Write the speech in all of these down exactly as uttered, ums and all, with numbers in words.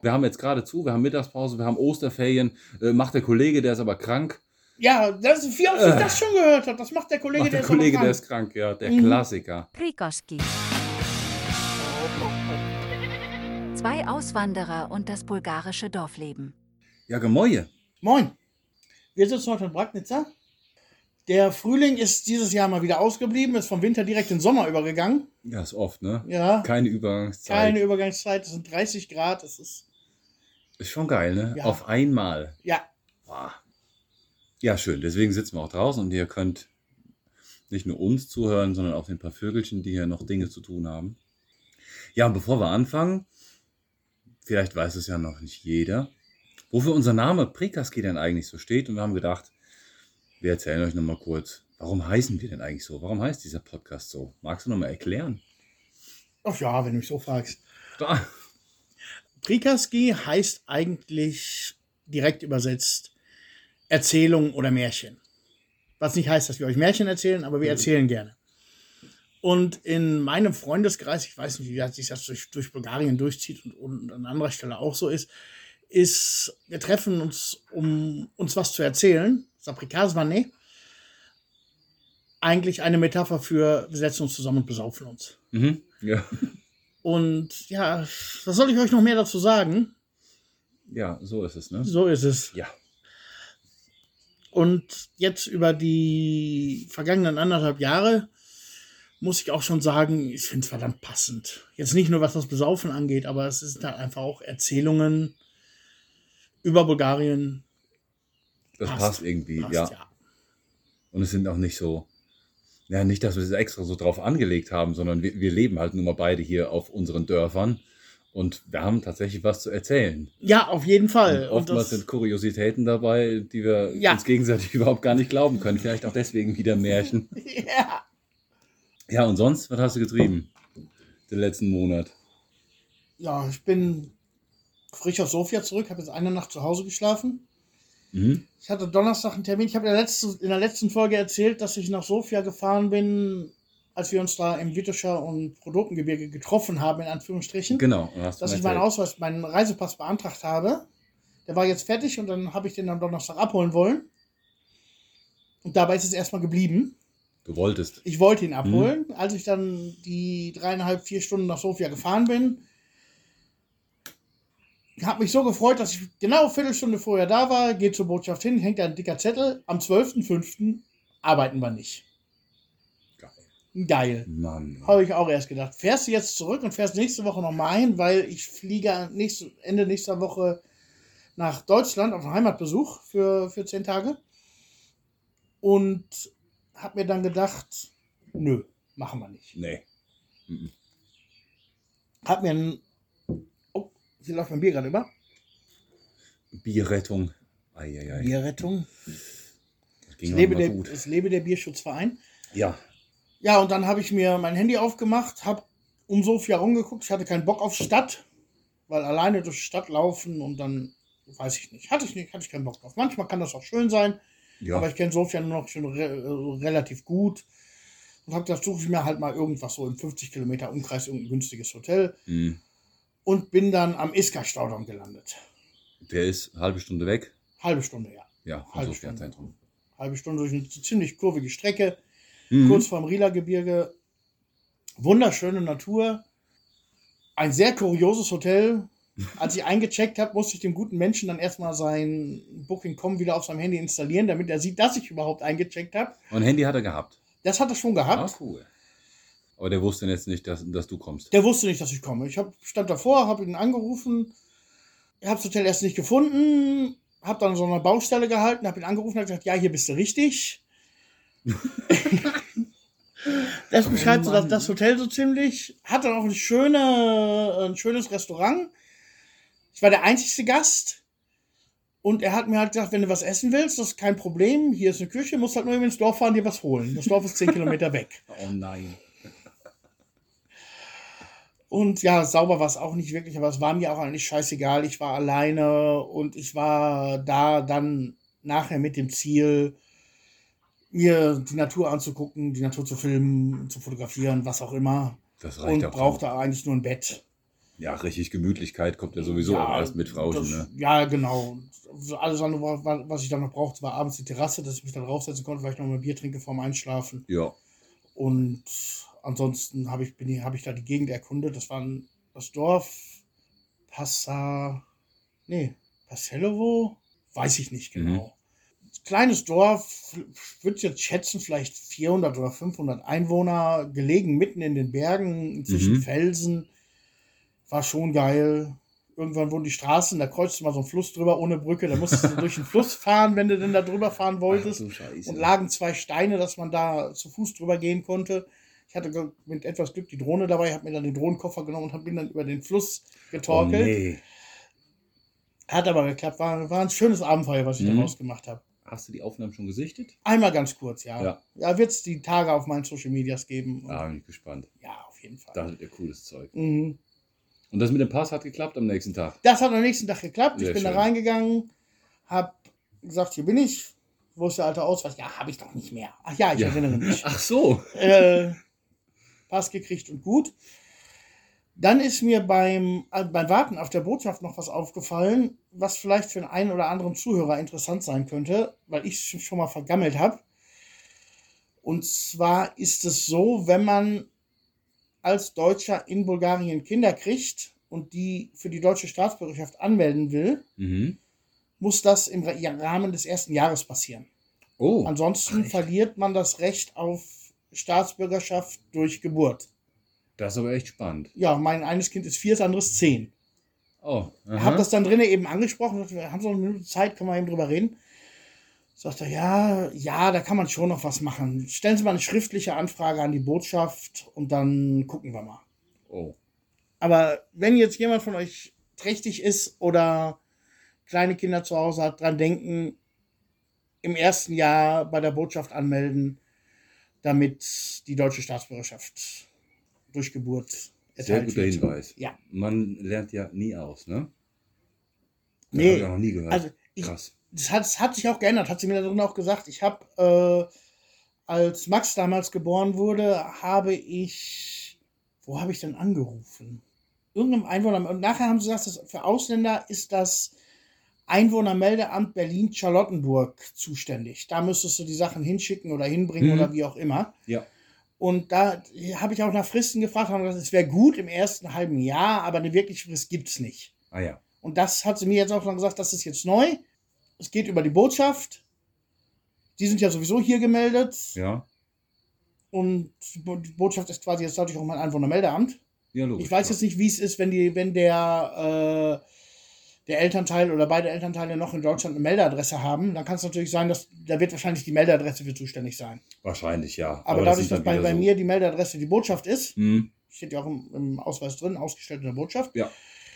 Wir haben jetzt gerade zu, wir haben Mittagspause, wir haben Osterferien. Äh, macht der Kollege, der ist aber krank. Ja, das ist wie oft ich das schon gehört habe. Das macht der Kollege, Macht der, der, Kollege ist der ist krank. Ja, der mhm. Klassiker. Prikoski. Zwei Auswanderer und das bulgarische Dorfleben. Ja, gemoje. Moin. Wir sitzen heute in Bragnitzer. Der Frühling ist dieses Jahr mal wieder ausgeblieben, ist vom Winter direkt in den Sommer übergegangen. Ja, ist oft, ne? Ja. Keine Übergangszeit. Keine Übergangszeit, es sind dreißig Grad, es ist... Ist schon geil, ne? Ja. Auf einmal. Ja. Boah. Ja, schön. Deswegen sitzen wir auch draußen und ihr könnt nicht nur uns zuhören, sondern auch den paar Vögelchen, die hier noch Dinge zu tun haben. Ja, und bevor wir anfangen, vielleicht weiß es ja noch nicht jeder, wofür unser Name Prikoski denn eigentlich so steht. Und wir haben gedacht, wir erzählen euch nochmal kurz, warum heißen wir denn eigentlich so? Warum heißt dieser Podcast so? Magst du nochmal erklären? Ach ja, wenn du mich so fragst. Da. Prikoski heißt eigentlich direkt übersetzt Erzählung oder Märchen. Was nicht heißt, dass wir euch Märchen erzählen, aber wir erzählen gerne. Und in meinem Freundeskreis, ich weiß nicht, wie sich das durch, durch Bulgarien durchzieht und, und an anderer Stelle auch so ist, ist, wir treffen uns, um uns was zu erzählen. Saprikasvane. Eigentlich eine Metapher für, wir setzen uns zusammen und besaufen uns. Mhm, ja. Und ja, was soll ich euch noch mehr dazu sagen? Ja, so ist es, ne? So ist es. Ja. Und jetzt über die vergangenen anderthalb Jahre muss ich auch schon sagen, ich finde es verdammt passend. Jetzt nicht nur, was das Besaufen angeht, aber es sind halt einfach auch Erzählungen über Bulgarien. Das passt, passt irgendwie, passt, ja. ja. Und es sind auch nicht so, ja, nicht, dass wir es extra so drauf angelegt haben, sondern wir, wir leben halt nun mal beide hier auf unseren Dörfern und wir haben tatsächlich was zu erzählen. Ja, auf jeden Fall. Und oftmals und das, sind Kuriositäten dabei, die wir ja. uns gegenseitig überhaupt gar nicht glauben können. Vielleicht auch deswegen wieder Märchen. Ja. Ja, und sonst, was hast du getrieben den letzten Monat? Ja, ich bin frisch aus Sofia zurück, habe jetzt eine Nacht zu Hause geschlafen. Mhm. Ich hatte Donnerstag einen Termin. Ich habe in der letzten, in der letzten Folge erzählt, dass ich nach Sofia gefahren bin, als wir uns da im Vitoscher und Rhodopengebirge getroffen haben, in Anführungsstrichen. Genau. Hast dass ich meinen Ausweis, meinen Reisepass beantragt habe. Der war jetzt fertig und dann habe ich den am Donnerstag abholen wollen. Und dabei ist es erstmal geblieben. Du wolltest. Ich wollte ihn abholen. Mhm. Als ich dann die dreieinhalb, vier Stunden nach Sofia gefahren bin, habe mich so gefreut, dass ich genau eine Viertelstunde vorher da war, geht zur Botschaft hin, hängt da ein dicker Zettel, am zwölften fünften arbeiten wir nicht. Geil. Geil. Mann. Habe ich auch erst gedacht. Fährst du jetzt zurück und fährst nächste Woche nochmal hin, weil ich fliege nächste, Ende nächster Woche nach Deutschland auf einen Heimatbesuch für, für zehn Tage. Und habe mir dann gedacht, nö, machen wir nicht. Nee. Mhm. Hab mir ein oh, hier läuft mein Bier gerade über. Bierrettung. Eieiei. Bierrettung. Das ging es, lebe mal der, gut. es lebe der Bierschutzverein. Ja. Ja, und dann habe ich mir mein Handy aufgemacht, habe um Sofia rumgeguckt. Ich hatte keinen Bock auf Stadt, weil alleine durch die Stadt laufen und dann, weiß ich nicht, hatte ich nicht, hatte ich keinen Bock drauf. Manchmal kann das auch schön sein. Ja. Aber ich kenne Sofia nur noch schon re- relativ gut. Und habe gesagt, suche ich mir halt mal irgendwas so im fünfzig Kilometer Umkreis, irgendein günstiges Hotel. Mhm. Und bin dann am Iskar-Staudamm gelandet. Der ist eine halbe Stunde weg? Halbe Stunde, ja. Ja, vom halbe Sofia-Zentrum. Halbe Stunde durch eine ziemlich kurvige Strecke. Mhm. Kurz vorm Rieler-Gebirge. Wunderschöne Natur. Ein sehr kurioses Hotel. Als ich eingecheckt habe, musste ich dem guten Menschen dann erstmal sein Booking Punkt com wieder auf seinem Handy installieren, damit er sieht, dass ich überhaupt eingecheckt habe. Und ein Handy hat er gehabt? Das hat er schon gehabt. Ah, cool. Aber der wusste jetzt nicht, dass, dass du kommst. Der wusste nicht, dass ich komme. Ich hab, stand davor, habe ihn angerufen. Ich habe das Hotel erst nicht gefunden. Habe dann so eine Baustelle gehalten, habe ihn angerufen und gesagt, ja, hier bist du richtig. Das beschreibt oh so das, das Hotel so ziemlich. Hatte auch eine schöne, ein schönes Restaurant. Ich war der einzigste Gast. Und er hat mir halt gesagt, wenn du was essen willst, das ist kein Problem. Hier ist eine Küche, musst halt nur eben ins Dorf fahren, dir was holen. Das Dorf ist zehn Kilometer weg. Oh nein. Und ja, sauber war es auch nicht wirklich, aber es war mir auch eigentlich scheißegal. Ich war alleine und ich war da dann nachher mit dem Ziel, mir die Natur anzugucken, die Natur zu filmen, zu fotografieren, was auch immer. Das reicht und auch brauchte schon. Eigentlich nur ein Bett. Ja, richtig Gemütlichkeit kommt ja sowieso Ja, auch erst mit Frauchen, das, ne? ja, genau. So alles andere, wa- was ich dann noch brauchte, war abends die Terrasse, dass ich mich dann raufsetzen konnte, vielleicht noch mal ein Bier trinke vorm Einschlafen. Ja. Und ansonsten habe ich, bin ich, habe ich da die Gegend erkundet. Das war ein- das Dorf Passa, nee, Passelovo, weiß ich nicht genau. Kleines Dorf, ich würde jetzt schätzen, vielleicht vierhundert oder fünfhundert Einwohner, gelegen mitten in den Bergen, zwischen Mhm. Felsen. War schon geil. Irgendwann wurden die Straßen, da kreuzte mal so ein Fluss drüber ohne Brücke. Da musstest du durch den Fluss fahren, wenn du denn da drüber fahren wolltest. Ach du Scheiße. Und lagen zwei Steine, dass man da zu Fuß drüber gehen konnte. Ich hatte ge- mit etwas Glück die Drohne dabei, habe mir dann den Drohnenkoffer genommen und hab- bin dann über den Fluss Oh, getorkelt. nee. Hat aber geklappt. War, war ein schönes Abenteuer, was ich Mhm. daraus gemacht habe. Hast du die Aufnahmen schon gesichtet? Einmal ganz kurz, ja. Ja. Ja, wird es die Tage auf meinen Social Medias geben. Und Ja, bin ich gespannt. ja, auf jeden Fall. Da hattet ihr cooles Zeug. Mhm. Und das mit dem Pass hat geklappt am nächsten Tag. Das hat am nächsten Tag geklappt. Sehr ich bin schön. da reingegangen, habe gesagt, hier bin ich. Wo ist der alte Ausweis? Ja, habe ich doch nicht mehr. Ach ja, ich Ja. erinnere mich. Ach so. äh, Pass gekriegt und gut. Dann ist mir beim, äh, beim Warten auf der Botschaft noch was aufgefallen, was vielleicht für den einen oder anderen Zuhörer interessant sein könnte, weil ich es schon mal vergammelt habe. Und zwar ist es so, wenn man als Deutscher in Bulgarien Kinder kriegt und die für die deutsche Staatsbürgerschaft anmelden will, Mhm. muss das im Rahmen des ersten Jahres passieren. Oh. Ansonsten Ach, echt? verliert man das Recht auf Staatsbürgerschaft durch Geburt. Das ist aber echt spannend. Ja, mein eines Kind ist vier, das andere ist zehn. Oh. Ich habe das dann drinnen eben angesprochen, wir haben so eine Minute Zeit, können wir eben drüber reden. Sagt er, ja, ja, da kann man schon noch was machen. Stellen Sie mal eine schriftliche Anfrage an die Botschaft und dann gucken wir mal. Oh. Aber wenn jetzt jemand von euch trächtig ist oder kleine Kinder zu Hause hat, dran denken, im ersten Jahr bei der Botschaft anmelden, damit die deutsche Staatsbürgerschaft durch Geburt Sehr erteilt guter wird. Hinweis. Ja. Man lernt ja nie aus, ne? Das Nee, habe ich auch noch nie gehört. Also ich, Krass. das, hat, das hat sich auch geändert, hat sie mir da drin auch gesagt. Ich habe, äh, als Max damals geboren wurde, habe ich, wo habe ich denn angerufen? Irgendeinem Einwohner, und nachher haben sie gesagt, dass für Ausländer ist das Einwohnermeldeamt Berlin-Charlottenburg zuständig. Da müsstest du die Sachen hinschicken oder hinbringen Mhm. oder wie auch immer. Ja. Und da habe ich auch nach Fristen gefragt, haben gesagt, es wäre gut im ersten halben Jahr, aber eine wirkliche Frist gibt es nicht. Ah ja. Und das hat sie mir jetzt auch schon gesagt, das ist jetzt neu. Es geht über die Botschaft. Die sind ja sowieso hier gemeldet. Ja. Und die Bo- die Botschaft ist quasi jetzt dadurch auch mein Einwohnermeldeamt. Ja, logisch. Ich weiß jetzt nicht, wie es ist, wenn die, wenn der, äh, der Elternteil oder beide Elternteile noch in Deutschland eine Meldeadresse haben. Dann kann es natürlich sein, dass da wird wahrscheinlich die Meldeadresse für zuständig sein. Wahrscheinlich, ja. Aber, das dadurch, sind dass dann bei, wieder bei so- mir die Meldeadresse die Botschaft ist, Mhm. steht ja auch im, im Ausweis drin, ausgestellt in der Botschaft, Ja.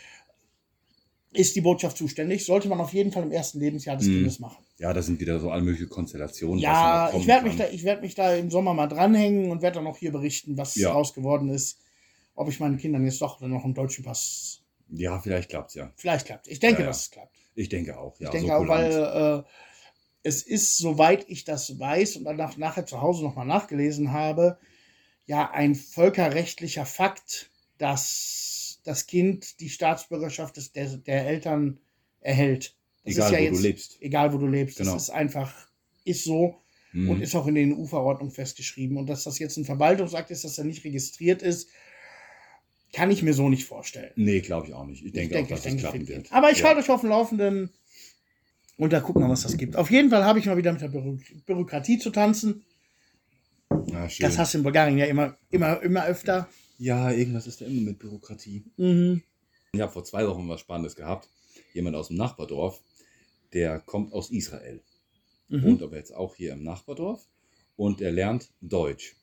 ist die Botschaft zuständig. Sollte man auf jeden Fall im ersten Lebensjahr des Mhm. Kindes machen. Ja, das sind wieder so alle möglichen Konstellationen. was da Ja, noch kommen ich werde mich, kann. da, ich werd mich da im Sommer mal dranhängen und werde dann auch hier berichten, was Ja. raus geworden ist. Ob ich meinen Kindern jetzt doch noch einen deutschen Pass. Ja, vielleicht klappt's ja. Vielleicht klappt. Ich denke, Ja, ja. dass es klappt. Ich denke auch. Ja, ich denke so auch, weil kulant. äh, es ist, soweit ich das weiß und danach nachher zu Hause nochmal nachgelesen habe, ja ein völkerrechtlicher Fakt, dass das Kind die Staatsbürgerschaft des, der, der Eltern erhält. Das Egal, ist ja wo jetzt, du lebst. Egal, wo du lebst. Genau. Das ist einfach, ist so. Mhm. Und ist auch in den E U-Verordnungen festgeschrieben. Und dass das jetzt ein Verwaltungsakt ist, dass er nicht registriert ist, kann ich mir so nicht vorstellen. Nee, glaube ich auch nicht. Ich denke, ich denke, auch, ich dass denke, das klappen es wird. wird. Aber ich ja. halte euch auf dem Laufenden und da gucken wir, was das gibt. Auf jeden Fall habe ich mal wieder mit der Büro Bürokratie zu tanzen. Ja, schön. Das hast du in Bulgarien ja immer, immer, immer öfter. Ja, irgendwas ist da immer mit Bürokratie. Mhm. Ich habe vor zwei Wochen was Spannendes gehabt. Jemand aus dem Nachbardorf, der kommt aus Israel. Mhm. Wohnt aber jetzt auch hier im Nachbardorf. Und er lernt Deutsch.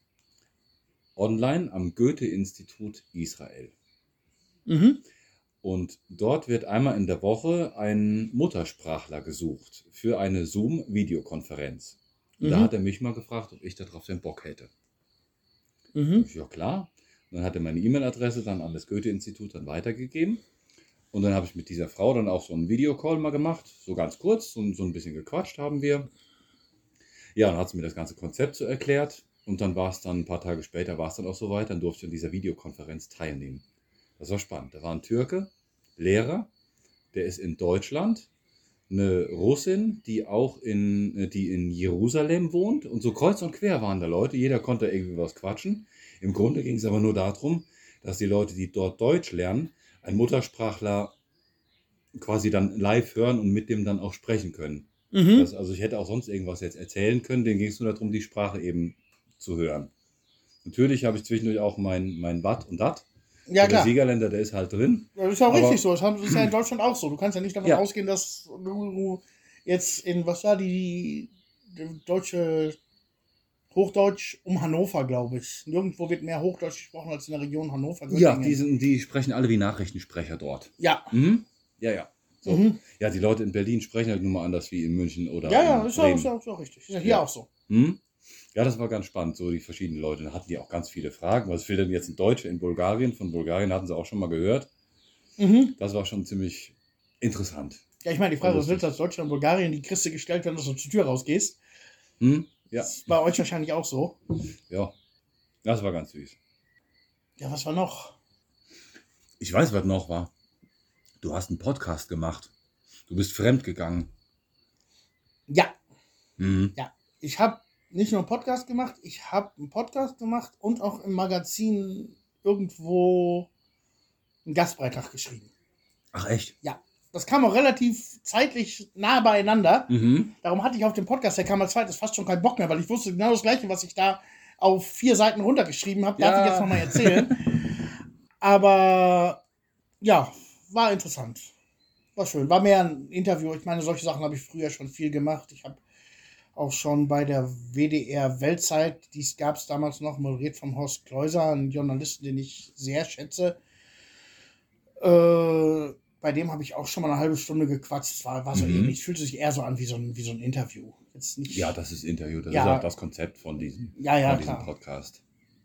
Online am Goethe-Institut Israel. Mhm. Und dort wird einmal in der Woche ein Muttersprachler gesucht für eine Zoom-Videokonferenz. Und da Mhm. hat er mich mal gefragt, ob ich darauf den Bock hätte. Mhm. Ja, klar. Und dann hat er meine E-Mail-Adresse dann an das Goethe-Institut dann weitergegeben. Und dann habe ich mit dieser Frau dann auch so einen Videocall mal gemacht, so ganz kurz, so, so ein bisschen gequatscht haben wir. Ja, dann hat sie mir das ganze Konzept so erklärt. Und dann war es dann, ein paar Tage später war es dann auch soweit, dann durfte ich an dieser Videokonferenz teilnehmen. Das war spannend. Da war ein Türke, Lehrer, der ist in Deutschland, eine Russin, die auch in, die in Jerusalem wohnt, und so kreuz und quer waren da Leute. Jeder konnte irgendwie was quatschen. Im Grunde ging es aber nur darum, dass die Leute, die dort Deutsch lernen, einen Muttersprachler quasi dann live hören und mit dem dann auch sprechen können. Mhm. Das, also ich hätte auch sonst irgendwas jetzt erzählen können, denen ging es nur darum, die Sprache eben zu hören. Natürlich habe ich zwischendurch auch mein, mein Watt und Dat. Ja, der klar. Siegerländer, der ist halt drin. Das ist auch Aber- richtig so. Das haben- das ist ja in Deutschland auch so. Du kannst ja nicht davon Ja. ausgehen, dass du jetzt in, was war die, die deutsche Hochdeutsch um Hannover, glaube ich. Nirgendwo wird mehr Hochdeutsch gesprochen als in der Region Hannover. Ja, Göttingen. die, sind, die sprechen alle wie Nachrichtensprecher dort. Ja. Mhm. Ja, ja. So. Mhm. Ja, die Leute in Berlin sprechen halt nun mal anders wie in München oder Ja, ja, in ist auch, Bremen. ist, auch, ist auch richtig. Ist ja hier Ja. auch so. Hm? Ja, das war ganz spannend, so die verschiedenen Leute. Da hatten die auch ganz viele Fragen. Was fehlt denn jetzt ein Deutscher in Bulgarien? Von Bulgarien hatten sie auch schon mal gehört. Mhm. Das war schon ziemlich interessant. Ja, ich meine, die Frage, was Lustig. willst du als Deutschland und Bulgarien, die kriegst du gestellt, wenn du so zur Tür rausgehst. Hm? Ja, Das ist bei euch wahrscheinlich auch so. ja. Das war ganz süß. Ja, was war noch? Ich weiß, was noch war. Du hast einen Podcast gemacht. Du bist fremd gegangen. Ja, Mhm. ich habe nicht nur einen Podcast gemacht, ich habe einen Podcast gemacht und auch im Magazin irgendwo einen Gastbeitrag geschrieben. Ach, echt? Das kam auch relativ zeitlich nah beieinander. Mhm. Darum hatte ich auf dem Podcast, der kam als zweites, fast schon keinen Bock mehr, weil ich wusste genau das Gleiche, was ich da auf vier Seiten runtergeschrieben habe, darf Ja. ich jetzt nochmal erzählen. Aber ja, war interessant. War schön. War mehr ein Interview. Ich meine, solche Sachen habe ich früher schon viel gemacht. Ich habe auch schon bei der W D R Weltzeit, dies gab es damals noch, moderiert vom Horst Kleuser, einen Journalisten, den ich sehr schätze. Äh, bei dem habe ich auch schon mal eine halbe Stunde gequatscht. Es war, war so Mhm. ähnlich. Es fühlte sich eher so an wie so ein, wie so ein Interview. Jetzt nicht, Ja, das ist Interview. Das Ja. ist auch das Konzept von diesem, ja, ja, von diesem klar. Podcast.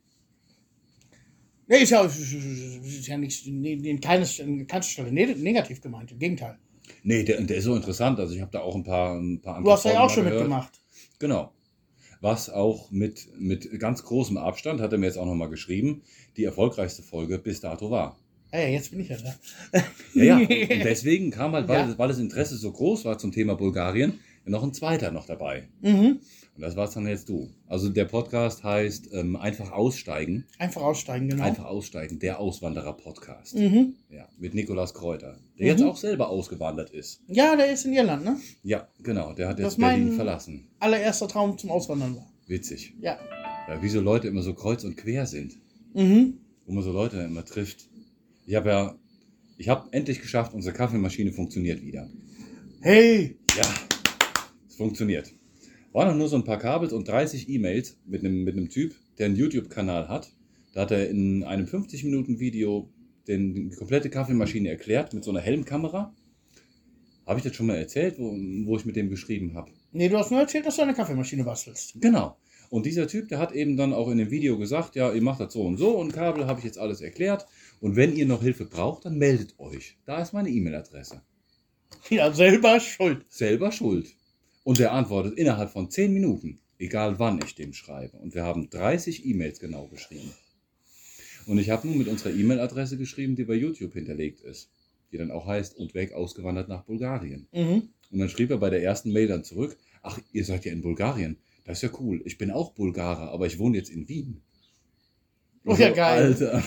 Nee, ist ja, ist ja nicht, nee, in keines, in keiner Stelle ne- negativ gemeint. Im Gegenteil. Nee, der, der ist so interessant. Also ich habe da auch ein paar, ein paar andere Du hast ja Folgen auch mal schon gehört. mitgemacht. Genau. Was auch mit, mit ganz großem Abstand, hat er mir jetzt auch nochmal geschrieben, die erfolgreichste Folge bis dato war. Ja, ja, jetzt bin ich ja da. Ja, ja. Und deswegen kam halt, weil, Ja. weil das Interesse so groß war zum Thema Bulgarien, noch ein zweiter noch dabei. Mhm. Und das warst dann jetzt du. Also der Podcast heißt ähm, Einfach aussteigen. Einfach aussteigen, genau. Einfach aussteigen, der Auswanderer-Podcast. Mhm. Ja, mit Nikolaus Kräuter, der Mhm. jetzt auch selber ausgewandert ist. Ja, der ist in Irland, ne? Ja, genau, der hat Das jetzt ist mein- Berlin verlassen. Allererster Traum zum Auswandern war. Witzig. Ja. Ja, wie so Leute immer so kreuz und quer sind. Mhm. Wo man so Leute immer trifft. Ich habe ja, ich habe endlich geschafft, unsere Kaffeemaschine funktioniert wieder. Hey! Ja, es funktioniert. Waren noch nur so ein paar Kabels und dreißig E-Mails mit einem, mit einem Typ, der einen YouTube-Kanal hat. Da hat er in einem fünfzig Minuten Video den, die komplette Kaffeemaschine erklärt mit so einer Helmkamera. Habe ich das schon mal erzählt, wo, wo ich mit dem geschrieben habe? Nee, du hast nur erzählt, dass du eine Kaffeemaschine bastelst. Genau. Und dieser Typ, der hat eben dann auch in dem Video gesagt, ja, ihr macht das so und so und Kabel habe ich jetzt alles erklärt. Und wenn ihr noch Hilfe braucht, dann meldet euch. Da ist meine E-Mail-Adresse. Ja, selber schuld. Selber schuld. Und der antwortet innerhalb von zehn Minuten, egal wann ich dem schreibe. Und wir haben dreißig E-Mails genau geschrieben. Und ich habe nun mit unserer E-Mail-Adresse geschrieben, die bei YouTube hinterlegt ist. Die dann auch heißt, und weg ausgewandert nach Bulgarien. Mhm. Und dann schrieb er bei der ersten Mail dann zurück, ach, ihr seid ja in Bulgarien. Das ist ja cool. Ich bin auch Bulgarer, aber ich wohne jetzt in Wien. Oh ja, So, geil. Alter.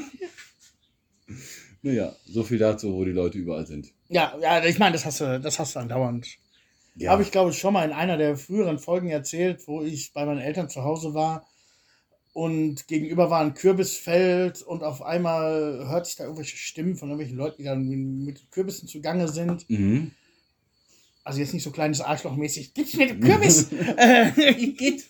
Naja, so viel dazu, wo die Leute überall sind. Ja, ja, ich meine, das hast du, das hast du andauernd. Ja, Habe ich, glaube ich, schon mal in einer der früheren Folgen erzählt, wo ich bei meinen Eltern zu Hause war und gegenüber war ein Kürbisfeld und auf einmal hörte ich da irgendwelche Stimmen von irgendwelchen Leuten, die dann mit Kürbissen zugange sind. Mhm. Also jetzt nicht so kleines Arschlochmäßig. Gib's mir den Kürbis! äh, geht.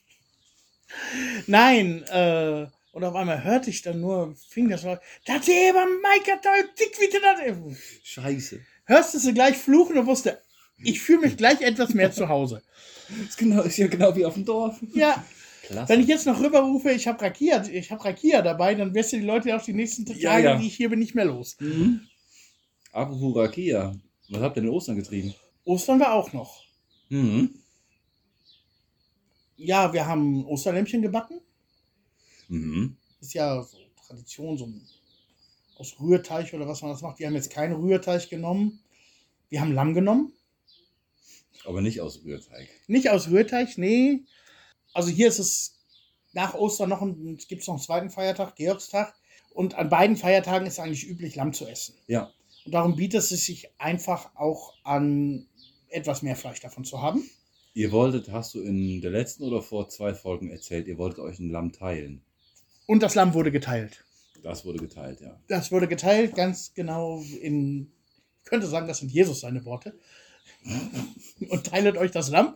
Nein, äh, und auf einmal hörte ich dann nur, fing das so, das ist eben mein Kartoffel, dick wie das. Scheiße. Hörst du sie gleich fluchen und wusste, ich fühle mich gleich etwas mehr zu Hause. Das ist, genau, ist ja genau wie auf dem Dorf. Ja, Klasse. wenn ich jetzt noch rüberrufe, ich habe Rakia, ich habe Rakia dabei, dann wirst du die Leute auch die nächsten Tage, Ja, ja. die ich hier bin, nicht mehr los. Mhm. Apropos Rakia, was habt ihr denn Ostern getrieben? Ostern war auch noch. Mhm. Ja, wir haben Osterlämpchen gebacken. Mhm. Ist ja so Tradition, so ein aus Rührteig oder was man das macht. Wir haben jetzt keinen Rührteig genommen. Wir haben Lamm genommen. Aber nicht aus Rührteig. Nicht aus Rührteig, nee. Also hier ist es nach Ostern noch, ein, gibt es noch einen zweiten Feiertag, Georgstag. Und an beiden Feiertagen ist es eigentlich üblich, Lamm zu essen. Ja. Und darum bietet es sich einfach auch an, etwas mehr Fleisch davon zu haben. Ihr wolltet, hast du in der letzten oder vor zwei Folgen erzählt, ihr wolltet euch ein Lamm teilen. Und das Lamm wurde geteilt. Das wurde geteilt, ja. Das wurde geteilt, ganz genau in, ich könnte sagen, das sind Jesus seine Worte. Und teilet euch das Lamm.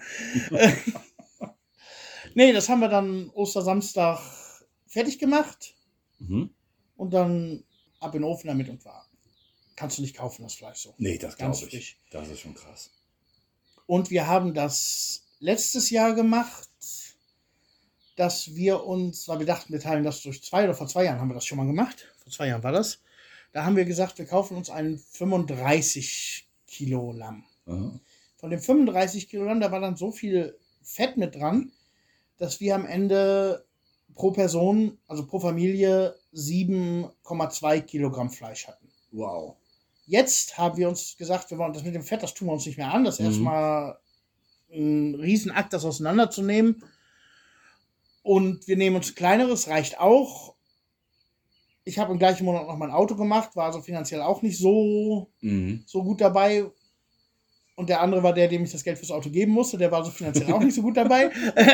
Nee, das haben wir dann Ostersamstag fertig gemacht. Mhm. Und dann ab in den Ofen damit und war. Kannst du nicht kaufen, das Fleisch so. Nee, das Ganz glaube ich. frisch. Das ist schon krass. Und wir haben das letztes Jahr gemacht, dass wir uns, weil wir dachten, wir teilen das durch zwei, oder vor zwei Jahren haben wir das schon mal gemacht. Vor zwei Jahren war das. Da haben wir gesagt, wir kaufen uns ein fünfunddreißig Kilo Lamm. Aha. Von dem fünfunddreißig Kilo Lamm, da war dann so viel Fett mit dran, dass wir am Ende pro Person, also pro Familie, sieben Komma zwei Kilogramm Fleisch hatten. Wow. Jetzt haben wir uns gesagt, wir wollen das mit dem Fett, das tun wir uns nicht mehr an. Das ist Mhm. erstmal ein Riesenakt, das auseinanderzunehmen. Und wir nehmen uns kleineres, reicht auch. Ich habe im gleichen Monat noch mein Auto gemacht, war also finanziell auch nicht so, Mhm. so gut dabei. Und der andere war der, dem ich das Geld fürs Auto geben musste. Der war also finanziell auch nicht so gut dabei.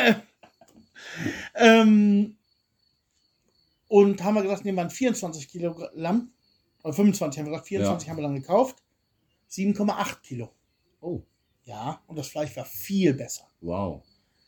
ähm, und haben wir gesagt, nehmen wir ein vierundzwanzig Kilo Lamm. Oder fünfundzwanzig haben wir gesagt, vierundzwanzig Ja. haben wir dann gekauft. sieben Komma acht Kilo. Oh, Ja, und das Fleisch war viel besser. wow.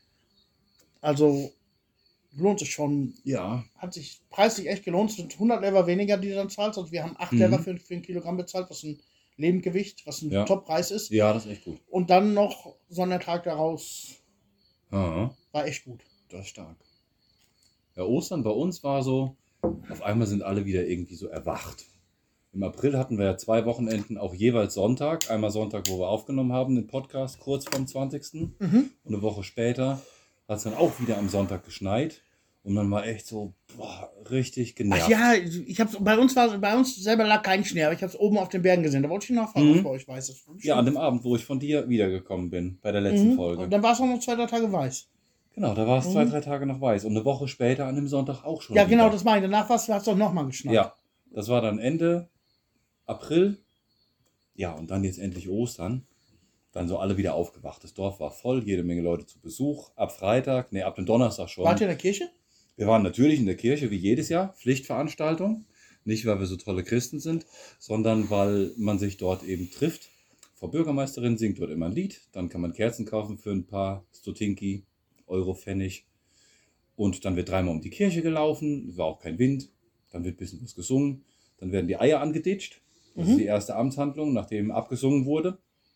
Also lohnt sich schon. Ja. Hat sich preislich echt gelohnt. Es sind hundert Lever weniger, die du dann zahlst. Also wir haben acht Mhm. Lever für, für ein Kilogramm bezahlt, was ein Lebendgewicht, was ein Ja. Top-Preis ist. Ja, das ist echt gut. Und dann noch so ein Ertrag daraus Aha. war echt gut. Das ist stark. Ja, Ostern bei uns war so, auf einmal sind alle wieder irgendwie so erwacht. Im April hatten wir ja zwei Wochenenden, auch jeweils Sonntag. Einmal Sonntag, wo wir aufgenommen haben, den Podcast, kurz vorm zwanzigsten Mhm. Und eine Woche später hat es dann auch wieder am Sonntag geschneit. Und man war echt so, boah, richtig genervt. Ach ja, ich hab's, bei uns war bei uns selber lag kein Schnee, aber ich habe es oben auf den Bergen gesehen. Da wollte ich nachfragen, Mhm. ob bei euch weiß ist. Ja, an dem Abend, wo ich von dir wiedergekommen bin, bei der letzten Mhm. Folge. Und dann war es auch noch zwei, drei Tage weiß. Genau, da war es Mhm. zwei, drei Tage noch weiß. Und eine Woche später an dem Sonntag auch schon Ja, genau, wieder. das meine ich. Danach hat es doch nochmal geschneit. Ja, das war dann Ende April. Ja, und dann jetzt endlich Ostern. Dann so alle wieder aufgewacht. Das Dorf war voll, jede Menge Leute zu Besuch. Ab Freitag, nee, ab dem Donnerstag schon. Wart ihr in der Kirche? Wir waren natürlich in der Kirche, wie jedes Jahr, Pflichtveranstaltung. Nicht, weil wir so tolle Christen sind, sondern weil man sich dort eben trifft. Frau Bürgermeisterin singt dort immer ein Lied. Dann kann man Kerzen kaufen für ein paar Stotinki, Euro, Pfennig. Und dann wird dreimal um die Kirche gelaufen. War auch kein Wind. Dann wird ein bisschen was gesungen. Dann werden die Eier angeditscht. Das Mhm. ist die erste Amtshandlung, nachdem abgesungen wurde.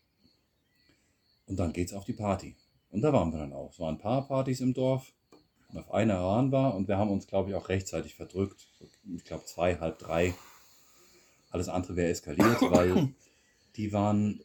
Und dann geht's auf die Party. Und da waren wir dann auch. Es waren ein paar Partys im Dorf. Und auf einer waren wir. Und wir haben uns, glaube ich, auch rechtzeitig verdrückt. Ich glaube, zwei, halb drei. Alles andere wäre eskaliert, weil die waren...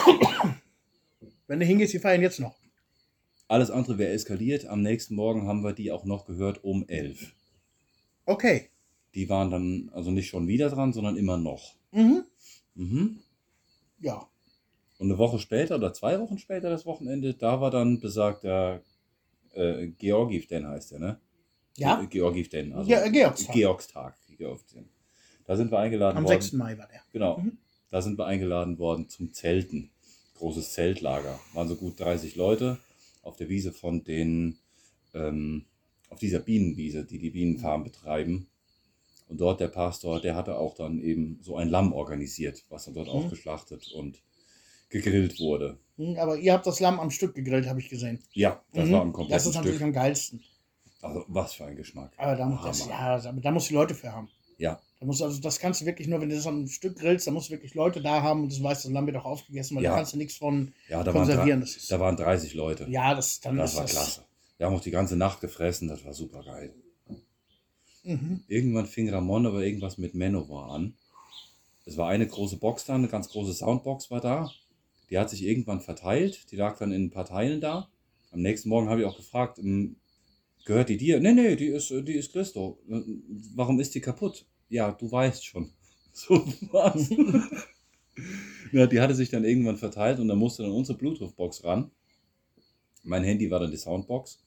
Wenn du hingehst, die feiern jetzt noch. Alles andere wäre eskaliert. Am nächsten Morgen haben wir die auch noch gehört um elf. Okay. Die waren dann also nicht schon wieder dran, sondern immer noch. Mhm. Mhm. Ja. Und eine Woche später oder zwei Wochen später, das Wochenende, da war dann besagter äh, Georgivden heißt der, ne? Ja. Ge- Georgivden, also Ge- Georgstag. Georgstag. Georgivden. Da sind wir eingeladen Am worden. sechsten Mai war der. Genau. Mhm. Da sind wir eingeladen worden zum Zelten. Großes Zeltlager. Waren so gut dreißig Leute auf der Wiese von den, ähm, auf dieser Bienenwiese, die die Bienenfarm betreiben. Und dort der Pastor, der hatte auch dann eben so ein Lamm organisiert, was dann dort Mhm. auch geschlachtet und gegrillt wurde. Mhm, aber ihr habt das Lamm am Stück gegrillt, habe ich gesehen. Ja, das Mhm. war im Das kompletten ist natürlich Stück. am geilsten. Also was für ein Geschmack. Aber da, muss das, Hammer. ja, da, da musst du die Leute für haben. Ja, Da musst du, also das kannst du wirklich nur, wenn du das am Stück grillst, da musst du wirklich Leute da haben und du weißt, das Lamm wird auch aufgegessen, weil Ja. da kannst du nichts von ja da, waren konservieren. drei, Das ist, da waren dreißig Leute. ja, das, dann Das ist war das. klasse. Wir haben auch die ganze Nacht gefressen, das war super geil. Mhm. Irgendwann fing Ramon aber irgendwas mit Manowar an. Es war eine große Box da, eine ganz große Soundbox war da. Die hat sich irgendwann verteilt, die lag dann in ein paar Teilen da. Am nächsten Morgen habe ich auch gefragt, ähm, gehört die dir? Nee, nee, die ist, die ist Christo. Warum ist die kaputt? Ja, du weißt schon. So was. Ja, die hatte sich dann irgendwann verteilt und da musste dann unsere Bluetooth-Box ran. Mein Handy war dann die Soundbox.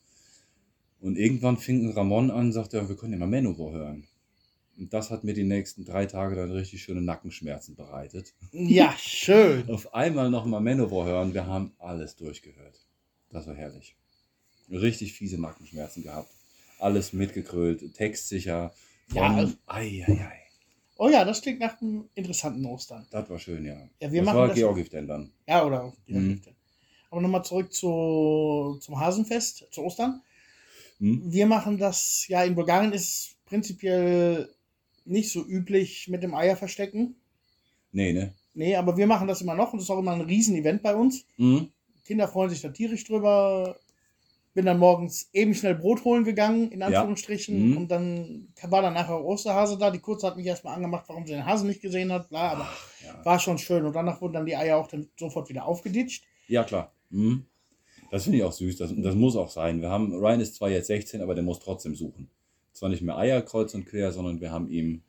Und irgendwann fing Ramon an und sagte, ja, wir können ja mal Manowar hören. Und das hat mir die nächsten drei Tage dann richtig schöne Nackenschmerzen bereitet. Ja, schön. Auf einmal nochmal Manowar hören, wir haben alles durchgehört. Das war herrlich. Richtig fiese Nackenschmerzen gehabt. Alles mitgekrölt, textsicher. Von Ja. Ei, ei, ei. Oh ja, das klingt nach einem interessanten Ostern. Das war schön, ja. Ja, wir das machen war das- Georgiev denn dann. Ja, oder? Mhm. Aber nochmal zurück zu, zum Hasenfest, zu Ostern. Hm? Wir machen das, ja, in Bulgarien ist prinzipiell nicht so üblich mit dem Eier verstecken. Nee, ne? Nee, aber wir machen das immer noch und das ist auch immer ein Riesen-Event bei uns. Mhm. Kinder freuen sich da tierisch drüber. Bin dann morgens eben schnell Brot holen gegangen, in Anführungsstrichen. Mhm. Und dann war dann nachher Osterhase da. Die Kurze hat mich erstmal angemacht, warum sie den Hasen nicht gesehen hat. Bla, aber Ja. war schon schön. Und danach wurden dann die Eier auch dann sofort wieder aufgeditscht. Ja, klar. Mhm. Das finde ich auch süß. Das, das muss auch sein. Wir haben, Ryan ist zwar jetzt sechzehn, aber der muss trotzdem suchen. Zwar nicht mehr Eier kreuz und quer, sondern wir haben ihm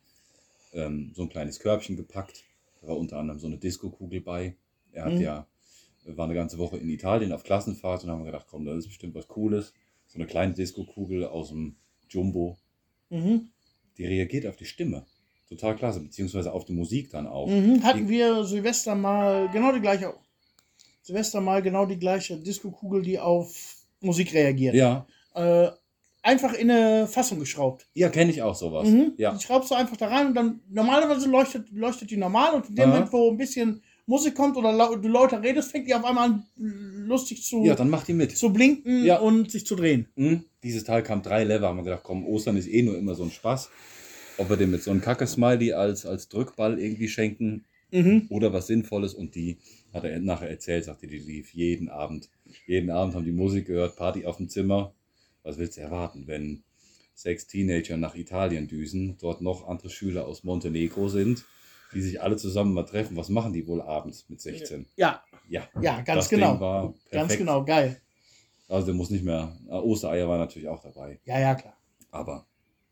ähm, so ein kleines Körbchen gepackt. Da war unter anderem so eine Disco-Kugel bei. Er hat Mhm. ja, war eine ganze Woche in Italien auf Klassenfahrt und haben gedacht, komm, das ist bestimmt was Cooles. So eine kleine Disco-Kugel aus dem Jumbo. Mhm. Die reagiert auf die Stimme. Total klasse, beziehungsweise auf die Musik dann auch. Mhm. Hatten Die- wir Silvester mal genau die gleiche. Silvester mal genau die gleiche Disco-Kugel, die auf Musik reagiert. Ja, Äh, einfach in eine Fassung geschraubt. ja, kenne ich auch sowas. Mhm. Ja. Die schraubst du einfach da rein und dann normalerweise leuchtet, leuchtet die normal und in dem Aha. Moment, wo ein bisschen Musik kommt oder lau du lauter redest, fängt die auf einmal an, lustig zu, ja, dann macht die mit. zu blinken Ja. und sich zu drehen. Hm? Dieses Teil kam drei Level, haben wir gedacht, komm, Ostern ist eh nur immer so ein Spaß. Ob wir dem mit so einem Kacke-Smiley als, als Drückball irgendwie schenken Mhm. oder was Sinnvolles. Und die hat er nachher erzählt, sagte, die lief jeden Abend. Jeden Abend haben die Musik gehört, Party auf dem Zimmer. Was willst du erwarten, wenn sechs Teenager nach Italien düsen, dort noch andere Schüler aus Montenegro sind, die sich alle zusammen mal treffen? Was machen die wohl abends mit sechzehn? Ja, Ja, ja, ganz das genau. Ding war perfekt. Ganz genau, geil. Also der muss nicht mehr, äh, Ostereier war natürlich auch dabei. Ja, ja, klar. Aber,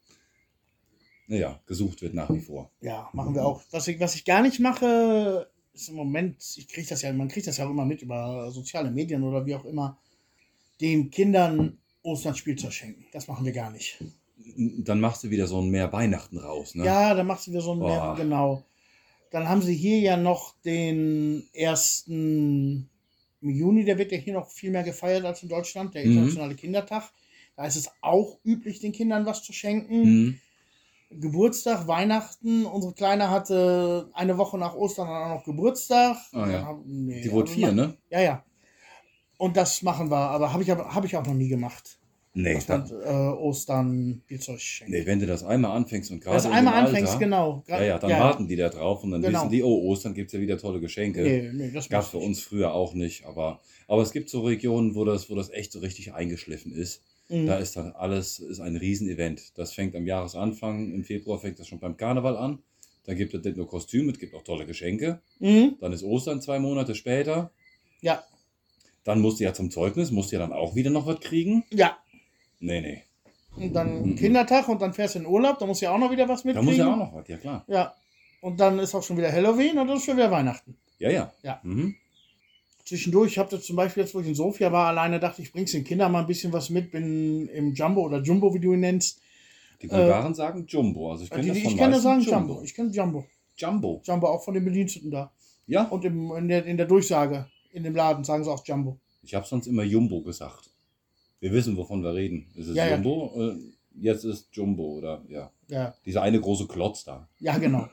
naja, gesucht wird nach wie vor. Ja, machen wir auch. Was ich, was ich gar nicht mache, ist im Moment, ich kriege das ja, man kriegt das ja auch immer mit über soziale Medien oder wie auch immer, den Kindern Ostern Spielzeug schenken. Das machen wir gar nicht. Dann machst du wieder so ein mehr Weihnachten raus, ne? Ja, dann machst du wieder so ein mehr, Boah. genau. Dann haben sie hier ja noch den ersten Juni, der wird ja hier noch viel mehr gefeiert als in Deutschland, der Mhm. internationale Kindertag. Da ist es auch üblich, den Kindern was zu schenken. Mhm. Geburtstag, Weihnachten. Unsere Kleine hatte eine Woche nach Ostern dann auch noch Geburtstag. Ah, ja. Nee, Die wurde also vier, ma- ne? Ja, ja. Und das machen wir, aber habe ich, aber- hab ich auch noch nie gemacht. Nee, Dass da, man äh, Ostern Spielzeug schenkt. nee, wenn du das einmal anfängst und gerade Wenn du in einmal dem anfängst, Alter, genau. Ja, ja, dann warten die da drauf und dann Genau. wissen die, oh, Ostern gibt es ja wieder tolle Geschenke. Nee, nee, das Gab muss es für ich. uns früher auch nicht, aber, aber es gibt so Regionen, wo das, wo das echt so richtig eingeschliffen ist. Mhm. Da ist dann alles ist ein Riesenevent. Das fängt am Jahresanfang, im Februar fängt das schon beim Karneval an. Dann gibt es nicht nur Kostüme, es gibt auch tolle Geschenke. Mhm. Dann ist Ostern zwei Monate später. Ja, Dann musst du ja zum Zeugnis, musst du ja dann auch wieder noch was kriegen. ja. Nee, nee. Und dann Mhm. Kindertag und dann fährst du in Urlaub, da musst du ja auch noch wieder was Da mitkriegen. muss ja auch noch was, ja klar. Ja. Und dann ist auch schon wieder Halloween und dann ist schon wieder Weihnachten. Ja, ja. Ja. Mhm. Zwischendurch, ich habe das zum Beispiel jetzt, wo ich in Sofia war, alleine dachte ich, bring's den Kindern mal ein bisschen was mit, bin im Jumbo oder Jumbo, wie du ihn nennst. Die Bulgaren sagen Jumbo. Also ich kenne Die, das die, von ich kann ja meisten sagen Jumbo. Ich kenne Jumbo. Jumbo. Jumbo auch von den Bediensteten da. Ja, Und im, in, der, in der Durchsage, in dem Laden, sagen sie auch Jumbo. ich habe sonst immer Jumbo gesagt. Wir wissen, wovon wir reden. Ist es Ja, ja. Jumbo? Äh, Jetzt ist Jumbo oder ja. Ja, Dieser eine große Klotz da. ja genau.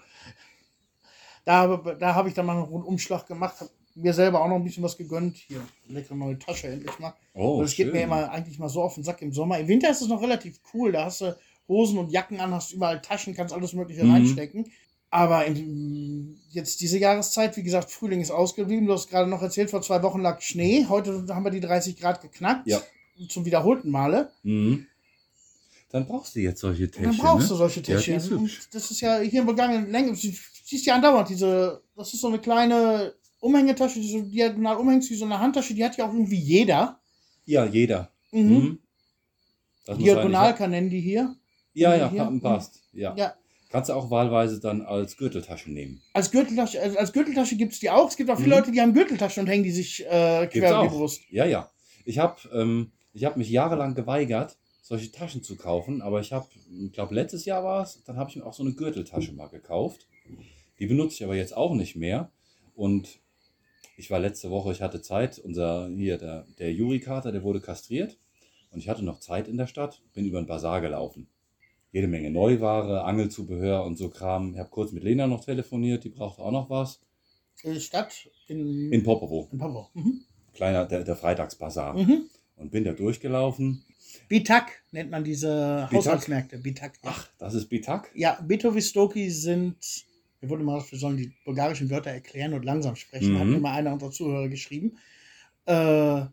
Da, da habe ich dann mal einen Rundumschlag gemacht, habe mir selber auch noch ein bisschen was gegönnt. Hier, leckere neue Tasche endlich mal. Oh, Das geht mir immer eigentlich mal so auf den Sack im Sommer. Im Winter ist es noch relativ cool. Da hast du Hosen und Jacken an, hast überall Taschen, kannst alles Mögliche Mhm. reinstecken. Aber in, jetzt diese Jahreszeit, wie gesagt, Frühling ist ausgeblieben. Du hast gerade noch erzählt, vor zwei Wochen lag Schnee. Heute haben wir die dreißig Grad geknackt. Ja. Zum wiederholten Male. Mhm. Dann brauchst du jetzt solche Täschchen. Dann brauchst du ne? solche Ja, Täschchen. die ist hübsch. Und das ist ja hier in Bulgarien Länge. Du siehst ja andauernd diese, das ist so eine kleine Umhängetasche, die so diagonal umhängst, wie so eine Handtasche, die hat ja auch irgendwie jeder. Ja, jeder. Mhm. Mhm. Das muss Diagonal sein. kann nennen die hier. Ich hab- Ja, ja, Hier. pa- passt. Ja. Ja. Kannst du auch wahlweise dann als Gürteltasche nehmen. Als Gürteltasche, also als Gürteltasche gibt es die auch. Es gibt auch viele Mhm. Leute, die haben Gürteltaschen und hängen die sich äh, Gibt's quer über die auch. Brust. Ja, ja. Ich habe ähm, ich hab mich jahrelang geweigert, solche Taschen zu kaufen, aber ich habe, ich glaube letztes Jahr war es, dann habe ich mir auch so eine Gürteltasche mal gekauft. Die benutze ich aber jetzt auch nicht mehr. Und ich war letzte Woche, ich hatte Zeit, unser, hier, der, der Juri-Kater, der wurde kastriert. Und ich hatte noch Zeit in der Stadt, bin über den Bazar gelaufen. Jede Menge Neuware, Angelzubehör und so Kram. Ich habe kurz mit Lena noch telefoniert, die brauchte auch noch was. Äh, Stadt in, In Popovo, in Popo. Mhm. kleiner, der, der Freitagsbazar. Mhm. Und bin da durchgelaufen. Bitak nennt man diese Bitak? Haushaltsmärkte. Bitak. Ja, Ach, das ist Bitak? ja, Bitovistoki sind, mir wurde mal, wir sollen die bulgarischen Wörter erklären und langsam sprechen, Mhm. hat mir mal einer unserer Zuhörer geschrieben. Äh,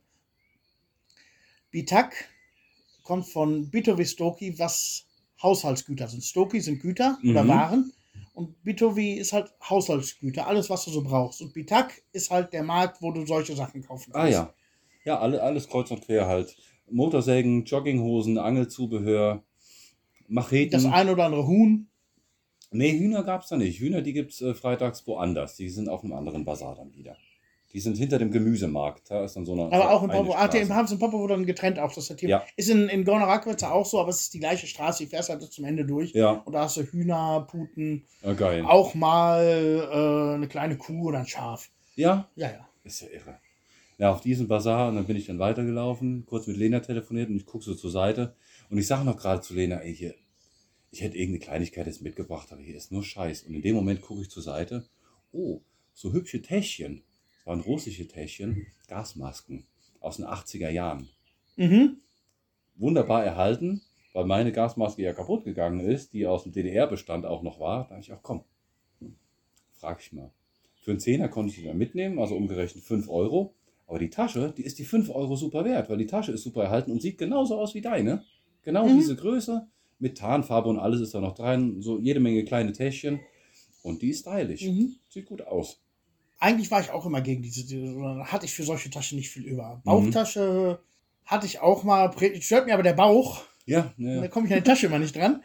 Bitak kommt von Bitovistoki, was Haushaltsgüter sind. Stoki sind Güter oder Mhm. Waren und Bitovi ist halt Haushaltsgüter, alles, was du so brauchst. Und Bitak ist halt der Markt, wo du solche Sachen kaufen kannst. Ah ja. Ja, alle, alles kreuz und quer halt. Motorsägen, Jogginghosen, Angelzubehör, Macheten. Das ein oder andere Huhn. Nee, Hühner gab es da nicht. Hühner, die gibt es äh, freitags woanders. Die sind auf einem anderen Bazar dann wieder. Die sind hinter dem Gemüsemarkt. Da ist dann so eine. Aber auch in eine Popo. Ah, Straße. in Hamz und Popo wurde dann getrennt auch das Thema. Ja. Ist in, in Gorno-Rakovica auch so, aber es ist die gleiche Straße. Die fährst halt bis zum Ende durch. Ja, Und da hast du Hühner, Puten, ja, geil. auch mal äh, eine kleine Kuh oder ein Schaf. Ja, Ja, ja. ist ja irre. Ja, auf diesen Bazar und dann bin ich dann weitergelaufen, kurz mit Lena telefoniert und ich gucke so zur Seite und ich sage noch gerade zu Lena, ey, hier, ich hätte irgendeine Kleinigkeit jetzt mitgebracht, aber hier ist nur Scheiß. Und in dem Moment gucke ich zur Seite, oh, so hübsche Täschchen, das waren russische Täschchen, Gasmasken aus den achtziger Jahren. Mhm. Wunderbar erhalten, weil meine Gasmaske ja kaputt gegangen ist, die aus dem D D R-Bestand auch noch war. Da dachte ich auch, komm, frag ich mal. Für einen Zehner konnte ich die dann mitnehmen, also umgerechnet fünf Euro. Aber die Tasche, die ist die fünf Euro super wert, weil die Tasche ist super erhalten und sieht genauso aus wie deine. Genau Mhm. diese Größe, mit Tarnfarbe und alles ist da noch drin, so jede Menge kleine Täschchen. Und die ist stylisch. Mhm. Sieht gut aus. Eigentlich war ich auch immer gegen diese, diese da hatte ich für solche Taschen nicht viel Mhm. über. Bauchtasche hatte ich auch mal, prä- stört mir aber der Bauch. Ja, ja. Da komme ich an die Tasche immer nicht dran.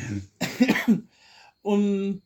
Und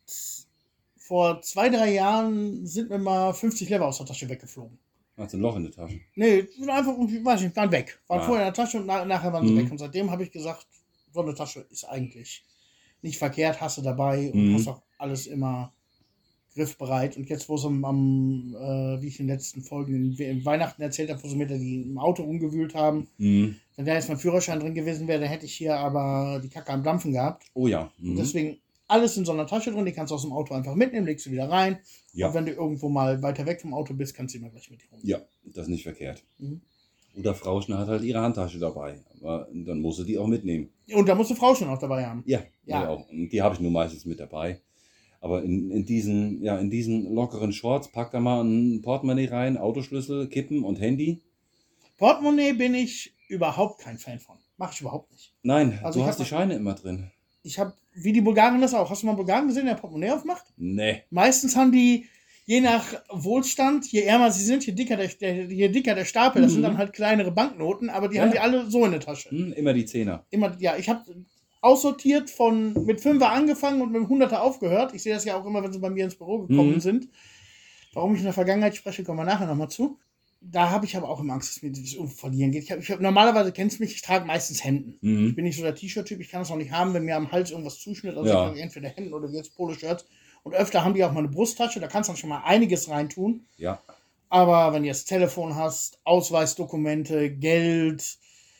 vor zwei, drei Jahren sind mir mal fünfzig Lever aus der Tasche weggeflogen. Hat ein Loch in der Tasche. Nee, die sind einfach, ich weiß nicht, waren weg. Waren Ah. vorher in der Tasche und na, nachher waren sie Mhm. weg. Und seitdem habe ich gesagt, so eine Tasche ist eigentlich nicht verkehrt, hast du dabei und Mhm. hast auch alles immer griffbereit. Und jetzt, wo es am, am äh, wie ich in den letzten Folgen in, in Weihnachten erzählt habe, wo sie mir da die im Auto rumgewühlt haben, Mhm. wenn da jetzt mein Führerschein drin gewesen wäre, dann hätte ich hier aber die Kacke am Dampfen gehabt. Oh ja. Und Mhm. deswegen alles in so einer Tasche drin, die kannst du aus dem Auto einfach mitnehmen, legst du wieder rein. Ja. Und wenn du irgendwo mal weiter weg vom Auto bist, kannst du immer gleich mit dir rum. Ja, das ist nicht verkehrt. Mhm. Oder Frauchen hat halt ihre Handtasche dabei. Aber dann muss sie die auch mitnehmen. Und da musst du Frau schon auch dabei haben. Ja, Ja. ja. Auch. Und die habe ich nur meistens mit dabei. Aber in, in, diesen, ja, in diesen lockeren Shorts pack da mal ein Portemonnaie rein, Autoschlüssel, Kippen und Handy. Portemonnaie bin ich überhaupt kein Fan von. Mach ich überhaupt nicht. Nein, Also du ich hast hab die Scheine immer drin. Ich habe, wie die Bulgaren das auch. Hast du mal einen Bulgaren gesehen, der Portemonnaie aufmacht? Nee. Meistens haben die, je nach Wohlstand, je ärmer sie sind, je dicker der, der, je dicker der Stapel, das Mhm. sind dann halt kleinere Banknoten, aber die Ja. haben die alle so in der Tasche. Hm, immer die Zehner. Immer, ja, ich habe aussortiert von mit Fünfer angefangen und mit dem Hunderter aufgehört. Ich sehe das ja auch immer, wenn sie bei mir ins Büro gekommen Mhm. sind. Warum ich in der Vergangenheit spreche, kommen wir nachher nochmal zu. Da habe ich aber auch immer Angst, dass mir das irgendwo verlieren geht. Ich hab, ich hab, normalerweise kennst du mich, ich trage meistens Hemden. Ich Mhm. bin nicht so der T-Shirt-Typ, ich kann das auch nicht haben, wenn mir am Hals irgendwas zuschnitt. Also Ja. ich trage entweder Hemden oder jetzt Poloshirts. Und öfter haben die auch mal eine Brusttasche, da kannst du dann schon mal einiges reintun. Ja. Aber wenn du jetzt Telefon hast, Ausweisdokumente, Geld,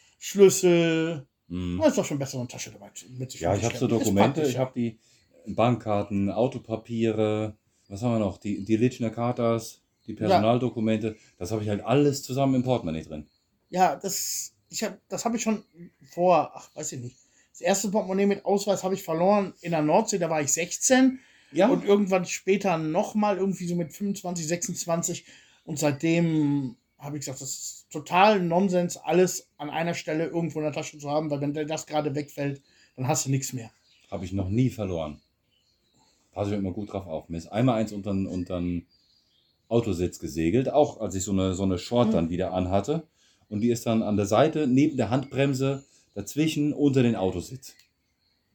Schlüssel, Mhm. dann ist doch schon besser, so eine Tasche dabei zu- mit sich Ja, ich habe so rumzuschleppen. Ist Dokumente, praktisch, ich ja. habe die Bankkarten, Autopapiere, was haben wir noch? Die, die Litschner Kartas, die Personaldokumente. Das habe ich halt alles zusammen im Portemonnaie drin. Ja, das, ich hab, das habe ich schon vor, ach, weiß ich nicht. Das erste Portemonnaie mit Ausweis habe ich verloren in der Nordsee, da war ich sechzehn. Ja. Und irgendwann später nochmal, irgendwie so mit fünfundzwanzig, sechsundzwanzig. Und seitdem habe ich gesagt, das ist total Nonsens, alles an einer Stelle irgendwo in der Tasche zu haben, weil wenn das gerade wegfällt, dann hast du nichts mehr. Habe ich noch nie verloren. Passe ich immer gut drauf auf. Mir ist einmal eins unter, unter den Autositz gesegelt, auch als ich so eine, so eine Short Mhm. dann wieder anhatte. Und die ist dann an der Seite, neben der Handbremse, dazwischen, unter den Autositz.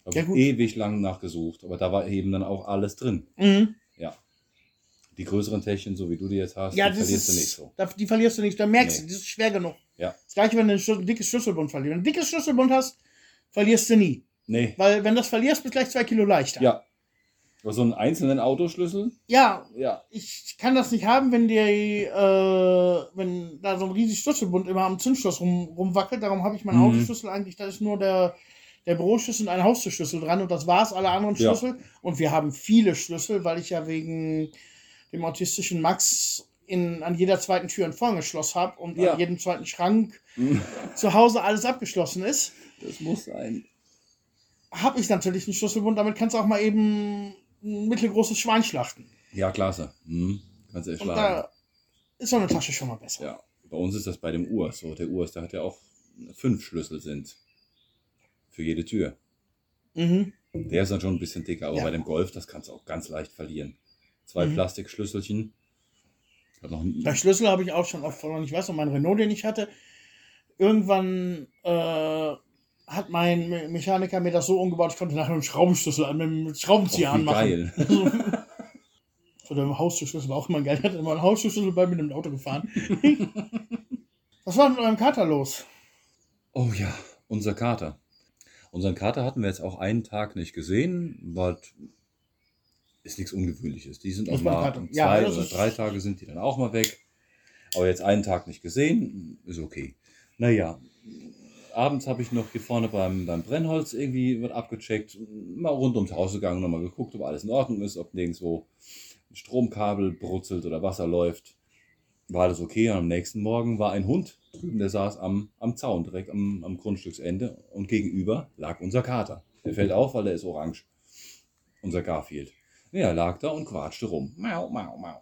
Habe Ja, ich gut. ewig lang nachgesucht, aber da war eben dann auch alles drin. Mhm. Ja. Die größeren Täschchen, so wie du die jetzt hast, Ja, die das verlierst ist, du nicht so. da- die verlierst du nicht, da merkst Nee. du, das ist schwer genug. Ja. Das gleiche, wenn du ein, Schlüssel, ein dickes Schlüsselbund verlierst. Wenn du ein dickes Schlüsselbund hast, verlierst du nie. Nee. Weil wenn du das verlierst, bist du gleich zwei Kilo leichter. Ja. Aber so einen einzelnen Autoschlüssel? Ja, Ja. ich kann das nicht haben, wenn die, äh, wenn da so ein riesiges Schlüsselbund immer am Zündschloss rum, rumwackelt. Darum habe ich meinen Mhm. Autoschlüssel eigentlich, da ist nur der, der Büroschlüssel und ein Haustürschlüssel dran und das war's, alle anderen Ja. Schlüssel. Und wir haben viele Schlüssel, weil ich ja wegen dem autistischen Max in, an jeder zweiten Tür ein Vorhängeschloss habe und Ja. an jedem zweiten Schrank zu Hause alles abgeschlossen ist. Das muss sein. Habe ich natürlich einen Schlüsselbund, damit kannst du auch mal eben ein mittelgroßes Schwein schlachten. Ja, klasse. Mhm. Kannst du Und erschlagen. da ist so eine Tasche schon mal besser. Ja. Bei uns ist das bei dem Urs so. Der Urs, der hat ja auch fünf Schlüssel sind. Für jede Tür. Mhm. Der ist dann schon ein bisschen dicker, aber Ja. bei dem Golf, das kannst du auch ganz leicht verlieren. Zwei Mhm. Plastikschlüsselchen. Hat noch ein, Bei Schlüssel habe ich auch schon oft verloren. Ich weiß noch, mein Renault, den ich hatte, irgendwann äh, hat mein Me- Mechaniker mir das so umgebaut, ich konnte nachher einen Schraubenschlüssel an, mit dem Schraubenzieher Och, wie anmachen. geil. So, der Haustürschlüssel war auch immer geil. Ich hatte immer einen Haustürschlüssel bei mir mit dem Auto gefahren. Was war mit eurem Kater los? Oh ja, unser Kater. Unseren Kater hatten wir jetzt auch einen Tag nicht gesehen, weil ist nichts Ungewöhnliches. Die sind Das auch war mal Kater. zwei Ja, das oder ist- drei Tage sind die dann auch mal weg. Aber jetzt einen Tag nicht gesehen, ist okay. Naja, abends habe ich noch hier vorne beim, beim Brennholz irgendwie was abgecheckt, mal rund ums Haus gegangen, nochmal geguckt, ob alles in Ordnung ist, ob nirgendwo ein Stromkabel brutzelt oder Wasser läuft. War alles okay. Und am nächsten Morgen war ein Hund drüben, der saß am, am Zaun, direkt am, am Grundstücksende. Und gegenüber lag unser Kater. Der fällt auf, weil der ist orange. Unser Garfield. Ja, er lag da und quatschte rum. Mau, mau, mau.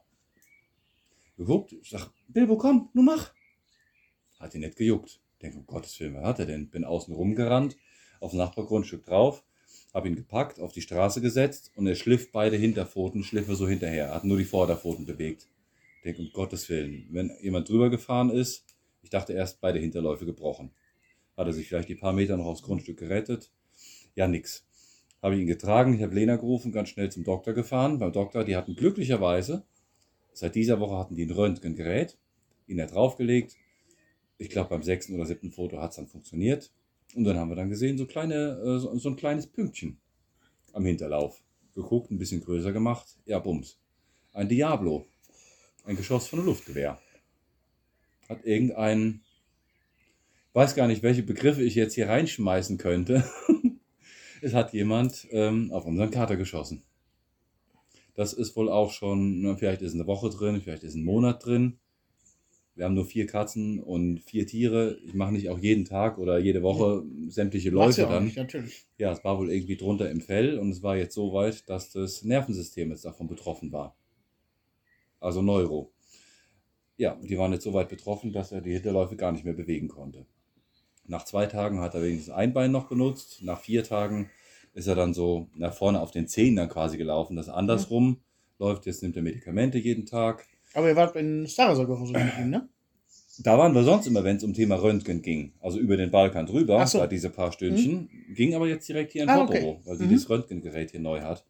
Geguckt, ich sag, Bilbo, komm, nur mach. Hat ihn nicht gejuckt. Denke, um Gottes Willen, was hat er denn? Bin außen rumgerannt, aufs Nachbargrundstück drauf, hab ihn gepackt, auf die Straße gesetzt und er schliff beide Hinterpfoten, schliff er so hinterher. Er hat nur die Vorderpfoten bewegt. Denke, um Gottes Willen, wenn jemand drüber gefahren ist, ich dachte erst, beide Hinterläufe gebrochen. Hat er sich vielleicht die paar Meter noch aufs Grundstück gerettet? Ja, nix. Habe ich ihn getragen, ich habe Lena gerufen, ganz schnell zum Doktor gefahren. Beim Doktor, die hatten glücklicherweise, seit dieser Woche hatten die ein Röntgengerät, ihn da draufgelegt. Ich glaube, beim sechsten oder siebten Foto hat es dann funktioniert. Und dann haben wir dann gesehen, so, kleine, äh, so, so ein kleines Pünktchen am Hinterlauf. Geguckt, ein bisschen größer gemacht. Ja, bums. Ein Diablo. Ein Geschoss von einem Luftgewehr. Hat irgendein, weiß gar nicht, welche Begriffe ich jetzt hier reinschmeißen könnte. Es hat jemand ähm, auf unseren Kater geschossen. Das ist wohl auch schon, na, vielleicht ist eine Woche drin, vielleicht ist ein Monat drin. Wir haben nur vier Katzen und vier Tiere. Ich mache nicht auch jeden Tag oder jede Woche sämtliche Mach's Läufe ja auch dann. nicht, natürlich. Ja, es war wohl irgendwie drunter im Fell und es war jetzt so weit, dass das Nervensystem jetzt davon betroffen war. Also Neuro. Ja, die waren jetzt so weit betroffen, dass er die Hinterläufe gar nicht mehr bewegen konnte. Nach zwei Tagen hat er wenigstens ein Bein noch benutzt. Nach vier Tagen ist er dann so nach vorne auf den Zehen dann quasi gelaufen. Das andersrum läuft. Jetzt nimmt er Medikamente jeden Tag. Aber ihr wart in Starasogo mit ihm, ne? Da waren wir sonst immer, wenn es um Thema Röntgen ging. Also über den Balkan drüber, Ach so. da diese paar Stündchen. Ging aber jetzt direkt hier in Ah, Poporo, okay. weil sie Mhm. das Röntgengerät hier neu hat.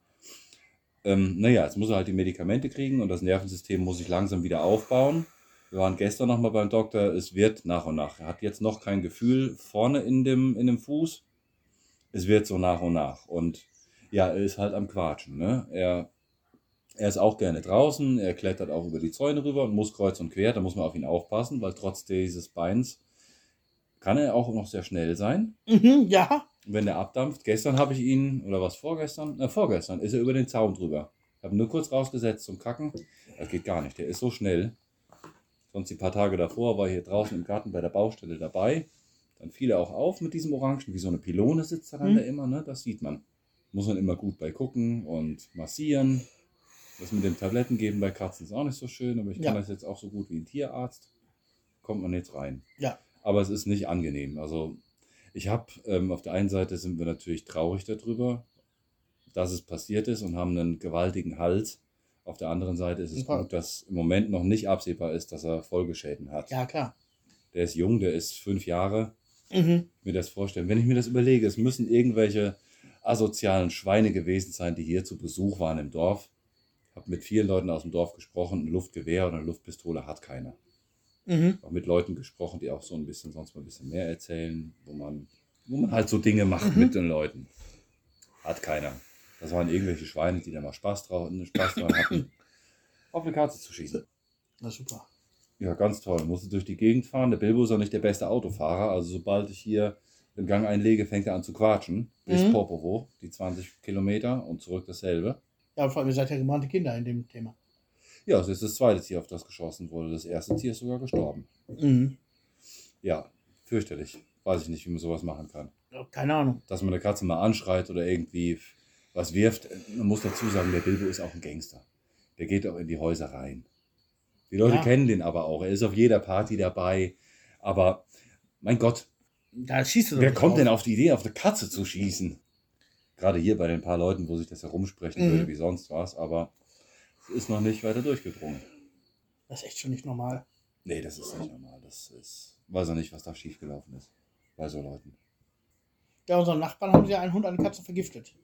Ähm, naja, jetzt muss er halt die Medikamente kriegen und das Nervensystem muss sich langsam wieder aufbauen. Wir waren gestern nochmal beim Doktor. Es wird nach und nach. Er hat jetzt noch kein Gefühl vorne in dem, in dem Fuß. Es wird so nach und nach. Und ja, er ist halt am Quatschen. Ne? Er, er ist auch gerne draußen. Er klettert auch über die Zäune rüber und muss kreuz und quer. Da muss man auf ihn aufpassen, weil trotz dieses Beins kann er auch noch sehr schnell sein. Mhm, ja. Wenn der abdampft, gestern habe ich ihn, oder was vorgestern? Na, vorgestern ist er über den Zaun drüber. Ich habe ihn nur kurz rausgesetzt zum Kacken. Das geht gar nicht, der ist so schnell. Sonst die paar Tage davor war ich hier draußen im Garten bei der Baustelle dabei. Dann fiel er auch auf mit diesem Orangen, wie so eine Pylone sitzt er dann Mhm. da immer, ne? Das sieht man. Muss man immer gut bei gucken und massieren. Das mit dem Tabletten geben bei Katzen ist auch nicht so schön, aber ich kann Ja. das jetzt auch so gut wie ein Tierarzt. Kommt man jetzt rein. Ja. Aber es ist nicht angenehm. Also ich habe, ähm, auf der einen Seite sind wir natürlich traurig darüber, dass es passiert ist und haben einen gewaltigen Hals. Auf der anderen Seite ist es Super. gut, dass im Moment noch nicht absehbar ist, dass er Folgeschäden hat. Ja, klar. Der ist jung, der ist fünf Jahre. Mhm. Mir das vorstellen. Wenn ich mir das überlege, es müssen irgendwelche asozialen Schweine gewesen sein, die hier zu Besuch waren im Dorf. Ich habe mit vielen Leuten aus dem Dorf gesprochen. Ein Luftgewehr oder eine Luftpistole hat keiner. Mhm. Auch mit Leuten gesprochen, die auch so ein bisschen sonst mal ein bisschen mehr erzählen, wo man, wo man halt so Dinge macht Mhm. mit den Leuten. Hat keiner. Das waren irgendwelche Schweine, die da mal Spaß, drauf, Spaß dran hatten, auf eine Katze zu schießen. Na super. Ja, ganz toll. Musste durch die Gegend fahren. Der Bilbo ist auch nicht der beste Autofahrer. Also sobald ich hier den Gang einlege, fängt er an zu quatschen. Bis Mhm. Popovo, die zwanzig Kilometer und zurück dasselbe. Ja, vor allem, ihr seid ja gebrannte Kinder in dem Thema. Ja, es ist das zweite Tier, auf das geschossen wurde. Das erste Tier ist sogar gestorben. Mhm. Ja, fürchterlich. Weiß ich nicht, wie man sowas machen kann. Ja, keine Ahnung. Dass man eine Katze mal anschreit oder irgendwie was wirft. Man muss dazu sagen, der Bilbo ist auch ein Gangster. Der geht auch in die Häuser rein. Die Leute Ja. kennen den aber auch. Er ist auf jeder Party dabei. Aber, mein Gott, Da schießt du doch wer nicht kommt drauf. denn auf die Idee, auf eine Katze zu schießen? Gerade hier bei den paar Leuten, wo sich das herumsprechen Mhm. würde, wie sonst was. Aber es ist noch nicht weiter durchgedrungen. Das ist echt schon nicht normal. Nee, das ist nicht normal. Das ist, weiß auch nicht, was da schiefgelaufen ist. Bei so Leuten. Ja, unseren Nachbarn haben sie ja einen Hund, eine Katze vergiftet.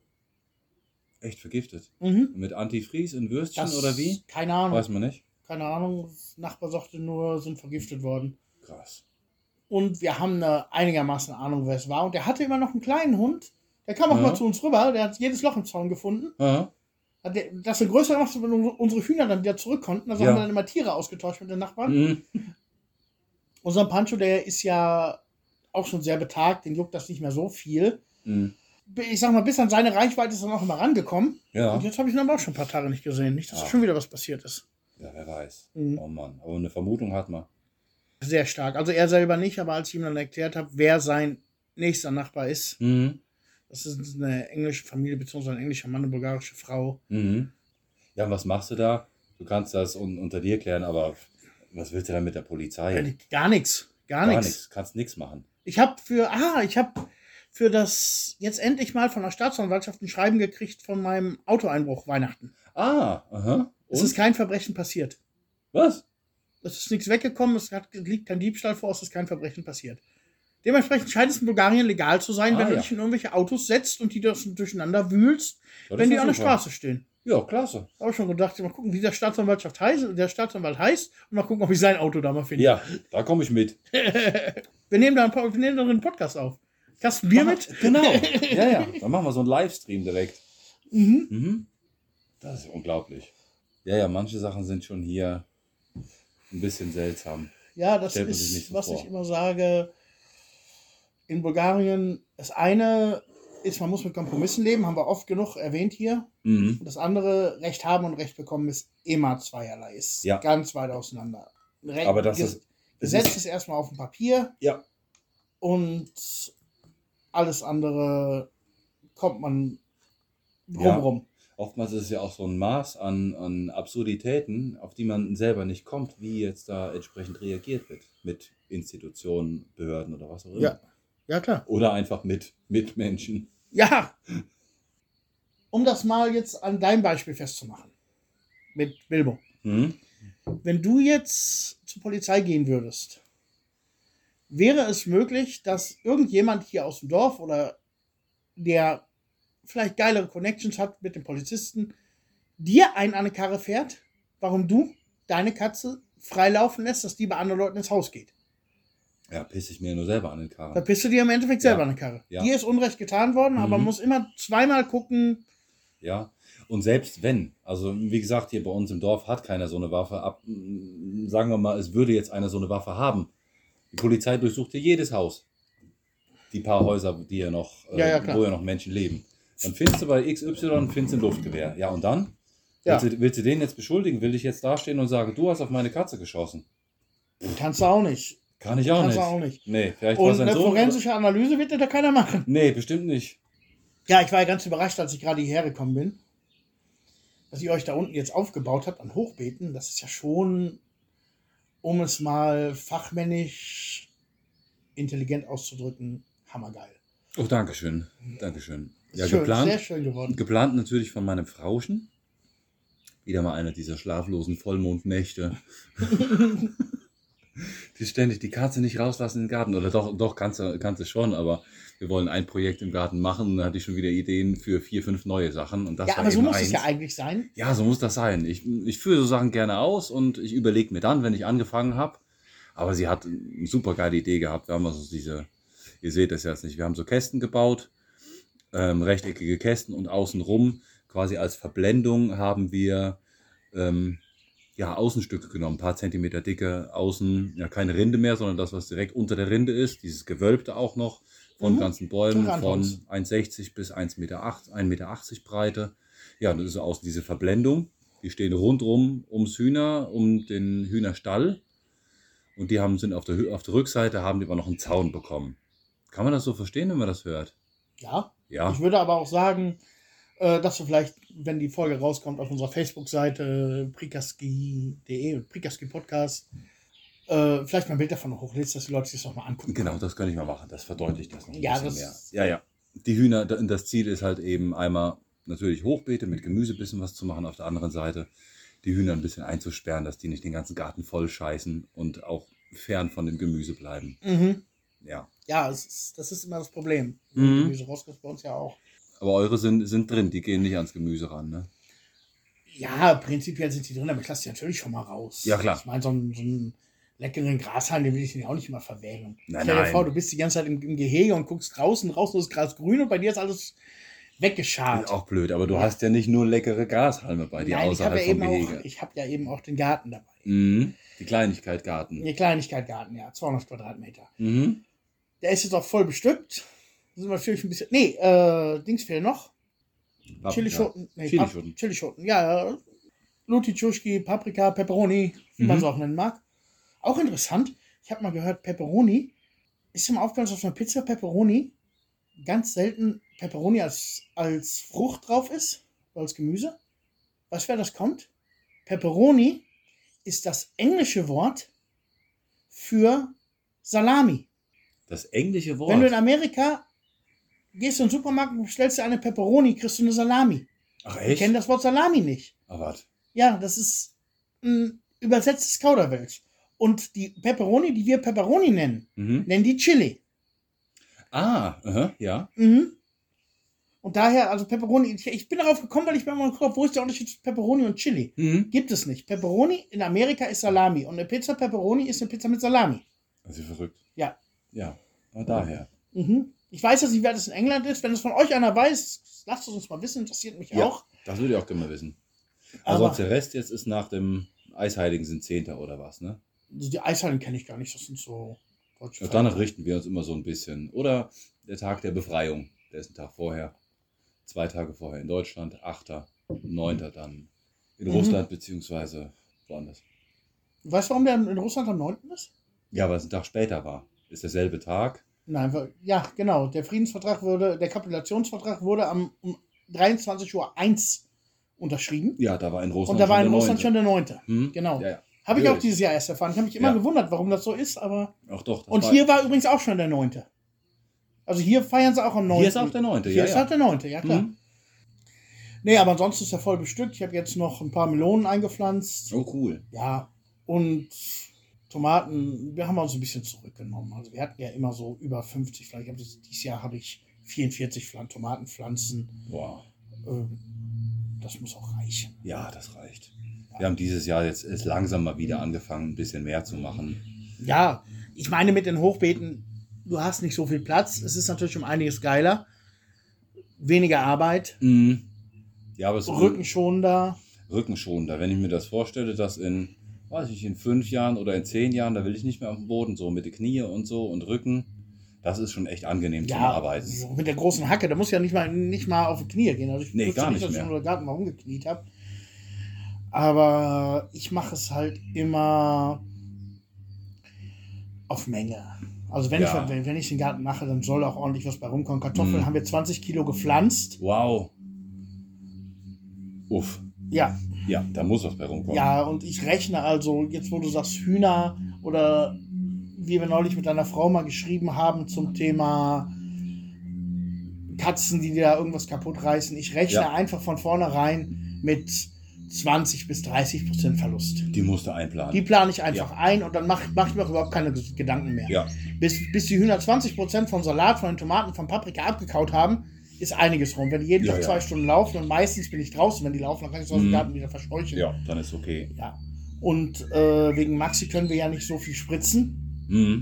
Echt vergiftet. Mhm. Mit Antifreeze in Würstchen Das, oder wie? Keine Ahnung. Weiß man nicht. Keine Ahnung. Das Nachbar sagte nur, sind vergiftet worden. Krass. Und wir haben eine einigermaßen Ahnung, wer es war. Und der hatte immer noch einen kleinen Hund. Der kam auch Ja. mal zu uns rüber. Der hat jedes Loch im Zaun gefunden. Aha. Hat der- Das so größer gemacht, wenn unsere Hühner dann wieder zurück konnten. Also Ja. haben wir dann immer Tiere ausgetauscht mit den Nachbarn. Mhm. Unser Pancho, der ist ja auch schon sehr betagt. Den juckt das nicht mehr so viel. Mhm. Ich sag mal, bis an seine Reichweite ist er noch immer rangekommen. Ja. Und jetzt habe ich ihn aber auch schon ein paar Tage nicht gesehen. Nicht, dass Ja. schon wieder was passiert ist. Ja, wer weiß. Mhm. Oh Mann. Aber eine Vermutung hat man. Sehr stark. Also er selber nicht, aber als ich ihm dann erklärt habe, wer sein nächster Nachbar ist, Mhm. das ist eine englische Familie, beziehungsweise ein englischer Mann, eine bulgarische Frau. Mhm. Ja, und was machst du da? Du kannst das un unter dir klären, aber was willst du dann mit der Polizei? Äh, Gar nichts. Gar, Gar nichts. nichts. Kannst nichts machen. Ich habe für, ah, ich habe für das jetzt endlich mal von der Staatsanwaltschaft ein Schreiben gekriegt von meinem Autoeinbruch Weihnachten. Ah, aha. Es Und? ist kein Verbrechen passiert. Was? Es ist nichts weggekommen, es hat, liegt kein Diebstahl vor, es ist kein Verbrechen passiert. Dementsprechend scheint es in Bulgarien legal zu sein, Ah, wenn du ja. dich in irgendwelche Autos setzt und die das durcheinander wühlst, Das wenn ist die ja an der super. Straße stehen. Ja, klasse. Da habe ich schon gedacht, mal gucken, wie der Staatsanwaltschaft heißt, der Staatsanwalt heißt und mal gucken, ob ich sein Auto da mal finde. Ja, da komme ich mit. Wir nehmen da einen, Po- wir nehmen da einen Podcast auf. Kasten Bier mit? Genau. Ja, ja. Dann machen wir so einen Livestream direkt. Mhm. Mhm. Das ist unglaublich. Ja, ja, manche Sachen sind schon hier ein bisschen seltsam. Ja, das Stellt man sich ist, nicht so was vor. ich immer sage. In Bulgarien, das eine ist, man muss mit Kompromissen leben, haben wir oft genug erwähnt hier. Mhm. Und das andere, Recht haben und Recht bekommen, ist immer zweierlei. Ist Ja. ganz weit auseinander. Re Aber das Ges ist- Gesetz ist erstmal auf dem Papier Ja. und alles andere kommt man Ja. rumrum. Oftmals ist es ja auch so ein Maß an, an Absurditäten, auf die man selber nicht kommt, wie jetzt da entsprechend reagiert wird. Mit Institutionen, Behörden oder was auch immer. Ja. Ja, klar. Oder einfach mit Mitmenschen. Ja. Um das mal jetzt an deinem Beispiel festzumachen. Mit Bilbo. Mhm. Wenn du jetzt zur Polizei gehen würdest, wäre es möglich, dass irgendjemand hier aus dem Dorf oder der vielleicht geilere Connections hat mit dem Polizisten, dir einen an eine Karre fährt, warum du deine Katze freilaufen lässt, dass die bei anderen Leuten ins Haus geht. Ja, pisse ich mir nur selber an den Karren. Verpisst du dir im Endeffekt selber Ja. eine Karre. Ja. Dir ist Unrecht getan worden, aber man Mhm. muss immer zweimal gucken. Ja, und selbst wenn, also wie gesagt, hier bei uns im Dorf hat keiner so eine Waffe. Ab, mm, sagen wir mal, es würde jetzt einer so eine Waffe haben. Die Polizei durchsucht hier jedes Haus. Die paar Häuser, die ja noch, äh, Ja, ja, klar. wo ja noch Menschen leben. Dann findest du bei X Y findest du ein Luftgewehr. Ja, und dann? Ja. Willst, du, willst du den jetzt beschuldigen? Will ich jetzt dastehen und sagen, du hast auf meine Katze geschossen? Kannst du auch nicht. Kann ich auch Kannst nicht. du auch nicht. Nee, vielleicht war Und es ein eine Sohn. forensische Analyse wird dir da keiner machen. Nee, bestimmt nicht. Ja, ich war ja ganz überrascht, als ich gerade hierher gekommen bin, dass ihr euch da unten jetzt aufgebaut habt an Hochbeeten. Das ist ja schon, um es mal fachmännisch intelligent auszudrücken, hammergeil. Oh, Dankeschön. Dankeschön. Ja, Schön, geplant. sehr schön geworden. Geplant natürlich von meinem Frauchen. Wieder mal einer dieser schlaflosen Vollmondnächte. Die ständig die Katze nicht rauslassen in den Garten. Oder doch, doch kannst du, kannst du schon, aber wir wollen ein Projekt im Garten machen und dann hatte ich schon wieder Ideen für vier, fünf neue Sachen. Und das Ja, war aber so eben muss es eins. ja eigentlich sein. Ja, so muss das sein. Ich, ich führe so Sachen gerne aus und ich überlege mir dann, wenn ich angefangen habe. Aber sie hat eine super geile Idee gehabt. Wir haben also diese, ihr seht das jetzt nicht, wir haben so Kästen gebaut, ähm, rechteckige Kästen und außenrum quasi als Verblendung haben wir ähm, ja, Außenstücke genommen, ein paar Zentimeter dicke Außen, ja keine Rinde mehr, sondern das, was direkt unter der Rinde ist, dieses Gewölbte auch noch von Mhm. ganzen Bäumen von Toleranz. eins Komma sechzig bis ein Meter achtzig Breite. Ja, das ist außen diese Verblendung. Die stehen rundrum ums Hühner, um den Hühnerstall. Und die haben, sind auf der, Hü- auf der Rückseite, haben die aber noch einen Zaun bekommen. Kann man das so verstehen, wenn man das hört? Ja. Ja, Ich würde aber auch sagen, äh, dass du vielleicht, wenn die Folge rauskommt, auf unserer Facebook-Seite prikaski punkt de, Prikaski Podcast, äh, vielleicht mal ein Bild davon noch hochlädst, dass die Leute sich das nochmal angucken. genau, das kann ich mal machen. Das verdeutlicht das noch ein Ja, bisschen das- mehr. Ja, ja. Die Hühner, da- das Ziel ist halt eben einmal natürlich Hochbeete mit Gemüse ein bisschen was zu machen, auf der anderen Seite die Hühner ein bisschen einzusperren, dass die nicht den ganzen Garten voll scheißen und auch fern von dem Gemüse bleiben. Mhm. Ja. Ja, es ist, das ist immer das Problem. Mhm. Gemüse rauskommt bei uns ja auch. Aber eure sind, sind drin, die gehen nicht ans Gemüse ran, ne? Ja, prinzipiell sind die drin, aber ich lasse die natürlich schon mal raus. Ja, klar. Ich meine, so einen, so einen leckeren Grashalm, den will ich den ja auch nicht immer verwehren. Nein, Stell dir nein. vor, du bist die ganze Zeit im, im Gehege und guckst draußen, draußen ist Gras grün und bei dir ist alles weggeschart. Ist auch blöd, aber du hast ja nicht nur leckere Grashalme bei dir Nein, ich habe außerhalb ja, vom eben Gehege. auch- ich hab ja eben auch den Garten dabei. Mhm. Die Kleinigkeit Garten. Eine Kleinigkeit Garten, ja, zweihundert Quadratmeter. Mhm. Der ist jetzt auch voll bestückt. Da sind wir natürlich ein bisschen. Nee, äh, Dings fehlen noch. Paprika. Chilischoten. Nee, Chilischoten. Pap- Chilischoten, ja. Lutichuschi, Paprika, Pepperoni, wie man Mhm. es auch nennen mag. Auch interessant. Ich habe mal gehört, Pepperoni. Ist dir mal aufgefallen, dass auf einer Pizza Pepperoni ganz selten Pepperoni als, als Frucht drauf ist? Oder als Gemüse? Weißt du, wer das kommt? Pepperoni ist das englische Wort für Salami. Das englische Wort. Wenn du in Amerika gehst du in den Supermarkt und bestellst dir eine Pepperoni, kriegst du eine Salami. Ach Ich echt? kenne das Wort Salami nicht. Ach was. Ja, das ist ein übersetztes Kauderwelsch. Und die Pepperoni, die wir Pepperoni nennen, Mhm. nennen die Chili. Ah, aha, ja. Mhm. Und daher, also Pepperoni, ich, ich bin darauf gekommen, weil ich mir mal geguckt habe, wo ist der Unterschied zwischen Pepperoni und Chili? Mhm. Gibt es nicht. Pepperoni in Amerika ist Salami und eine Pizza Pepperoni ist eine Pizza mit Salami. Das ist verrückt. Ja. Ja, aber daher. Mhm. Ich weiß jetzt nicht, wer das in England ist. Wenn es von euch einer weiß, lasst es uns mal wissen, interessiert mich Ja. auch. Das würde ich auch gerne mal wissen. Aber- Also der Rest jetzt ist nach dem Eisheiligen sind Zehnter oder was, ne? Also die Eishallen kenne ich gar nicht, das sind so deutsche Und danach richten wir uns immer so ein bisschen. Oder der Tag der Befreiung, der ist ein Tag vorher. Zwei Tage vorher in Deutschland, achter, neunter dann in Mhm. Russland beziehungsweise woanders. Weißt du, warum der in Russland am neunten ist? Ja, weil es ein Tag später war. Ist derselbe Tag. Nein, weil- ja, genau. Der Friedensvertrag wurde, der Kapitulationsvertrag wurde am um dreiundzwanzig Uhr eins unterschrieben. Ja, da war in Russland Und da war in der Russland neunte. schon der neunte. Hm? Genau. Ja, ja. Habe ich auch Natürlich. dieses Jahr erst erfahren. Ich habe mich immer Ja. gewundert, warum das so ist, aber. Auch doch. das Und war- hier war übrigens auch schon der neunte. Also hier feiern sie auch am neunten. Hier ist auch der neunte, Hier ja. ist ja. auch der neunte, ja klar. Mhm. Nee, aber ansonsten ist er voll bestückt. Ich habe jetzt noch ein paar Melonen eingepflanzt. Oh, cool. Ja, und Tomaten, wir haben uns ein bisschen zurückgenommen. Also wir hatten ja immer so über fünfzig, vielleicht habe ich, dieses Jahr habe ich vierundvierzig Pflan- Tomatenpflanzen. Wow. Äh, Das muss auch reichen. Ja, das reicht. Wir haben dieses Jahr jetzt ist langsam mal wieder angefangen, ein bisschen mehr zu machen. Ja, ich meine mit den Hochbeeten, du hast nicht so viel Platz. Es ist natürlich um einiges geiler. Weniger Arbeit, Mhm. Ja, aber es ist rückenschonender. rückenschonender. Wenn ich mir das vorstelle, dass in, weiß ich, in fünf Jahren oder in zehn Jahren, da will ich nicht mehr auf dem Boden, so mit den Knie und so und Rücken. Das ist schon echt angenehm zum Ja, Arbeiten. so mit der großen Hacke, da muss ja nicht mal, nicht mal auf die Knie gehen. Also ich Nee, wusste gar nicht dass ich mehr. schon im Garten mal rumgekniet habe. Aber ich mache es halt immer auf Menge. Also wenn, Ja. ich, wenn, wenn ich den Garten mache, dann soll auch ordentlich was bei rumkommen. Kartoffeln Mhm. haben wir zwanzig Kilo gepflanzt. Wow. Uff. Ja, Ja, da muss was bei rumkommen. ja, und ich rechne also, jetzt wo du sagst Hühner oder wie wir neulich mit deiner Frau mal geschrieben haben zum Thema Katzen, die dir da irgendwas kaputt reißen. Ich rechne Ja. einfach von vornherein mit zwanzig bis dreißig Prozent Verlust. Die musst du einplanen. Die plane ich einfach Ja. ein und dann mache mach ich mir auch überhaupt keine Gedanken mehr. Ja. Bis, bis die Hühner zwanzig Prozent vom Salat, von den Tomaten, von Paprika abgekaut haben, ist einiges rum. Wenn die jeden Ja, Tag ja. zwei Stunden laufen und meistens bin ich draußen, wenn die laufen, dann kann ich es aus dem Mhm. Garten wieder verscheuchen. Ja, dann ist okay. Ja. Und äh, wegen Maxi können wir ja nicht so viel spritzen. Mhm.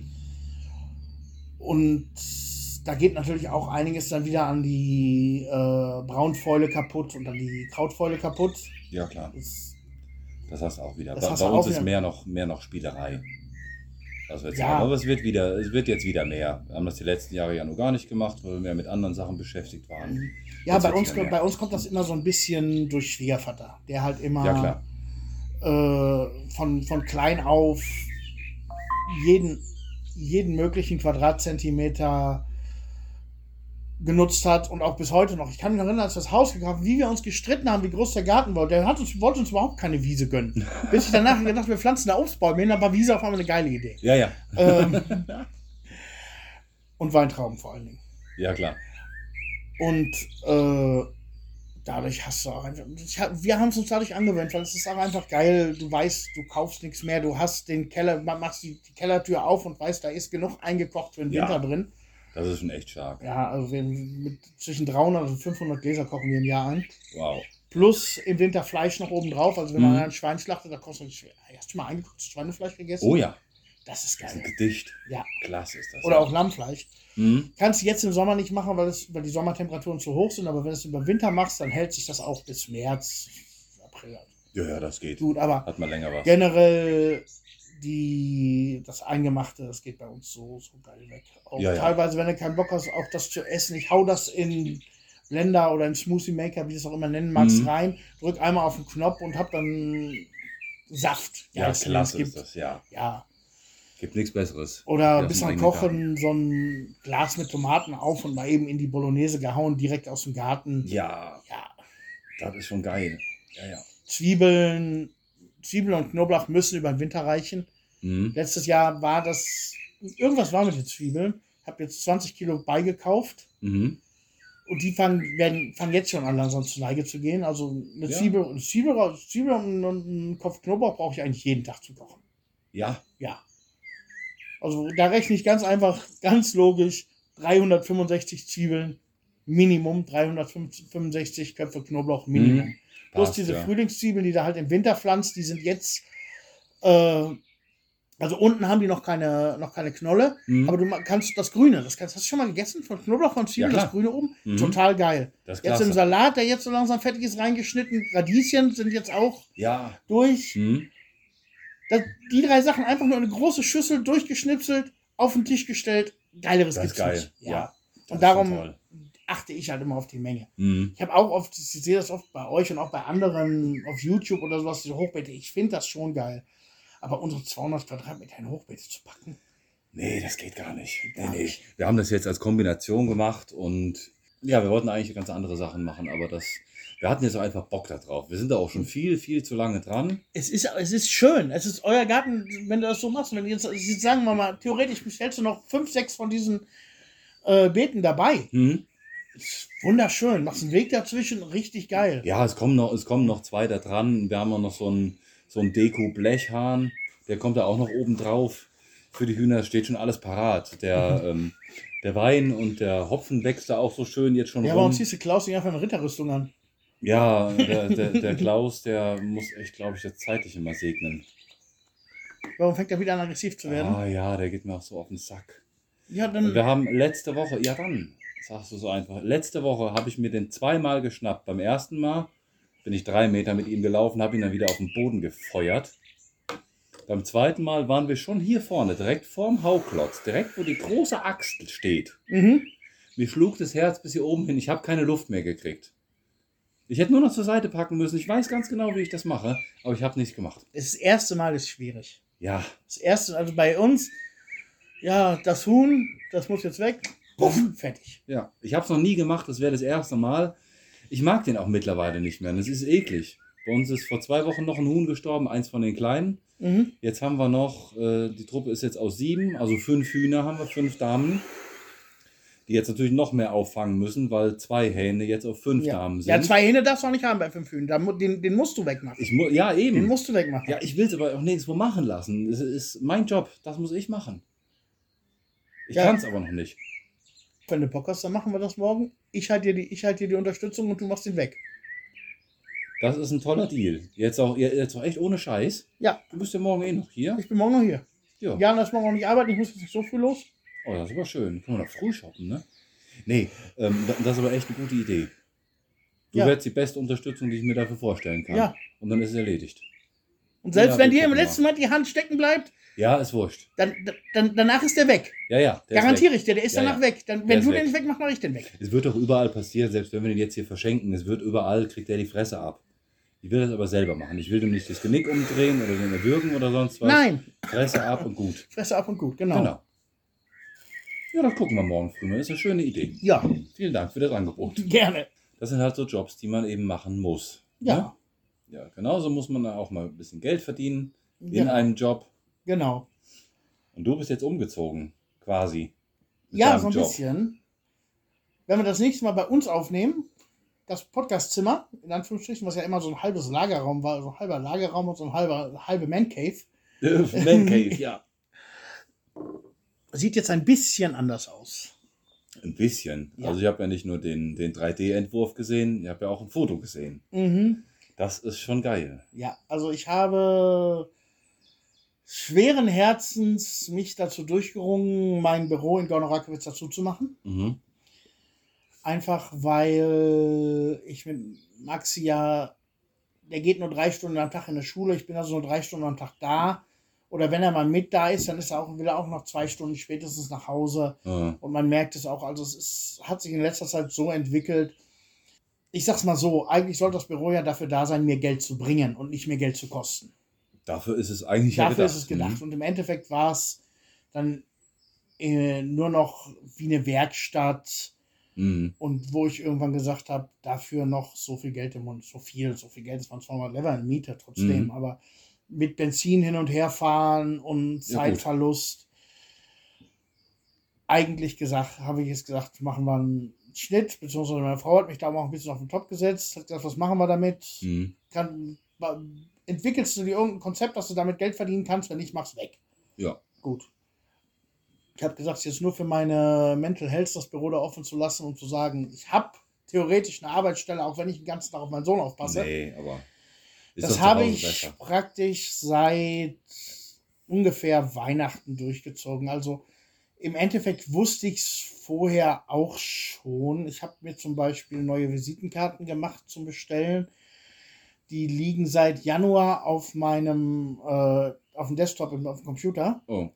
Und da geht natürlich auch einiges dann wieder an die äh, Braunfäule kaputt und an die Krautfäule kaputt. Ja, klar. Das, Das hast du auch wieder. Das Bei, hast bei du uns auch ist wieder. mehr noch, mehr noch Spielerei. Das wird's Ja. sagen. Aber es wird, wieder, es wird jetzt wieder mehr. Wir haben das die letzten Jahre ja noch gar nicht gemacht, weil wir mehr mit anderen Sachen beschäftigt waren. ja, Jetzt bei wird's uns, wieder mehr. bei uns kommt das immer so ein bisschen durch Schwiegervater, der halt immer Ja, klar. äh, von, von klein auf jeden, jeden möglichen Quadratzentimeter genutzt hat und auch bis heute noch. Ich kann mich noch erinnern, als wir das Haus gekauft haben, wie wir uns gestritten haben, wie groß der Garten war. Der hat uns, wollte uns überhaupt keine Wiese gönnen. Bis ich danach gedacht habe, wir pflanzen da Obstbäume hin, dann war Wiese auf einmal eine geile Idee. Ja, ja. Ähm, und Weintrauben vor allen Dingen. Ja, klar. Und äh, dadurch hast du auch einfach, ich hab, wir haben es uns dadurch angewöhnt, weil es ist auch einfach geil, du weißt, du kaufst nichts mehr, du hast den Keller, machst die, die Kellertür auf und weißt, da ist genug eingekocht für den Ja. Winter drin. Das ist schon echt stark. Ja, also wir mit zwischen dreihundert und fünfhundert Gläser kochen wir im Jahr ein. Wow. Plus im Winter Fleisch noch oben drauf, also wenn Mhm. man ein Schwein schlachtet, da kostet es, hast du mal eingekochtes Schweinefleisch gegessen? Oh ja. Das ist Das ist ein geil. Gedicht. Ja. Klasse ist das. Oder ja. auch Lammfleisch. Mhm. Kannst du jetzt im Sommer nicht machen, weil, es, weil die Sommertemperaturen zu hoch sind, aber wenn du es über Winter machst, dann hält sich das auch bis März, April. Ja, ja, das geht. Gut, aber Hat man länger was. generell die, das Eingemachte, das geht bei uns so, so geil weg. Auch Ja, ja. teilweise, wenn du keinen Bock hast, auch das zu essen, ich hau das in Blender oder in Smoothie Maker, wie du es auch immer nennen magst, Mhm. rein, drück einmal auf den Knopf und hab dann Saft. Ja, Geilste, den klasse es ist gibt. das, ja. Ja. Gibt nichts Besseres. Oder Aus bis dem am eigenen Kochen so ein Glas mit Tomaten auf und mal eben in die Bolognese gehauen, direkt aus dem Garten. Ja, Ja. das ist schon geil. Ja, ja. Zwiebeln, Zwiebeln und Knoblauch müssen über den Winter reichen. Mhm. Letztes Jahr war das, irgendwas war mit den Zwiebeln. Ich habe jetzt zwanzig Kilo beigekauft Mhm. und die fangen, werden, fangen jetzt schon an, langsam zur Neige zu gehen. Also eine Ja. Zwiebel, eine Zwiebel, Zwiebel und einen Kopf Knoblauch brauche ich eigentlich jeden Tag zu kochen. Ja, Ja. Also da rechne ich ganz einfach, ganz logisch, dreihundertfünfundsechzig Zwiebeln, Minimum, dreihundertfünfundsechzig Köpfe Knoblauch, Minimum. Mhm. Plus Passt, diese ja. Frühlingszwiebeln, die da halt im Winter pflanzt, die sind jetzt, äh, also unten haben die noch keine, noch keine Knolle, Mhm. aber du ma- kannst das Grüne, das kannst, hast du schon mal gegessen von Knoblauch, von Zwiebeln, Ja, das klar. Grüne oben? Mhm. Total geil. Das ist Jetzt klasse. im Salat, der jetzt so langsam fertig ist, reingeschnitten, Radieschen sind jetzt auch Ja. durch. Mhm. Das, die drei Sachen einfach nur in eine große Schüssel durchgeschnipselt, auf den Tisch gestellt. Geileres Das ist gibt's geil. nicht. Ja. Ja. Das Und ist schon darum toll. achte ich halt immer auf die Menge. Mhm. Ich habe auch oft, ich sehe das oft bei euch und auch bei anderen auf YouTube oder sowas, diese Hochbeete. Ich finde das schon geil. Aber unsere zweihundert Quadratmeter in Hochbeete zu packen, Nee, das geht gar nicht. Nee, Gar nee. nicht. Wir haben das jetzt als Kombination gemacht und ja, wir wollten eigentlich ganz andere Sachen machen, aber das, wir hatten jetzt auch einfach Bock da drauf. Wir sind da auch schon viel, viel zu lange dran. es ist, es ist schön. Es ist euer Garten, wenn du das so machst. Wenn du jetzt, jetzt sagen wir mal, theoretisch bestellst du noch fünf, sechs von diesen äh, Beeten dabei. Mhm. Ist wunderschön. Machst einen Weg dazwischen, richtig geil. Ja, es kommen noch, es kommen noch zwei da dran. Wir haben auch noch so einen, so einen Deko-Blechhahn, der kommt da auch noch oben drauf. Für die Hühner steht schon alles parat. Der, ähm, der Wein und der Hopfen wächst da auch so schön jetzt schon Ja, rum. warum ziehst du Klaus nicht einfach eine Ritterrüstung an? Ja, der, der, der Klaus, der muss echt, glaube ich, das zeitlich immer segnen. Warum fängt er wieder an, aggressiv zu werden? Ah ja, der geht mir auch so auf den Sack. Ja, Und dann. wir haben letzte Woche, ja dann, sagst du so einfach, letzte Woche habe ich mir den zweimal geschnappt. Beim ersten Mal bin ich drei Meter mit ihm gelaufen, habe ihn dann wieder auf den Boden gefeuert. Beim zweiten Mal waren wir schon hier vorne, direkt vorm Hauklotz, direkt wo die große Axt steht. Mhm. Mir schlug das Herz bis hier oben hin, ich habe keine Luft mehr gekriegt. Ich hätte nur noch zur Seite packen müssen, ich weiß ganz genau, wie ich das mache, aber ich habe nichts gemacht. Das erste Mal ist schwierig. Ja, Das erste, also bei uns, ja, das Huhn, das muss jetzt weg. Puff, fertig. ja, ich habe es noch nie gemacht, das wäre das erste Mal. Ich mag den auch mittlerweile nicht mehr, das ist eklig. Bei uns ist vor zwei Wochen noch ein Huhn gestorben, eins von den kleinen. Mhm. Jetzt haben wir noch, äh, die Truppe ist jetzt aus sieben, also fünf Hühner haben wir, fünf Damen. die jetzt natürlich noch mehr auffangen müssen, weil zwei Hähne jetzt auf fünf Ja. Damen sind. Ja, zwei Hähne darfst du auch nicht haben bei fünf Hühnern. Da mu- Den, den musst du wegmachen. Ich mu ja, eben. Den musst du wegmachen. Ja, ich will es aber auch nirgendwo machen lassen. Es ist mein Job, das muss ich machen. Ich Ja. kann es aber noch nicht. Wenn du Bock hast, dann machen wir das morgen. Ich halte dir die, ich halte dir die Unterstützung und du machst den weg. Das ist ein toller Deal. Jetzt auch, jetzt auch echt ohne Scheiß. Ja, Du bist ja morgen eh noch hier. ich bin morgen noch hier. Ja. Jan ist morgen noch nicht arbeiten, ich muss jetzt nicht so früh los. Oh, das ist aber schön. Können wir noch früh shoppen, ne? Nee, ähm, da- das ist aber echt eine gute Idee. Du Ja. wärst die beste Unterstützung, die ich mir dafür vorstellen kann. Ja. Und dann ist es erledigt. Und selbst Ja, wenn wir dir im gucken letzten Moment die Hand stecken bleibt, Ja, ist wurscht. dann, dann danach ist der weg. Ja, ja. der ist Garantiere weg. ich dir, der ist Ja, danach ja. weg. Dann, Der wenn ist du weg. den nicht wegmachst, mache ich den weg. Es wird doch überall passieren, selbst wenn wir den jetzt hier verschenken. Es wird überall, kriegt er die Fresse ab. Ich will das aber selber machen. Ich will dem nicht das Genick umdrehen oder den erwürgen oder sonst was. Nein, Fresse ab und gut. Fresse ab und gut, genau. Genau. Ja, das gucken wir morgen früh mal. Das ist eine schöne Idee. Ja, Vielen Dank für das Angebot. gerne. Das sind halt so Jobs, die man eben machen muss. Ja. Ne? Ja, genauso muss man da auch mal ein bisschen Geld verdienen in Genau. einem Job. Genau. Und du bist jetzt umgezogen, quasi. mit Ja, deinem so ein Job. bisschen. Wenn wir das nächste Mal bei uns aufnehmen, das Podcastzimmer, in Anführungsstrichen, was ja immer so ein halbes Lagerraum war, so ein halber Lagerraum und so ein halber halbe Man Cave, Man Cave, ja. sieht jetzt ein bisschen anders aus. Ein bisschen. Ja. Also ich habe ja nicht nur den, den drei D-Entwurf gesehen, ich habe ja auch ein Foto gesehen. Mhm. Das ist schon geil. Ja, also ich habe schweren Herzens mich dazu durchgerungen, mein Büro in Gorno-Rakowitz dazu zu machen. Mhm. Einfach weil ich mit Maxi ja, der geht nur drei Stunden am Tag in der Schule, ich bin also nur drei Stunden am Tag da. Oder wenn er mal mit da ist, dann ist er auch, will er auch noch zwei Stunden spätestens nach Hause. Ja. Und man merkt es auch, also es ist, hat sich in letzter Zeit so entwickelt. Ich sag's mal so, eigentlich soll das Büro ja dafür da sein, mir Geld zu bringen und nicht mir Geld zu kosten. Dafür ist es eigentlich ja Dafür gedacht. ist es gedacht. Mhm. Und im Endeffekt war es dann äh, nur noch wie eine Werkstatt. Mhm. Und wo ich irgendwann gesagt habe, dafür noch so viel Geld im Mund, so viel, so viel Geld, das waren zweihundert Lever in Miete trotzdem, Mhm. aber mit Benzin hin und her fahren und Ja, gut. Zeitverlust. Eigentlich gesagt, habe ich jetzt gesagt, machen wir einen Schnitt, beziehungsweise meine Frau hat mich da auch ein bisschen auf den Top gesetzt, hat gesagt, was machen wir damit? Mhm. Kann, entwickelst du dir irgendein Konzept, dass du damit Geld verdienen kannst, wenn nicht, mach's weg. Ja. Gut. Ich habe gesagt, jetzt nur für meine Mental Health das Büro da offen zu lassen und zu sagen, ich habe theoretisch eine Arbeitsstelle, auch wenn ich den ganzen Tag auf meinen Sohn aufpasse. Nee, aber ist das doch zu habe Hause ich besser. praktisch seit ungefähr Weihnachten durchgezogen. Also im Endeffekt wusste ich es vorher auch schon. Ich habe mir zum Beispiel neue Visitenkarten gemacht zum Bestellen. Die liegen seit Januar auf meinem äh, auf dem Desktop, auf dem Computer. Oh.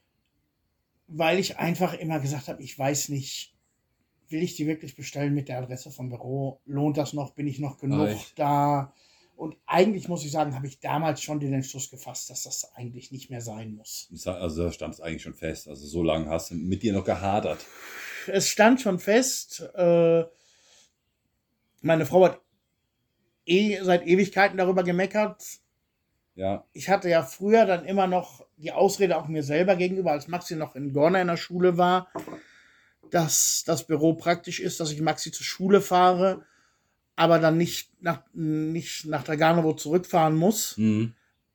Weil ich einfach immer gesagt habe, ich weiß nicht, will ich die wirklich bestellen mit der Adresse vom Büro? Lohnt das noch? Bin ich noch genug Echt? da? Und eigentlich muss ich sagen, habe ich damals schon den Entschluss gefasst, dass das eigentlich nicht mehr sein muss. Also da stand es eigentlich schon fest. Also so lange hast du mit dir noch gehadert. Es stand schon fest, äh, meine Frau hat eh seit Ewigkeiten darüber gemeckert. Ja. Ich hatte ja früher dann immer noch die Ausrede auch mir selber gegenüber, als Maxi noch in Gorna in der Schule war, dass das Büro praktisch ist, dass ich Maxi zur Schule fahre, aber dann nicht nach, nicht nach Draganowo zurückfahren muss, Mhm.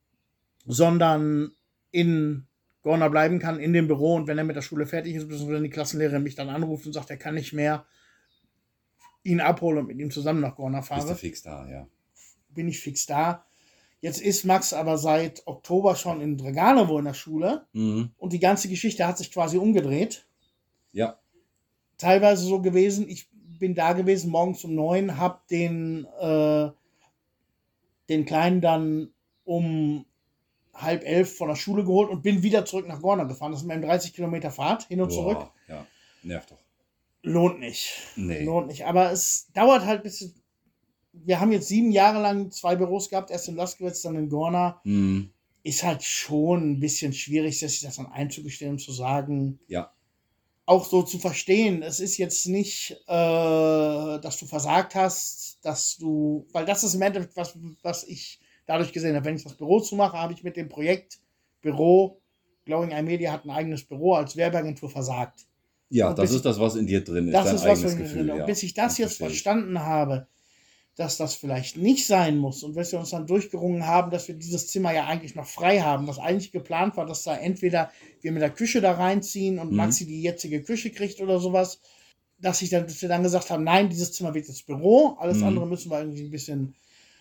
sondern in Gorna bleiben kann, in dem Büro. Und wenn er mit der Schule fertig ist, beziehungsweise wenn die Klassenlehrerin mich dann anruft und sagt, er kann nicht mehr, ihn abholen und mit ihm zusammen nach Gorna Bist du fahre, fix da, ja. bin ich fix da. Jetzt ist Max aber seit Oktober schon in Draganowo in der Schule Mhm. und die ganze Geschichte hat sich quasi umgedreht. Ja. Teilweise so gewesen, ich bin da gewesen morgens um neun, habe den, äh, den Kleinen dann um halb elf von der Schule geholt und bin wieder zurück nach Gorna gefahren. Das sind eben dreißig Kilometer Fahrt hin und Boah, zurück. Ja, nervt doch. Lohnt nicht. Nee. Lohnt nicht. Aber es dauert halt ein bisschen. Wir haben jetzt sieben Jahre lang zwei Büros gehabt, erst in Laskowitz, dann in Gorna. Mhm. Ist halt schon ein bisschen schwierig, sich das dann einzugestehen und zu sagen, Ja. auch so zu verstehen. Es ist jetzt nicht, äh, dass du versagt hast, dass du, weil das ist im Endeffekt was, was ich dadurch gesehen habe. Wenn ich das Büro zumache, habe ich mit dem Projekt Büro, Glowing Eye Media hat ein eigenes Büro als Werbeagentur versagt. Ja, Und das bis ist das, was in dir drin ist, Das dein ist was eigenes für Gefühl. Und Ja. bis ich das Das jetzt verstehe ich. verstanden habe, dass das vielleicht nicht sein muss und bis wir uns dann durchgerungen haben, dass wir dieses Zimmer ja eigentlich noch frei haben, was eigentlich geplant war, dass da entweder wir mit der Küche da reinziehen und Mhm. Maxi die jetzige Küche kriegt oder sowas, dass, ich dann, dass wir dann gesagt haben, nein, dieses Zimmer wird jetzt Büro, alles Mhm. andere müssen wir irgendwie ein bisschen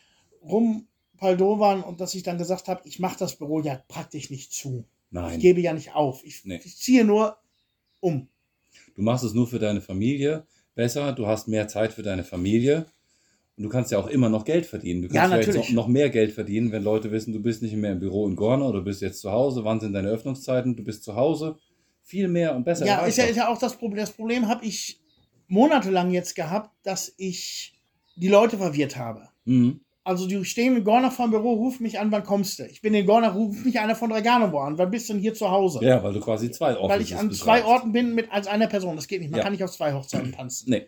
rumpaldowern und dass ich dann gesagt habe, ich mache das Büro ja praktisch nicht zu. Ich Nein, gebe ja nicht auf. Ich, Nee. ich ziehe nur um. du machst es nur für deine Familie besser, du hast mehr Zeit für deine Familie und du kannst ja auch immer noch Geld verdienen. Du Ja, kannst vielleicht natürlich. noch noch mehr Geld verdienen, wenn Leute wissen, du bist nicht mehr im Büro in Gorno, du bist jetzt zu Hause, wann sind deine Öffnungszeiten, du bist zu Hause. Viel mehr und besser Ja, ist ja, erreichbar. ist ja auch das Problem. Das Problem habe ich monatelang jetzt gehabt, dass ich die Leute verwirrt habe. Mhm. Also die stehen in Gornach vor dem Büro, ruf mich an, wann kommst du? Ich bin in Gornach, ruf mich einer von Draganovo an, wann bist du denn hier zu Hause? Ja, weil du quasi zwei Offices Weil ich an betreibst. zwei Orten bin mit als einer Person. Das geht nicht. Man Ja. kann nicht auf zwei Hochzeiten tanzen. Nee.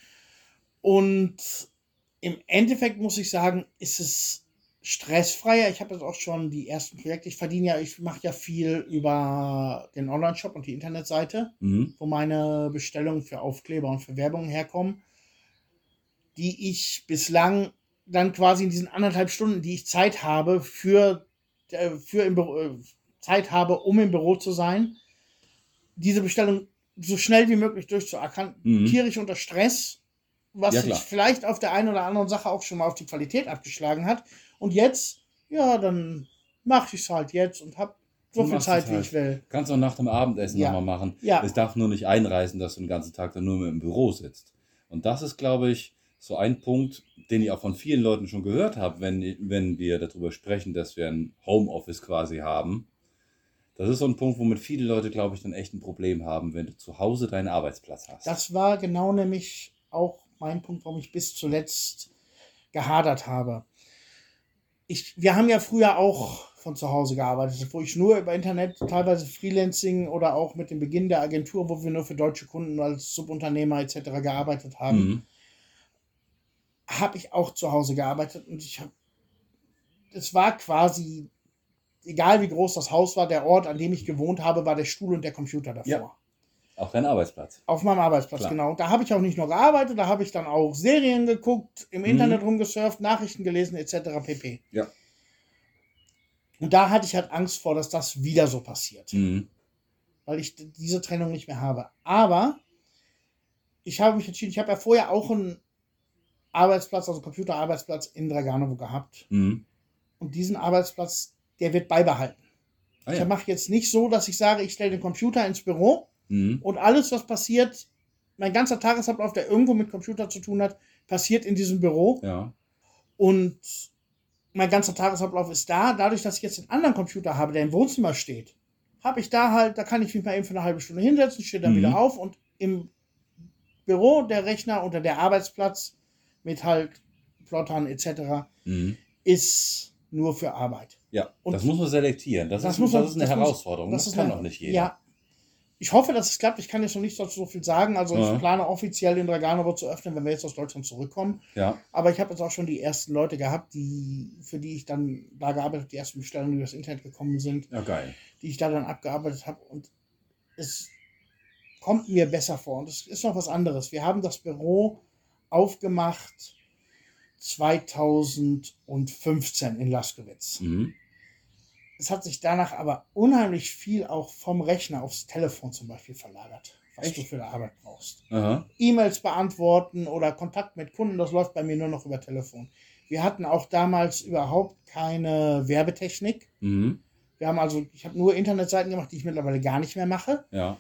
Und im Endeffekt muss ich sagen, ist es stressfreier. Ich habe jetzt auch schon die ersten Projekte. Ich verdiene ja, ich mache ja viel über den Online-Shop und die Internetseite, Mhm. wo meine Bestellungen für Aufkleber und für Werbung herkommen, die ich bislang dann quasi in diesen anderthalb Stunden, die ich Zeit habe, für, äh, für im Büro, äh, Zeit habe, um im Büro zu sein, diese Bestellung so schnell wie möglich durchzuackern, Mhm. tierisch unter Stress, was Ja, sich klar. vielleicht auf der einen oder anderen Sache auch schon mal auf die Qualität abgeschlagen hat. Und jetzt, ja, dann mache ich es halt jetzt und habe so Du viel machst Zeit, es wie halt. ich will. Kannst auch nach dem Abendessen Ja. nochmal machen. Ja. Es darf nur nicht einreißen, dass du den ganzen Tag dann nur mehr im Büro sitzt. Und das ist, glaube ich, so ein Punkt, den ich auch von vielen Leuten schon gehört habe, wenn, wenn wir darüber sprechen, dass wir ein Homeoffice quasi haben. Das ist so ein Punkt, womit viele Leute, glaube ich, dann echt ein Problem haben, wenn du zu Hause deinen Arbeitsplatz hast. Das war genau nämlich auch mein Punkt, warum ich bis zuletzt gehadert habe. Ich, wir haben ja früher auch von zu Hause gearbeitet, wo ich nur über Internet, teilweise Freelancing oder auch mit dem Beginn der Agentur, wo wir nur für deutsche Kunden als Subunternehmer et cetera gearbeitet haben, Mhm. habe ich auch zu Hause gearbeitet und ich habe, es war quasi, egal wie groß das Haus war, der Ort, an dem ich gewohnt habe, war der Stuhl und der Computer davor. Ja. Auch dein Arbeitsplatz. Auf meinem Arbeitsplatz, Klar. genau. Da habe ich auch nicht nur gearbeitet, da habe ich dann auch Serien geguckt, im Mhm. Internet rumgesurft, Nachrichten gelesen, et cetera pp. Ja. Und da hatte ich halt Angst vor, dass das wieder so passiert, Mhm. weil ich d- diese Trennung nicht mehr habe. Aber ich habe mich entschieden, ich habe ja vorher auch einen Arbeitsplatz, also Computerarbeitsplatz in Draganovo gehabt. Mhm. Und diesen Arbeitsplatz, der wird beibehalten. Ah, Ich ja. mache jetzt nicht so, dass ich sage, ich stelle den Computer ins Büro Mhm. und alles, was passiert, mein ganzer Tagesablauf, der irgendwo mit Computer zu tun hat, passiert in diesem Büro. Ja. Und mein ganzer Tagesablauf ist da. Dadurch, dass ich jetzt einen anderen Computer habe, der im Wohnzimmer steht, habe ich da halt, da kann ich mich mal eben für eine halbe Stunde hinsetzen, stehe dann Mhm. wieder auf und im Büro der Rechner oder der Arbeitsplatz mit halt Plottern et cetera Mhm. ist nur für Arbeit. Ja, Und das muss man selektieren. Das, das ist, muss das man- ist eine das muss- Herausforderung. Das, ist kann eine- auch nicht jeder. Ja. Ich hoffe, dass es klappt. Ich kann jetzt noch nicht dazu so viel sagen. Also Ja. ich plane offiziell in Draganovo zu öffnen, wenn wir jetzt aus Deutschland zurückkommen. Ja. Aber ich habe jetzt auch schon die ersten Leute gehabt, die, für die ich dann da gearbeitet habe, die ersten Bestellungen, die übers Internet gekommen sind, Ja, geil. die ich da dann abgearbeitet habe. Und es kommt mir besser vor. Und es ist noch was anderes. Wir haben das Büro aufgemacht zweitausendfünfzehn in Laskowitz. Mhm. Es hat sich danach aber unheimlich viel auch vom Rechner aufs Telefon zum Beispiel verlagert, was Echt? du für die Arbeit brauchst. Aha. E-Mails beantworten oder Kontakt mit Kunden, das läuft bei mir nur noch über Telefon. Wir hatten auch damals überhaupt keine Werbetechnik. Mhm. Wir haben also, ich habe nur Internetseiten gemacht, die ich mittlerweile gar nicht mehr mache. Ja.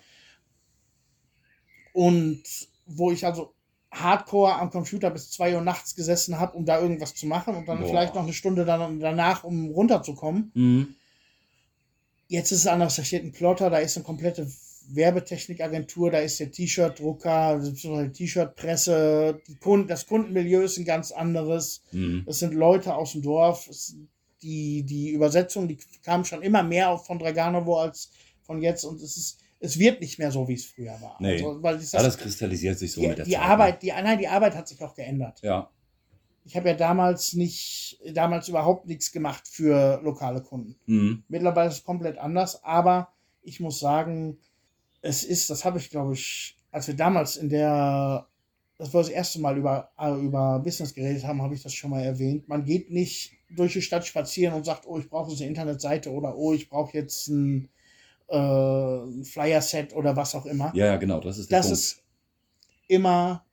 Und wo ich also hardcore am Computer bis zwei Uhr nachts gesessen habe, um da irgendwas zu machen und dann Boah. vielleicht noch eine Stunde dann, danach, um runterzukommen. Mhm. Jetzt ist es anders, da steht ein Plotter, da ist eine komplette Werbetechnikagentur, da ist der T-Shirt-Drucker, die T-Shirt-Presse, die Kunden, das Kundenmilieu ist ein ganz anderes. Mhm. Das sind Leute aus dem Dorf. Es, die, die Übersetzung, die kam schon immer mehr auf von Draganovo als von jetzt und es ist, es wird nicht mehr so, wie es früher war. Nee. Also, weil das, Ja, das kristallisiert sich so die, mit der die Zeit. ne? Arbeit, die, nein, die Arbeit hat sich auch geändert. Ja. Ich habe ja damals nicht, damals überhaupt nichts gemacht für lokale Kunden. Mhm. Mittlerweile ist es komplett anders, aber ich muss sagen, es ist, das habe ich glaube ich als wir damals in der, das war das erste Mal über, äh, über Business geredet haben, habe ich das schon mal erwähnt. Man geht nicht durch die Stadt spazieren und sagt, oh, ich brauche jetzt eine Internetseite oder oh, ich brauche jetzt ein, äh, ein Flyer-Set oder was auch immer. Ja, ja, genau, das ist der Das Punkt. ist immer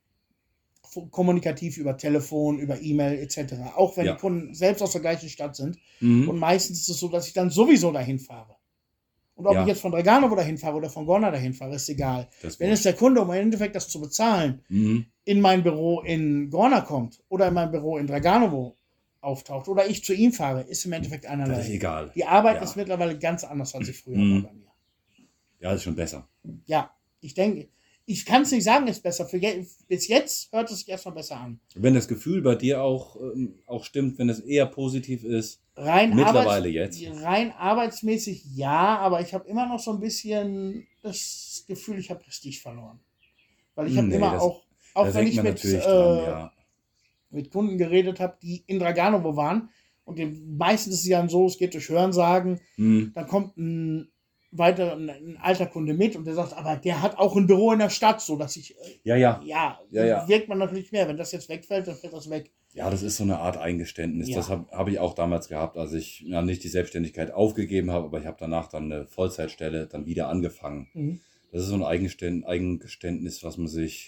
kommunikativ über Telefon, über E-Mail et cetera. Auch wenn Ja. die Kunden selbst aus der gleichen Stadt sind. Mhm. Und meistens ist es so, dass ich dann sowieso dahin fahre. Und ob Ja. ich jetzt von Draganovo dahin fahre oder von Gorna dahin fahre, ist egal. Das Wenn war- es der Kunde, um im Endeffekt das zu bezahlen, Mhm. in mein Büro in Gorna kommt oder in mein Büro in Draganovo auftaucht oder ich zu ihm fahre, ist im Endeffekt Das einerlei. ist egal. Die Arbeit Ja. ist mittlerweile ganz anders, als sie früher Mhm. war bei mir. Ja, das ist schon besser. Ja, ich denke, ich kann es nicht sagen, ist besser. Für je, bis jetzt hört es sich erstmal besser an. Wenn das Gefühl bei dir auch, ähm, auch stimmt, wenn es eher positiv ist, Rein, Mittlerweile arbeits- jetzt. rein arbeitsmäßig ja, aber ich habe immer noch so ein bisschen das Gefühl, ich habe Prestige verloren. Weil ich habe Nee, immer das- auch, auch da wenn denkt ich man mit, natürlich äh, dran, ja. mit Kunden geredet habe, die in Draganovo waren, und den, meistens ist es ja so, es geht durch Hörensagen, Mhm. dann kommt ein weiter ein, ein alter Kunde mit und der sagt, aber der hat auch ein Büro in der Stadt, so dass ich, äh, Ja, ja. ja, Ja, ja. wirkt man natürlich mehr. Wenn das jetzt wegfällt, dann fällt das weg. Ja, das ist so eine Art Eingeständnis. Ja. Das habe hab ich auch damals gehabt, als ich ja, nicht die Selbstständigkeit aufgegeben habe, aber ich habe danach dann eine Vollzeitstelle dann wieder angefangen. Mhm. Das ist so ein Eigenständ- Eigengeständnis, was man sich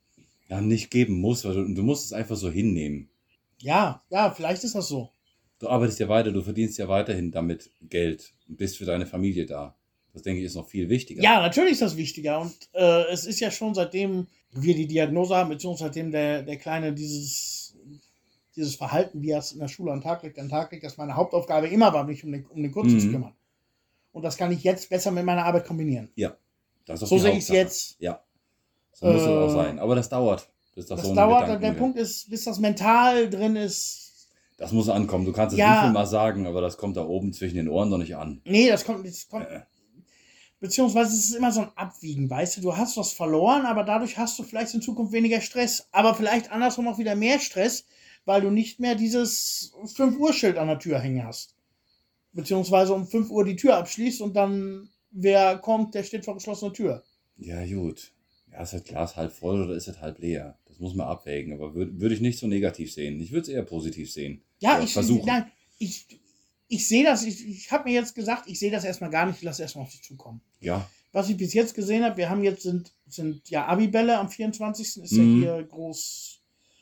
ja nicht geben muss, weil du, du musst es einfach so hinnehmen. Ja, ja, vielleicht ist das so. Du arbeitest ja weiter, du verdienst ja weiterhin damit Geld und bist für deine Familie da. Das denke ich ist noch viel wichtiger. Ja, natürlich ist das wichtiger. Und äh, es ist ja schon seitdem wir die Diagnose haben, beziehungsweise seitdem der, der Kleine dieses, dieses Verhalten, wie er es in der Schule an den Tag legt, an den Tag legt, dass meine Hauptaufgabe immer war, mich um den, um den Kurzen Mhm. zu kümmern. Und das kann ich jetzt besser mit meiner Arbeit kombinieren. Ja, das ist doch So die sehe ich es Hauptsache. jetzt. Ja, so muss es Äh, auch sein. Aber das dauert, bis das, Das so ein dauert, Gedanken der wird. Punkt ist, bis das mental drin ist. Das muss ankommen. Du kannst es Ja. wie viel mal sagen, aber das kommt da oben zwischen den Ohren noch nicht an. Nee, das kommt, das kommt Äh. beziehungsweise es ist immer so ein Abwiegen, weißt du, du hast was verloren, aber dadurch hast du vielleicht in Zukunft weniger Stress, aber vielleicht andersrum auch wieder mehr Stress, weil du nicht mehr dieses fünf Uhr Schild an der Tür hängen hast. Beziehungsweise um fünf Uhr die Tür abschließt und dann, wer kommt, der steht vor geschlossener Tür. Ja, gut. Ja, ist das Glas halb voll oder ist es halb leer? Das muss man abwägen, aber würde würd ich nicht so negativ sehen. Ich würde es eher positiv sehen. Ja, Oder ich, versuchen. nein, ich, ich sehe das, ich, ich habe mir jetzt gesagt, ich sehe das erstmal gar nicht, ich lasse erstmal auf dich zukommen. Ja, Was ich bis jetzt gesehen habe, wir haben jetzt, sind, sind ja Abibälle am vierundzwanzigsten ist Mhm. ja hier groß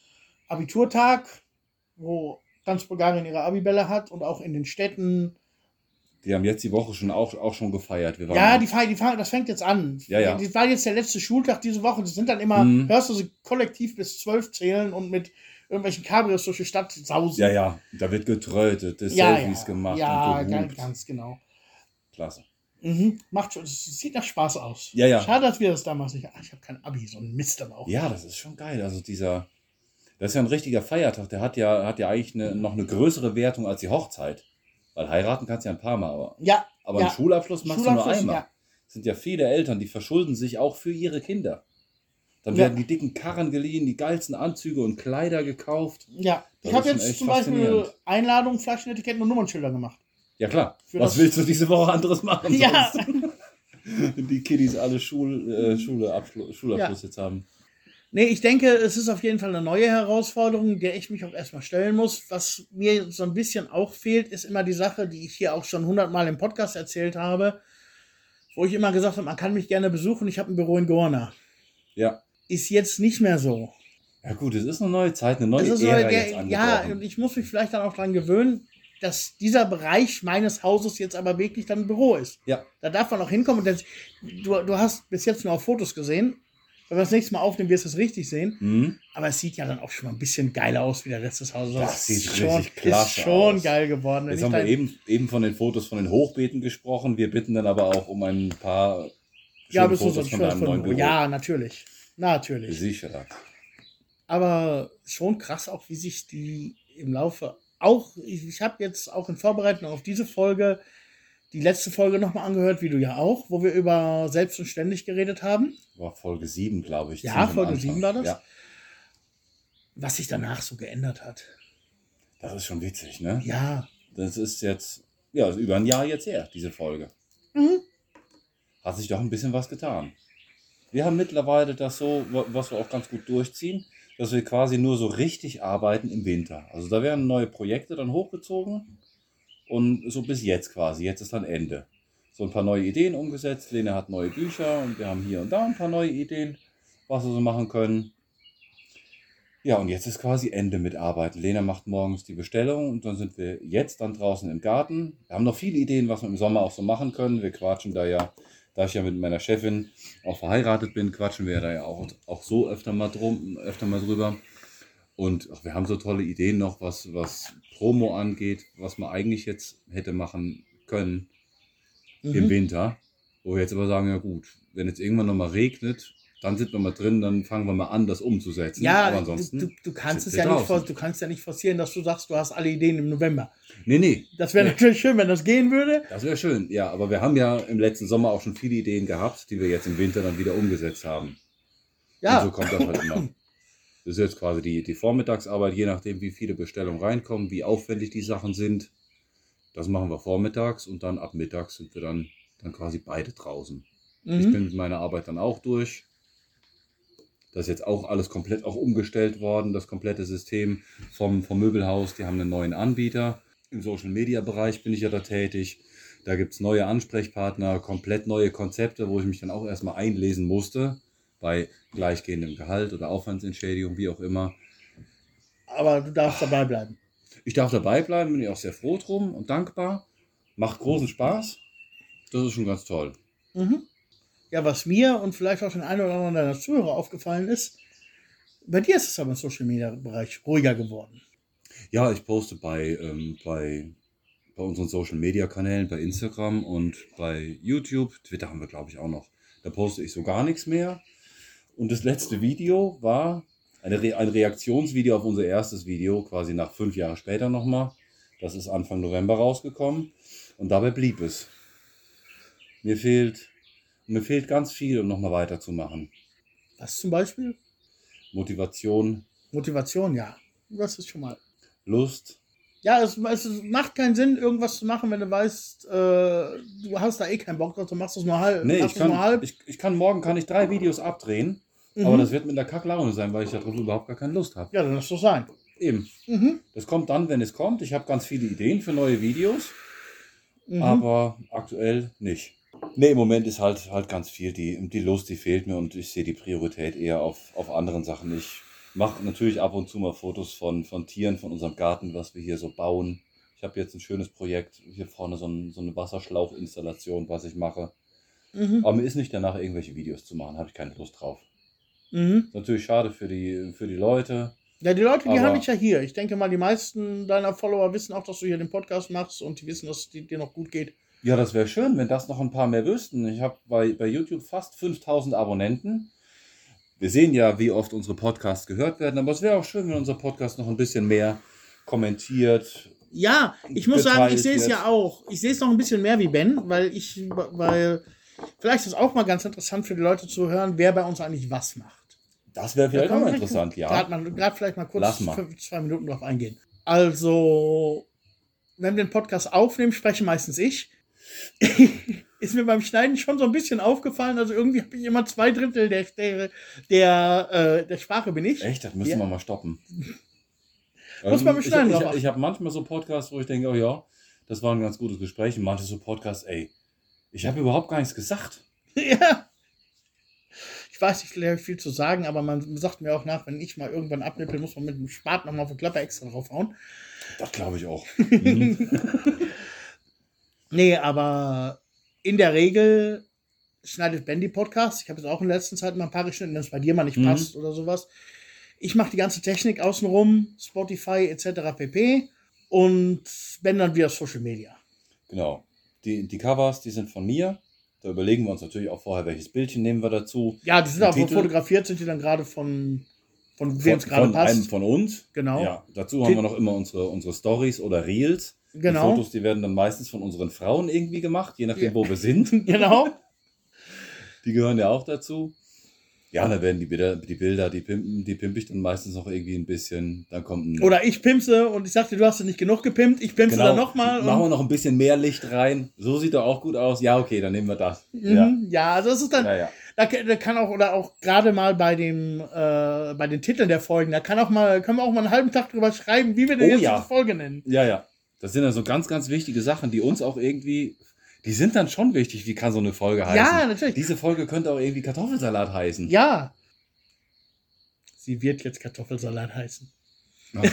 Abiturtag, wo ganz Bulgarien ihre Abibälle hat und auch in den Städten. die haben jetzt die Woche schon auch, auch schon gefeiert. Wir waren Ja, die, feiern- die feiern, das fängt jetzt an. Ja, ja. Das war jetzt der letzte Schultag diese Woche. Das sind dann immer, Mhm. hörst du sie kollektiv bis zwölf zählen und mit irgendwelchen Cabrios durch die Stadt sausen. ja, ja, da wird getrötet, das ja, Selfies ja. gemacht Ja, und ganz, gehupt. ganz genau. Klasse. Mhm. Macht schon, es sieht nach Spaß aus. Ja, ja. Schade, dass wir das damals nicht. Ach, ich habe kein Abi, so ein Mist aber auch. Ja, das ist schon geil. Also dieser, das ist ja ein richtiger Feiertag. Der hat ja, hat ja eigentlich eine, noch eine größere Wertung als die Hochzeit. Weil heiraten kannst du ja ein paar Mal, aber, Ja, aber ja. einen Schulabschluss machst du Schulabschluss, nur einmal. ja. Es sind ja viele Eltern, die verschulden sich auch für ihre Kinder. Dann Ja. werden die dicken Karren geliehen, die geilsten Anzüge und Kleider gekauft. Ja, ich Das habe ist schon jetzt echt zum Beispiel faszinierend. Einladungen, Flaschenetiketten und Nummernschilder gemacht. Ja klar, Für was das- willst du diese Woche anderes machen? Ja. sonst? Die Kiddies alle Schul, äh, Schule, Abschlu- Schulabschluss jetzt haben. Nee, ich denke, es ist auf jeden Fall eine neue Herausforderung, der ich mich auch erstmal stellen muss. Was mir so ein bisschen auch fehlt, ist immer die Sache, die ich hier auch schon hundertmal im Podcast erzählt habe, wo ich immer gesagt habe, man kann mich gerne besuchen, ich habe ein Büro in Gorna. Ja. Ist jetzt nicht mehr so. Ja gut, es ist eine neue Zeit, eine neue Es ist so, Ära der, jetzt ja, angebrochen. und ich muss mich vielleicht dann auch daran gewöhnen, dass dieser Bereich meines Hauses jetzt aber wirklich dann ein Büro ist. Ja, Da darf man auch hinkommen. Und das, du, du hast bis jetzt nur auf Fotos gesehen. Wenn wir das nächste Mal aufnehmen, wirst du es richtig sehen. mhm. Aber es sieht ja dann auch schon mal ein bisschen geiler aus wie der Rest des Hauses. Das sieht ist schon, richtig klasse ist schon aus. geil geworden. Wenn Jetzt ich haben wir dann- eben, eben von den Fotos von den Hochbeeten gesprochen. Wir bitten dann aber auch um ein paar ja, schöne bist du so Fotos ein von schönes deinem neuen Büro. Büro. Ja, natürlich. Natürlich. Sicher. Aber schon krass auch, wie sich die im Laufe auch, ich, ich habe jetzt auch in Vorbereitung auf diese Folge die letzte Folge nochmal angehört, wie du ja auch, wo wir über selbst und ständig geredet haben. War Folge sieben, glaube ich. Ja, ziemlich am Folge Anfang. sieben war das. Ja, Was sich danach so geändert hat. das ist schon witzig, ne? Ja. Das ist jetzt, ja, ist über ein Jahr jetzt her, diese Folge. Mhm. Hat sich doch ein bisschen was getan. Wir haben mittlerweile das so, wa- was wir auch ganz gut durchziehen, dass wir quasi nur so richtig arbeiten im Winter. Also da werden neue Projekte dann hochgezogen und so bis jetzt quasi. Jetzt ist dann Ende. So ein paar neue Ideen umgesetzt. Lena hat neue Bücher und wir haben hier und da ein paar neue Ideen, was wir so machen können. Ja, und jetzt ist quasi Ende mit Arbeiten. Lena macht morgens die Bestellung und dann sind wir jetzt dann draußen im Garten. Wir haben noch viele Ideen, was wir im Sommer auch so machen können. Wir quatschen da ja, da ich ja mit meiner Chefin auch verheiratet bin, quatschen wir da ja auch, auch so öfter mal, drum, öfter mal drüber. Und ach, wir haben so tolle Ideen noch, was, was Promo angeht, was man eigentlich jetzt hätte machen können im Mhm. Winter. Wo wir jetzt aber sagen, ja gut, wenn jetzt irgendwann nochmal regnet, dann sind wir mal drin, dann fangen wir mal an, das umzusetzen. Ja, aber du, ansonsten du, du, kannst sind es wir ja nicht, draußen. for- du kannst ja nicht forcieren, dass du sagst, du hast alle Ideen im November. Nee, nee. Das wäre Nee. natürlich schön, wenn das gehen würde. Das wäre schön, ja. Aber wir haben ja im letzten Sommer auch schon viele Ideen gehabt, die wir jetzt im Winter dann wieder umgesetzt haben. Ja, Und so kommt das halt immer. Das ist jetzt quasi die, die Vormittagsarbeit, je nachdem, wie viele Bestellungen reinkommen, wie aufwendig die Sachen sind. Das machen wir vormittags und dann ab mittags sind wir dann, dann quasi beide draußen. Ich mhm. bin mit meiner Arbeit dann auch durch. Das ist jetzt auch alles komplett auch umgestellt worden, das komplette System vom, vom Möbelhaus. Die haben einen neuen Anbieter. Im Social-Media-Bereich bin ich ja da tätig. Da gibt es neue Ansprechpartner, komplett neue Konzepte, wo ich mich dann auch erstmal einlesen musste. Bei gleichgehendem Gehalt oder Aufwandsentschädigung, wie auch immer. aber du darfst dabei bleiben. Ich darf dabei bleiben, bin ich auch sehr froh drum und dankbar. Macht großen Spaß. Das ist schon ganz toll. Mhm. Ja, was mir und vielleicht auch den einen oder anderen deiner Zuhörer aufgefallen ist, bei dir ist es aber im Social Media Bereich ruhiger geworden. Ja, ich poste bei, ähm, bei, bei unseren Social Media Kanälen, bei Instagram und bei YouTube. Twitter haben wir, glaube ich, auch noch. Da poste ich so gar nichts mehr. Und das letzte Video war eine Re ein Reaktionsvideo auf unser erstes Video, quasi nach fünf Jahren später nochmal. Das ist Anfang November rausgekommen. Und dabei blieb es. Mir fehlt, mir fehlt ganz viel, um nochmal weiterzumachen. Was zum Beispiel? Motivation, Motivation, ja. Das ist schon mal. Lust. Ja, es, es macht keinen Sinn, irgendwas zu machen, wenn du weißt, äh, du hast da eh keinen Bock drauf, du machst es nur halb. Nee, machst ich es nur kann, halb. ich, ich kann morgen kann ich drei Videos abdrehen, Mhm. aber das wird mit einer Kacklaune sein, weil ich darauf überhaupt gar keine Lust habe. Ja, dann lass das sein. Eben. Mhm. Das kommt dann, wenn es kommt. Ich habe ganz viele Ideen für neue Videos, Mhm. aber aktuell nicht. Nee, im Moment ist halt, halt ganz viel. Die, die Lust, die fehlt mir und ich sehe die Priorität eher auf, auf anderen Sachen. Ich mache natürlich ab und zu mal Fotos von, von Tieren, von unserem Garten, was wir hier so bauen. Ich habe jetzt ein schönes Projekt, hier vorne so, ein, so eine Wasserschlauchinstallation, was ich mache. Mhm. Aber mir ist nicht danach, irgendwelche Videos zu machen, habe ich keine Lust drauf. Mhm. Ist natürlich schade für die, für die Leute. Ja, die Leute, die Aber- habe ich ja hier. Ich denke mal, die meisten deiner Follower wissen auch, dass du hier den Podcast machst und die wissen, dass es dir noch gut geht. Ja, das wäre schön, wenn das noch ein paar mehr wüssten. Ich habe bei, bei YouTube fast fünftausend Abonnenten. Wir sehen ja, wie oft unsere Podcasts gehört werden, aber es wäre auch schön, wenn unser Podcast noch ein bisschen mehr kommentiert. Ja, ich muss sagen, Geteilt ich sehe es wird. ja auch. Ich sehe es noch ein bisschen mehr wie Ben, weil ich, weil vielleicht ist es auch mal ganz interessant für die Leute zu hören, wer bei uns eigentlich was macht. Das wäre vielleicht Da auch können mal wir interessant, ja. Gerade mal- gerade vielleicht mal kurz Lass mal. fünf, zwei Minuten drauf eingehen. Also, wenn wir den Podcast aufnehmen, spreche meistens ich. Ist mir beim Schneiden schon so ein bisschen aufgefallen. Also irgendwie habe ich immer zwei Drittel der, der, der, äh, der Sprache bin ich. Echt, das müssen Ja. wir mal stoppen. Muss Ähm, man mit ich Schneiden ich, drauf ich, ich habe manchmal so Podcasts, wo ich denke, oh ja, das war ein ganz gutes Gespräch. Und manche so Podcasts, ey, ich habe überhaupt gar nichts gesagt. Ja. Ich weiß nicht, vielleicht viel zu sagen, aber man sagt mir auch nach, wenn ich mal irgendwann abnippel, muss man mit dem Spaten nochmal auf den Klapper extra draufhauen. Das glaube ich auch. Mhm. Nee, aber in der Regel schneidet Ben die Podcasts. Ich habe jetzt auch in der letzten Zeit mal ein paar geschnitten, wenn es bei dir mal nicht Mhm. passt oder sowas. Ich mache die ganze Technik außenrum, Spotify et cetera pp. Und Ben dann wieder Social Media. Genau. Die, die Covers, die sind von mir. Da überlegen wir uns natürlich auch vorher, welches Bildchen nehmen wir dazu. Ja, die sind Der auch Titel? fotografiert, sind die dann gerade von, von wem Von, es gerade von einem passt. von uns. Genau. Ja, dazu haben wir noch immer unsere, unsere Stories oder Reels. Genau. Die Fotos, die werden dann meistens von unseren Frauen irgendwie gemacht, je nachdem, Ja. wo wir sind. Genau. Die gehören ja auch dazu. Ja, dann werden die Bilder, die Bilder, die pimpen, die pimpe ich dann meistens noch irgendwie ein bisschen. Dann kommt ein, Oder ich pimpse und ich sagte, du hast sie nicht genug gepimpt. Ich pimpse genau, dann nochmal. machen wir noch ein bisschen mehr Licht rein. So sieht doch auch gut aus. Ja, okay, dann nehmen wir das. Mhm. Ja, also das ist dann, Ja, ja. Da, da kann auch, oder auch gerade mal bei dem, äh, bei den Titeln der Folgen, da kann auch mal, können wir auch mal einen halben Tag drüber schreiben, wie wir denn Oh jetzt ja. diese Folge nennen. Ja, ja. Das sind ja so ganz, ganz wichtige Sachen, die uns auch irgendwie, die sind dann schon wichtig. Wie kann so eine Folge heißen? Ja, natürlich. Diese Folge könnte auch irgendwie Kartoffelsalat heißen. Ja. Sie wird jetzt Kartoffelsalat heißen. Ach,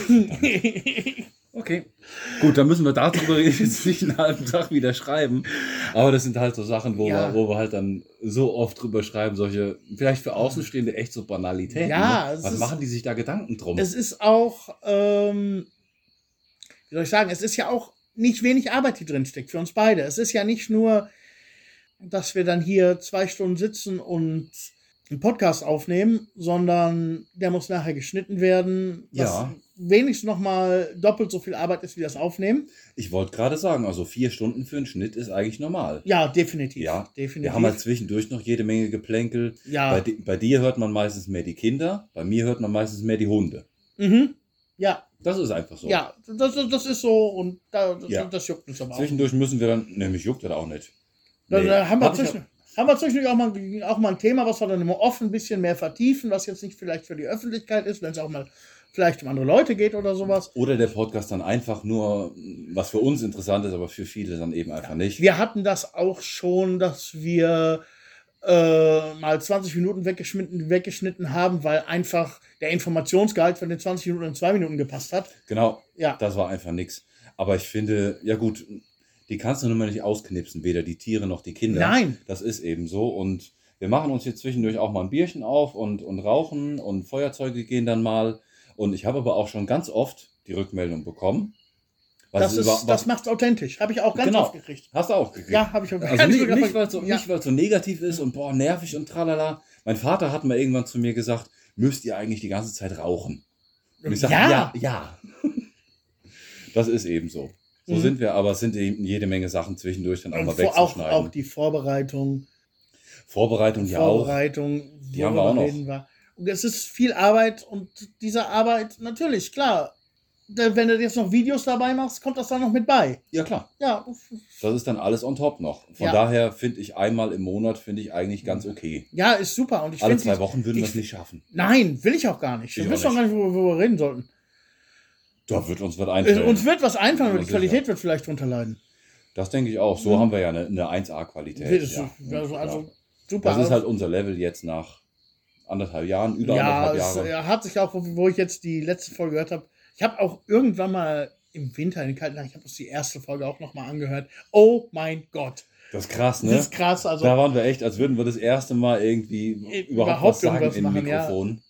okay. Gut, dann müssen wir darüber jetzt nicht einen halben Tag wieder schreiben. Aber das sind halt so Sachen, wo, Ja. wir, wo wir halt dann so oft drüber schreiben, solche, vielleicht für Außenstehende echt so Banalitäten. Ja, ne? es Was ist- machen die sich da Gedanken drum? Es ist auch, ähm, wie soll ich sagen, es ist ja auch nicht wenig Arbeit, die drin steckt für uns beide. Es ist ja nicht nur, dass wir dann hier zwei Stunden sitzen und einen Podcast aufnehmen, sondern der muss nachher geschnitten werden, was Ja. wenigstens nochmal doppelt so viel Arbeit ist wie das Aufnehmen. Ich wollte gerade sagen, also vier Stunden für einen Schnitt ist eigentlich normal. Ja, definitiv. Ja, definitiv. wir haben halt zwischendurch noch jede Menge Geplänkel. ja. Bei, di- bei dir hört man meistens mehr die Kinder, bei mir hört man meistens mehr die Hunde. Mhm. Ja, Das ist einfach so. ja, das, das ist so und da, das, Ja. das juckt uns aber auch. Zwischendurch müssen wir dann, nämlich juckt das auch nicht. Da, Nee. da haben, wir Hab ich zwischen, haben wir zwischendurch auch mal, auch mal ein Thema, was wir dann immer offen ein bisschen mehr vertiefen, was jetzt nicht vielleicht für die Öffentlichkeit ist, wenn es auch mal vielleicht um andere Leute geht oder sowas. Oder der Podcast dann einfach nur, was für uns interessant ist, aber für viele dann eben einfach nicht. Wir hatten das auch schon, dass wir äh, mal zwanzig Minuten weggeschnitten, weggeschnitten haben, weil einfach der Informationsgehalt von den zwanzig Minuten in zwei Minuten gepasst hat. Genau, Ja, das war einfach nix. Aber ich finde, ja gut, die kannst du nun mal nicht ausknipsen, weder die Tiere noch die Kinder. Nein. Das ist eben so. Und wir machen uns jetzt zwischendurch auch mal ein Bierchen auf und, und rauchen und Feuerzeuge gehen dann mal. Und ich habe aber auch schon ganz oft die Rückmeldung bekommen. was das, es ist, über- was- das macht's authentisch. Habe ich auch ganz Genau. oft gekriegt. Hast du auch gekriegt? Ja, habe ich auch Also ganz nicht, oft nicht weil es so, ja. nicht, weil's so negativ ist und boah, nervig und tralala. Mein Vater hat mal irgendwann zu mir gesagt, müsst ihr eigentlich die ganze Zeit rauchen? Und ich sage, Ja. ja, ja. Das ist eben so. So Mhm. sind wir, aber es sind eben jede Menge Sachen zwischendurch dann auch Und mal vor, auch, wegzuschneiden. auch die Vorbereitung. Vorbereitung ja auch. Vorbereitung, Die haben wir auch noch. reden wir. Und es ist viel Arbeit und diese Arbeit, natürlich, klar, da- wenn du jetzt noch Videos dabei machst, kommt das dann noch mit bei. Ja klar, Ja, das ist dann alles on top noch. Von Ja. daher finde ich einmal im Monat, finde ich eigentlich ganz okay. ja, ist super. Und ich Alle finde zwei die- Wochen würden ich- wir es nicht schaffen. Nein, will ich auch gar nicht. Ich Wir auch wissen auch gar nicht, worüber wir reden sollten. Da wird uns was Äh, einfallen. Uns wird was einfallen, aber die Sicher. Qualität wird vielleicht drunter leiden. Das denke ich auch. So Mhm. haben wir ja eine, eine eins A-Qualität. Das ist- Ja. also, also Ja. super. Das ist halt unser Level jetzt nach anderthalb Jahren, über ja, anderthalb es Jahre. äh, hat sich auch, wo, wo ich jetzt die letzte Folge gehört habe, ich habe auch irgendwann mal im Winter, in den kalten Tagen, ich habe uns die erste Folge auch nochmal angehört. Oh mein Gott. Das ist krass, ne? Das ist krass. Also, Da waren wir echt, als würden wir das erste Mal irgendwie Äh, überhaupt, überhaupt was sagen irgendwas im machen, ja. Mikrofon.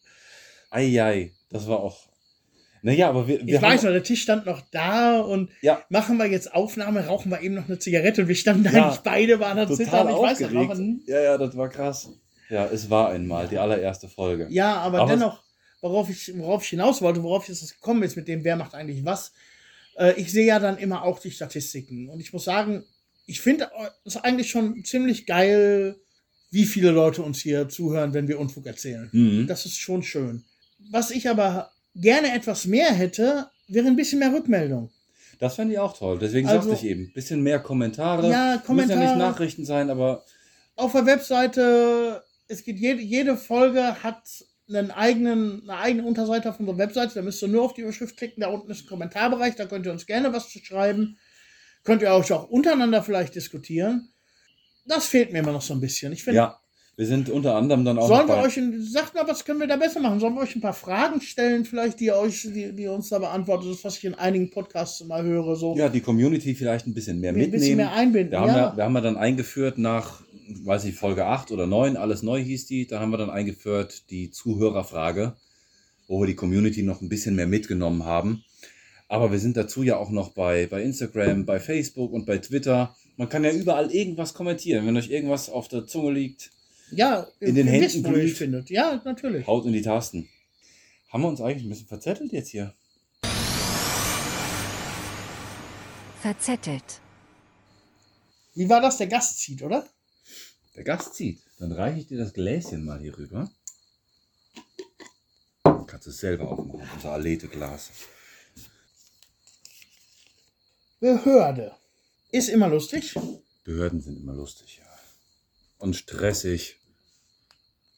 Eieiei, das war auch. Naja, aber wir, wir ich weiß haben. noch, der Tisch stand noch da und Ja, machen wir jetzt Aufnahme, rauchen wir eben noch eine Zigarette und wir standen Ja, eigentlich beide, waren da zittern. total Ich weiß noch, aufgeregt. aber, Ja, ja, das war krass. Ja, es war einmal die allererste Folge. ja, aber, Aber- dennoch, worauf ich, worauf ich hinaus wollte, worauf jetzt das gekommen ist mit dem, wer macht eigentlich was. Äh, ich sehe ja dann immer auch die Statistiken und ich muss sagen, ich finde es eigentlich schon ziemlich geil, wie viele Leute uns hier zuhören, wenn wir Unfug erzählen. Mhm. Das ist schon schön. Was ich aber gerne etwas mehr hätte, wäre ein bisschen mehr Rückmeldung. Das fände ich auch toll. Deswegen Also- sagte ich eben, bisschen mehr Kommentare. Ja, Müssen Kommentare. ja nicht Nachrichten sein, aber Auf der Webseite, es geht jede, jede Folge hat einen eigenen, eine eigene Unterseite auf unserer Webseite. Da müsst ihr nur auf die Überschrift klicken. Da unten ist ein Kommentarbereich. Da könnt ihr uns gerne was zu schreiben. Könnt ihr euch auch untereinander vielleicht diskutieren. Das fehlt mir immer noch so ein bisschen. Ich finde, ja, wir sind unter anderem dann auch sollen noch wir bei, euch, ein, sagt mal, was können wir da besser machen? Sollen wir euch ein paar Fragen stellen, vielleicht, die ihr euch, die, die ihr uns da beantwortet? Das, was ich in einigen Podcasts mal höre, so ja, die Community vielleicht ein bisschen mehr ein mitnehmen. bisschen mehr einbinden. Wir haben, ja. ja, wir haben ja dann eingeführt nach, weiß ich, Folge acht oder neun, alles neu hieß die. Da haben wir dann eingeführt die Zuhörerfrage, wo wir die Community noch ein bisschen mehr mitgenommen haben. Aber wir sind dazu ja auch noch bei, bei Instagram, bei Facebook und bei Twitter. Man kann ja überall irgendwas kommentieren. Wenn euch irgendwas auf der Zunge liegt, ja, in den ihr Händen wisst, wo ihr euch glüht. findet. Ja, natürlich. haut in die Tasten. Haben wir uns eigentlich ein bisschen verzettelt jetzt hier? Verzettelt. Wie war das? Der Gast zieht, oder? Der Gast zieht. Dann reiche ich dir das Gläschen mal hier rüber. Dann kannst du es selber aufmachen, unser Alete-Glas. Behörde. Ist immer lustig. Behörden sind immer lustig, ja. Und stressig.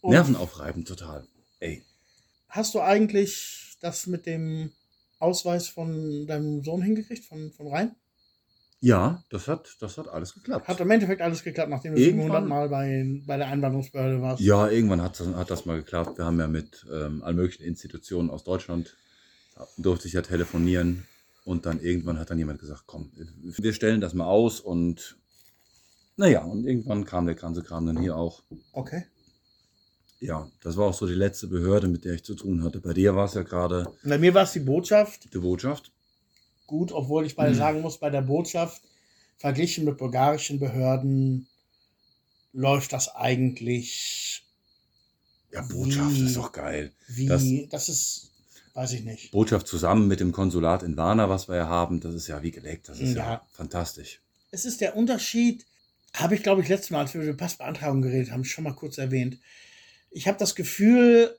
Und Nervenaufreibend, total. Ey. hast du eigentlich das mit dem Ausweis von deinem Sohn hingekriegt, von, von Rhein? Ja, das hat, das hat alles geklappt. Hat im Endeffekt alles geklappt, nachdem du Irgendwann- siebenhundert Mal bei, bei der Einwanderungsbehörde warst? Ja, irgendwann hat das, hat das mal geklappt. Wir haben ja mit ähm, allen möglichen Institutionen aus Deutschland, durfte ich ja telefonieren. Und dann irgendwann hat dann jemand gesagt, komm, wir stellen das mal aus. Und naja, und irgendwann kam der ganze Kram dann hier auch. Okay. Ja, das war auch so die letzte Behörde, mit der ich zu tun hatte. Bei dir war es ja gerade Und bei mir war es die Botschaft. die Botschaft. Gut, obwohl ich bei Mhm. sagen muss, bei der Botschaft, verglichen mit bulgarischen Behörden, läuft das eigentlich Ja, Botschaft Wie? ist doch geil. wie, Das- das, ist, weiß ich nicht. Botschaft zusammen mit dem Konsulat in Varna, was wir ja haben, das ist ja wie gelegt. Das ist ja, Ja. fantastisch. Es ist der Unterschied, habe ich glaube ich letztes Mal, als wir über die Passbeantragung geredet haben, schon mal kurz erwähnt. Ich habe das Gefühl,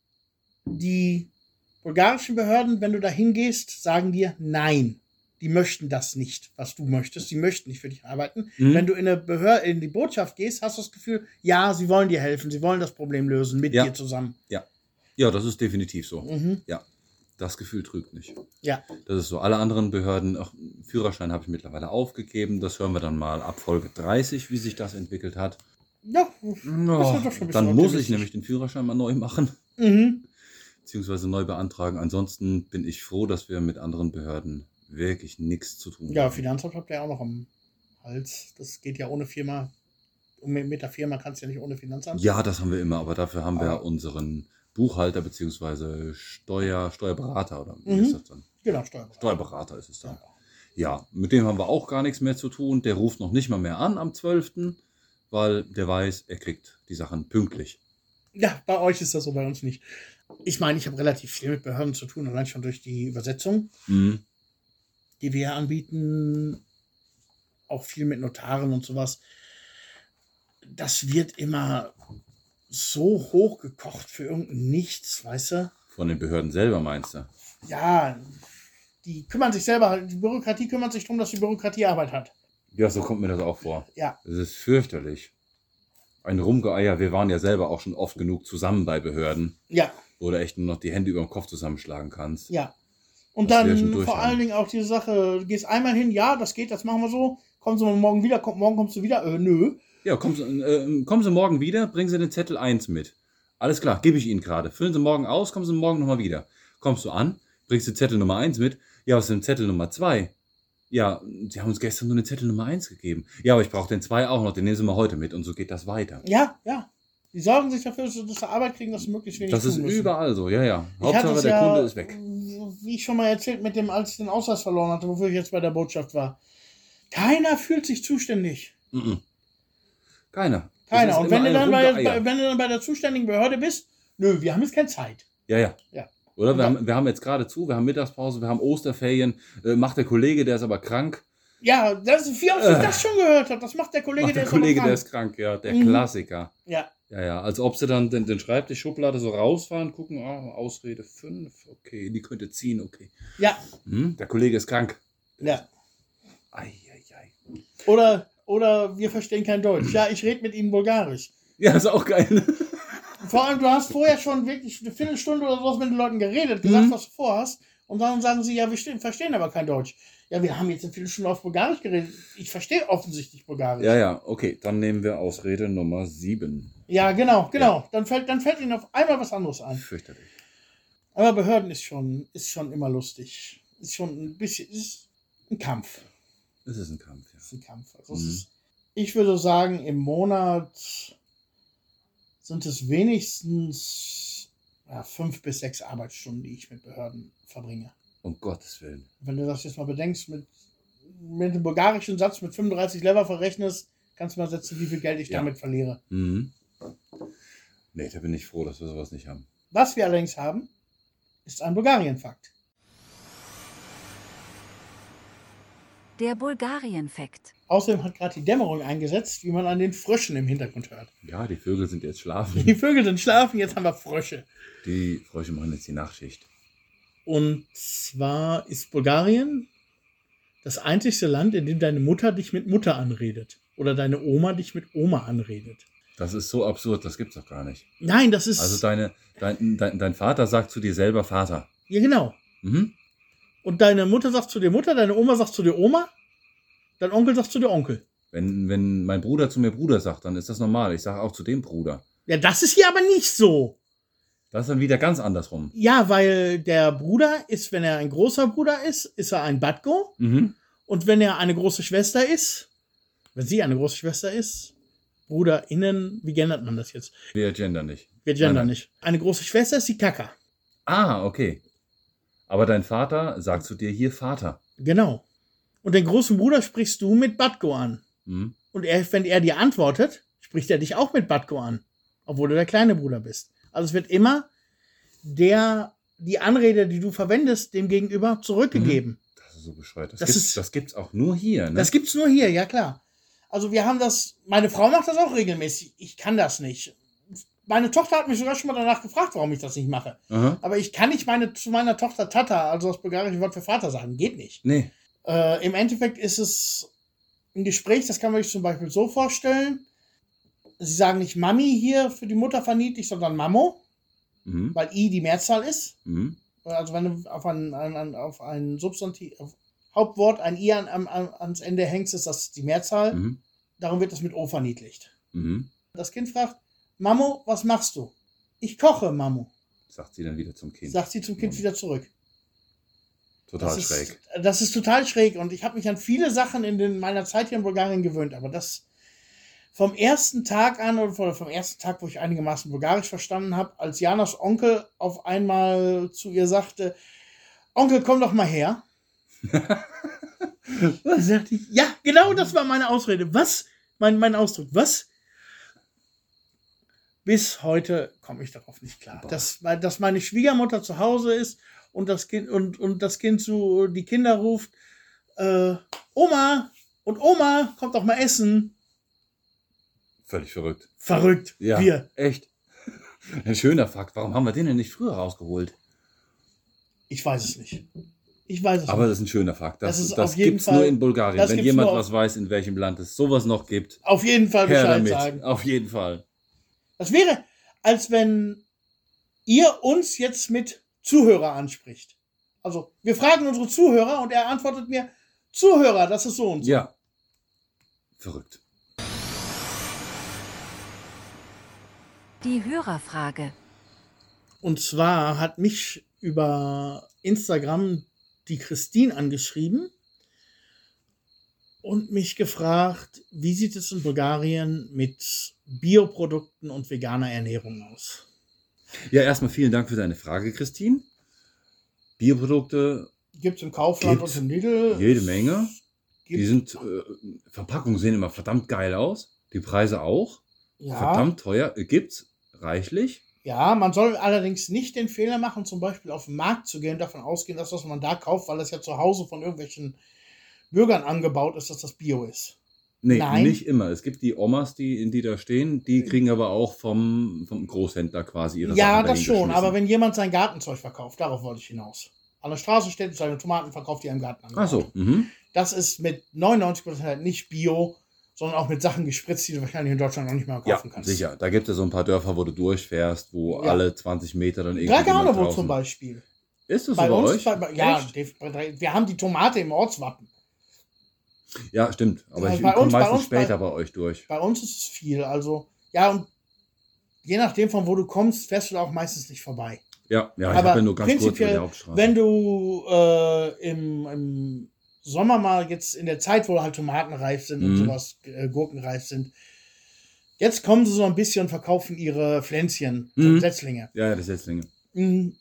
die bulgarischen Behörden, wenn du da hingehst, sagen dir nein. Die möchten das nicht, was du möchtest. Die möchten nicht für dich arbeiten. Mhm. Wenn du in eine Behörde, in die Botschaft gehst, hast du das Gefühl, ja, sie wollen dir helfen, sie wollen das Problem lösen mit Ja. dir zusammen. Ja, das ist definitiv so. Mhm. Das Gefühl trügt nicht. Ja. Das ist so. Alle anderen Behörden, auch Führerschein habe ich mittlerweile aufgegeben. Das hören wir dann mal ab Folge dreißig, wie sich das entwickelt hat. Ja, das ist Oh, doch schon ein bisschen dann muss ich optimistisch. nämlich den Führerschein mal neu machen, Mhm. beziehungsweise neu beantragen. Ansonsten bin ich froh, dass wir mit anderen Behörden wirklich nichts zu tun Ja, haben. Finanzamt habt ihr ja auch noch am Hals. Das geht ja ohne Firma. Und mit mit der Firma kannst du ja nicht ohne Finanzamt. Ja, das haben wir immer, aber dafür haben wir Aber- unseren Buchhalter beziehungsweise Steuer, Steuerberater oder wie Mhm. ist das dann? Genau, Steuerberater. Steuerberater ist es dann. Ja. Ja, mit dem haben wir auch gar nichts mehr zu tun. Der ruft noch nicht mal mehr an am zwölften, weil der weiß, er kriegt die Sachen pünktlich. Ja, bei euch ist das so, bei uns nicht. Ich meine, ich habe relativ viel mit Behörden zu tun, allein schon durch die Übersetzung, Mhm. die wir hier anbieten. Auch viel mit Notaren und sowas. Das wird immer so hochgekocht für irgendein Nichts, weißt du? Von den Behörden selber meinst du? Ja, die kümmern sich selber, die Bürokratie kümmert sich darum, dass die Bürokratie Arbeit hat. Ja, so kommt mir das auch vor. Ja. Das ist fürchterlich. Ein Rumgeeier. Wir waren ja selber auch schon oft genug zusammen bei Behörden, Ja, wo du echt nur noch die Hände über den Kopf zusammenschlagen kannst. ja. Und Das wir dann schon vor durch allen haben. Dingen auch diese Sache, du gehst einmal hin, ja, das geht, das machen wir so, kommen Sie morgen wieder, komm, morgen kommst du wieder, äh, nö. Ja, kommen Sie, äh, kommen Sie morgen wieder, bringen Sie den Zettel eins mit. Alles klar, gebe ich Ihnen gerade. Füllen Sie morgen aus, kommen Sie morgen nochmal wieder. Kommst du an, bringst du Zettel Nummer eins mit. Ja, was ist denn Zettel Nummer zwei? Ja, Sie haben uns gestern nur eine Zettel Nummer eins gegeben. Ja, aber ich brauche den zwei auch noch, den nehmen Sie mal heute mit. Und so geht das weiter. Ja, ja. Die sorgen sich dafür, dass sie Arbeit kriegen, dass sie möglichst wenig Das ist tun müssen. überall so, ja, ja. Ich hatte Hauptsache es der ja, Kunde ist weg. Wie ich schon mal erzählt, mit dem, als ich den Ausweis verloren hatte, wofür ich jetzt bei der Botschaft war. Keiner fühlt sich zuständig. Mhm. Keiner. Das Keiner. ist Und immer wenn du, ein dann bei, Rumgeeier. bei, wenn du dann bei der zuständigen Behörde bist, nö, wir haben jetzt keine Zeit. Ja, ja. Ja. Oder Und wir dann- haben, wir haben jetzt gerade zu, wir haben Mittagspause, wir haben Osterferien. Äh, macht der Kollege, der ist aber krank. Ja, das ist, wie oft ich Äh. das schon gehört habe. Das macht der Kollege, Macht der der ist aber Kollege, krank. der ist krank, ja. Der Mhm. Klassiker. Ja, Ja, ja. Als ob sie dann den, den Schreibtischschublade so rausfahren, gucken, ah, Ausrede fünf, okay, die könnte ziehen, okay. ja, Hm, der Kollege ist krank. ja. Ei, ei, ei. Oder, oder wir verstehen kein Deutsch. Ja, ich rede mit Ihnen Bulgarisch. Ja, ist auch geil. Vor allem, du hast vorher schon wirklich eine Viertelstunde oder sowas mit den Leuten geredet, gesagt, Mhm. was du vorhast. Und dann sagen sie, ja, wir stehen, verstehen aber kein Deutsch. Ja, wir haben jetzt eine Viertelstunde auf Bulgarisch geredet. Ich verstehe offensichtlich Bulgarisch. Ja, ja, okay, dann nehmen wir Ausrede Nummer sieben. Ja, genau, genau. Dann, fällt, dann fällt ihnen auf einmal was anderes ein. Fürchterlich. Aber Behörden ist schon, ist schon immer lustig. Ist schon ein bisschen, ist ein Kampf. Es ist ein Kampf, ja. Ist ein Kampf. Also es Mhm. ist, ich würde sagen, im Monat sind es wenigstens ja, fünf bis sechs Arbeitsstunden, die ich mit Behörden verbringe. Um Gottes Willen. Wenn du das jetzt mal bedenkst, mit, mit dem bulgarischen Satz mit fünfunddreißig Lever verrechnest, kannst du mal setzen, wie viel Geld ich Ja. damit verliere. Mhm. Nee, da bin ich froh, dass wir sowas nicht haben. Was wir allerdings haben, ist ein Bulgarien-Fakt. Der Bulgarien-Fakt. Außerdem hat gerade die Dämmerung eingesetzt, wie man an den Fröschen im Hintergrund hört. Ja, die Vögel sind jetzt schlafen. Die Vögel sind schlafen, jetzt haben wir Frösche. Die Frösche machen jetzt die Nachtschicht. Und zwar ist Bulgarien das einzigste Land, in dem deine Mutter dich mit Mutter anredet. Oder deine Oma dich mit Oma anredet. Das ist so absurd, das gibt's doch gar nicht. Nein, das ist... Also deine, dein, dein, dein Vater sagt zu dir selber Vater. ja, genau. Mhm. Und deine Mutter sagt zu dir Mutter, deine Oma sagt zu dir Oma, dein Onkel sagt zu dir Onkel. Wenn, wenn mein Bruder zu mir Bruder sagt, dann ist das normal. Ich sage auch zu dem Bruder. Ja, das ist hier aber nicht so. Das ist dann wieder ganz andersrum. Ja, weil der Bruder ist, wenn er ein großer Bruder ist, ist er ein Badgo. Mhm. Und wenn er eine große Schwester ist, wenn sie eine große Schwester ist, BruderInnen, wie gendert man das jetzt? Wir gender nicht. Wir gendern Nein, nein. nicht. Eine große Schwester ist die Kaka. Ah, okay. Aber dein Vater sagt zu dir hier Vater. Genau. Und den großen Bruder sprichst du mit Badgo an. Mhm. Und er, wenn er dir antwortet, spricht er dich auch mit Badgo an. Obwohl du der kleine Bruder bist. Also es wird immer der, die Anrede, die du verwendest, dem Gegenüber zurückgegeben. Das ist so bescheuert. Das, Das gibt's, ist- das gibt's auch nur hier. Ne? Das gibt's nur hier, ja klar. Also wir haben das, meine Frau macht das auch regelmäßig. Ich kann das nicht. Meine Tochter hat mich sogar schon mal danach gefragt, warum ich das nicht mache. Aha. Aber ich kann nicht meine, zu meiner Tochter Tata, also das bulgarische Wort für Vater, sagen. Geht nicht. Nee. Äh, Im Endeffekt ist es ein Gespräch, das kann man sich zum Beispiel so vorstellen. Sie sagen nicht Mami hier für die Mutter verniedlicht, sondern Mamo, Mhm. weil I die Mehrzahl ist. Mhm. Also wenn du auf ein, ein, ein, auf ein Substantiv, auf Hauptwort ein I an, an, ans Ende hängst, ist das die Mehrzahl. Mhm. Darum wird das mit O verniedlicht. Mhm. Das Kind fragt, Mamo, was machst du? Ich koche, Mamo. Sagt sie dann wieder zum Kind. Sagt sie zum Kind Mamo. wieder zurück. Total das schräg. Ist, das ist total schräg und ich habe mich an viele Sachen in den, meiner Zeit hier in Bulgarien gewöhnt, aber das vom ersten Tag an oder vom ersten Tag, wo ich einigermaßen Bulgarisch verstanden habe, als Janas Onkel auf einmal zu ihr sagte, Onkel, komm doch mal her. Da sagte ich, ja, genau das war meine Ausrede. Was? Mein, mein Ausdruck. Was? Bis heute komme ich darauf nicht klar. Boah. Dass, dass meine Schwiegermutter zu Hause ist und das Kind, und, und das Kind zu, die Kinder ruft, äh, Oma und Oma, kommt doch mal essen. Völlig verrückt. Verrückt. Ja, Wir. echt. Ein schöner Fakt. Warum haben wir den denn nicht früher rausgeholt? Ich weiß es nicht. Ich weiß es Aber nicht. das ist ein schöner Fakt. Das, Das das, ist auf jeden gibt's Fall- nur in Bulgarien. das Wenn gibt's jemand nur auf- was weiß, in welchem Land es sowas noch gibt, Auf jeden Fall her Bescheid damit. sagen. Auf jeden Fall. Das wäre, als wenn ihr uns jetzt mit Zuhörer anspricht. Also, wir fragen unsere Zuhörer und er antwortet mir, Zuhörer, das ist so und so. Ja. Verrückt. Die Hörerfrage. Und zwar hat mich über Instagram die Christine angeschrieben und mich gefragt, wie sieht es in Bulgarien mit Bioprodukten und veganer Ernährung aus? Ja, erstmal vielen Dank für deine Frage, Christine. Bioprodukte, Gibt es im Kaufland Gibt's und im Lidl? jede Menge. Die Gibt- sind, äh, Verpackungen sehen immer verdammt geil aus. Die Preise auch. ja, Verdammt teuer. Äh, Gibt's reichlich. ja, man soll allerdings nicht den Fehler machen, zum Beispiel auf den Markt zu gehen und davon ausgehen, dass was man da kauft, weil es ja zu Hause von irgendwelchen Bürgern angebaut ist, dass das Bio ist. Nee, Nein. nicht immer. Es gibt die Omas, die, in die da stehen, die kriegen aber auch vom, vom Großhändler quasi ihre Ja, Sachen das schon, dahingeschmissen. aber wenn jemand sein Gartenzeug verkauft, darauf wollte ich hinaus. An der Straße steht und seine Tomaten verkauft, die er im Garten angebaut. Ach so, mhm. Das ist mit neunundneunzig Prozent halt nicht Bio, sondern auch mit Sachen gespritzt, die du wahrscheinlich in Deutschland noch nicht mal Ja, kaufen kannst. sicher. Da gibt es so ein paar Dörfer, wo du durchfährst, wo Ja. alle zwanzig Meter dann irgendwie Draganovo jemand draußen- zum Beispiel. Ist das Bei so bei uns, euch? bei, bei, ja, Echt? die- bei- wir haben die Tomate im Ortswappen. Ja, stimmt. Aber Ja, ich bei komme uns- bei meistens uns- bei- später bei euch durch. Bei uns ist es viel. Also, ja, und je nachdem, von wo du kommst, fährst du da auch meistens nicht vorbei. Ja, ja, ich Aber habe ja nur ganz kurz über die prinzipiell, Hauptstraße. wenn du äh, im, im Sommer mal jetzt in der Zeit, wo halt Tomaten reif sind und Mhm. sowas, äh, Gurken reif sind, jetzt kommen sie so ein bisschen und verkaufen ihre Pflänzchen, Mhm. Setzlinge. ja, ja, das Setzlinge. Mhm.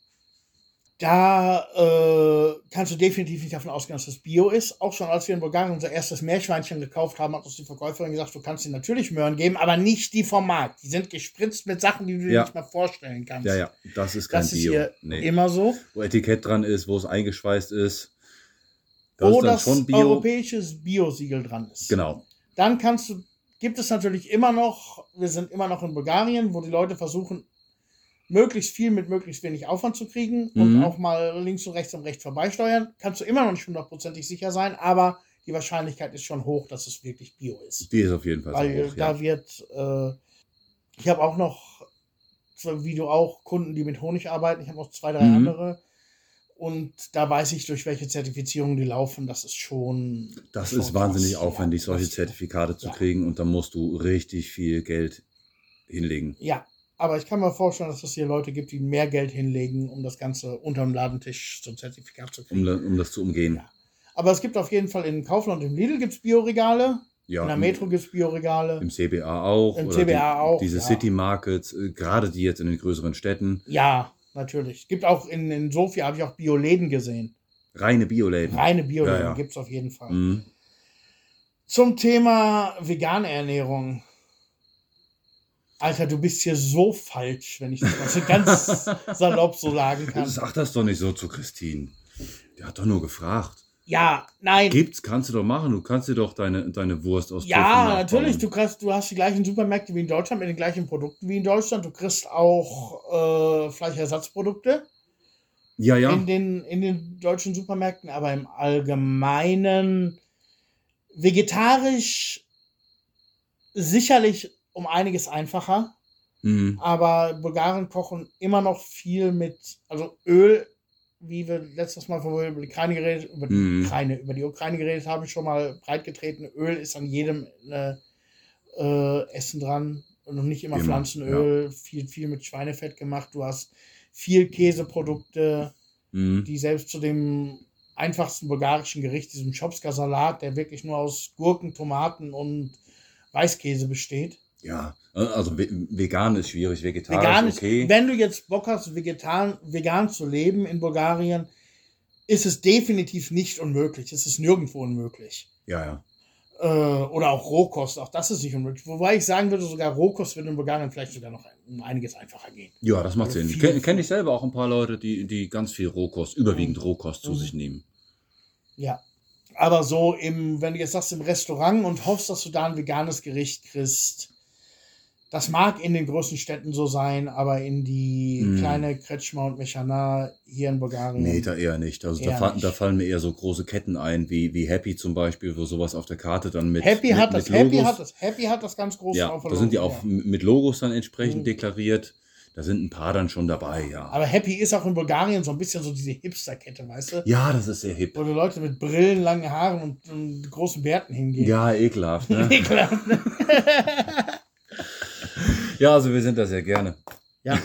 Da äh, kannst du definitiv nicht davon ausgehen, dass das Bio ist. Auch schon als wir in Bulgarien unser erstes Meerschweinchen gekauft haben, hat uns die Verkäuferin gesagt, du kannst ihnen natürlich Möhren geben, aber nicht die vom Markt. Die sind gespritzt mit Sachen, die du dir Ja. nicht mal vorstellen kannst. Ja, ja, das ist kein Das ist Bio. hier Nee. immer so. Wo Etikett dran ist, wo es eingeschweißt ist. Das Wo ist dann das schon Bio. europäische Bio-Siegel dran ist. Genau. Dann kannst du, gibt es natürlich immer noch, wir sind immer noch in Bulgarien, wo die Leute versuchen, möglichst viel mit möglichst wenig Aufwand zu kriegen und Mhm. auch mal links und rechts am Recht vorbeisteuern. Kannst du immer noch nicht hundertprozentig sicher sein, aber die Wahrscheinlichkeit ist schon hoch, dass es wirklich Bio ist. Die ist auf jeden Fall Weil so hoch. da Ja. wird äh, Ich habe auch noch, so wie du auch, Kunden, die mit Honig arbeiten. Ich habe noch zwei, drei Mhm. andere. Und da weiß ich, durch welche Zertifizierungen die laufen. Das ist schon. Das schon ist wahnsinnig krass. aufwendig, Ja, solche das- Zertifikate zu ja. kriegen und da musst du richtig viel Geld hinlegen. Ja, aber ich kann mir vorstellen, dass es hier Leute gibt, die mehr Geld hinlegen, um das Ganze unterm Ladentisch zum Zertifikat zu kriegen. Um, da- um das zu umgehen. Ja. Aber es gibt auf jeden Fall in Kaufland und im Lidl gibt's Bioregale. Ja, in der im- Metro gibt's Bioregale. Im C B A auch. Im oder C B A die, auch, Diese ja. City Markets, äh, gerade die jetzt in den größeren Städten. Ja, natürlich. Gibt auch in, in Sofia, habe ich auch Bioläden gesehen. Reine Bioläden. Reine Bioläden Ja, ja. gibt's auf jeden Fall. Mhm. Zum Thema vegane Ernährung. Alter, du bist hier so falsch, wenn ich das mal so ganz salopp so sagen kann. Sag das doch nicht so zu Christine. Der hat doch nur gefragt. Ja, nein. Gibt's, kannst du doch machen. Du kannst dir doch deine, deine Wurst aus Ja, Tofu nachbauen. natürlich. Du, kriegst, du hast die gleichen Supermärkte wie in Deutschland mit den gleichen Produkten wie in Deutschland. Du kriegst auch äh, Fleischersatzprodukte Ja, ja. in, den, in den deutschen Supermärkten, aber im Allgemeinen vegetarisch sicherlich um einiges einfacher. Mhm. Aber Bulgaren kochen immer noch viel mit, also Öl, wie wir letztes Mal, wo wir über die Ukraine geredet, über die Mhm. Ukraine, über die Ukraine geredet haben, schon mal breitgetreten. Öl ist an jedem äh, äh, Essen dran und noch nicht immer, Immer, Pflanzenöl, viel, viel mit Schweinefett gemacht. Du hast viel Käseprodukte, Mhm. die selbst zu dem einfachsten bulgarischen Gericht, diesem Schopska-Salat, der wirklich nur aus Gurken, Tomaten und Weißkäse besteht. Ja, also ve- vegan ist schwierig, vegetarisch Vegan ist, okay. wenn du jetzt Bock hast, vegetan, vegan zu leben in Bulgarien, ist es definitiv nicht unmöglich. Es ist nirgendwo unmöglich. Ja, ja. Äh, oder auch Rohkost, auch das ist nicht unmöglich. Wobei ich sagen würde, sogar Rohkost würde in Bulgarien vielleicht sogar noch um einiges einfacher gehen. Ja, das macht Also Sinn. viel- Kenne kenn ich selber auch ein paar Leute, die, die ganz viel Rohkost, überwiegend Rohkost zu Mhm. sich nehmen. Ja. Aber so im, wenn du jetzt sagst, im Restaurant und hoffst, dass du da ein veganes Gericht kriegst, das mag in den größten Städten so sein, aber in die Mhm. kleine Kretschmer und Mechana hier in Bulgarien. Nee, da eher nicht. Also da, Eher fa nicht. da fallen mir eher so große Ketten ein, wie, wie Happy zum Beispiel, wo sowas auf der Karte dann mit Happy mit, hat das, mit Happy Logos, hat das, Happy hat das ganz groß ja, drauf da sind die verloren, auch ja. m- mit Logos dann entsprechend Mhm. deklariert. Da sind ein paar dann schon dabei, ja. Aber Happy ist auch in Bulgarien so ein bisschen so diese Hipster-Kette, weißt du? Ja, das ist sehr hip. Wo die Leute mit Brillen, langen Haaren und, und großen Bärten hingehen. Ja, ekelhaft, ne? Ekelhaft, ne? Ja, also wir sind da sehr gerne. Ja.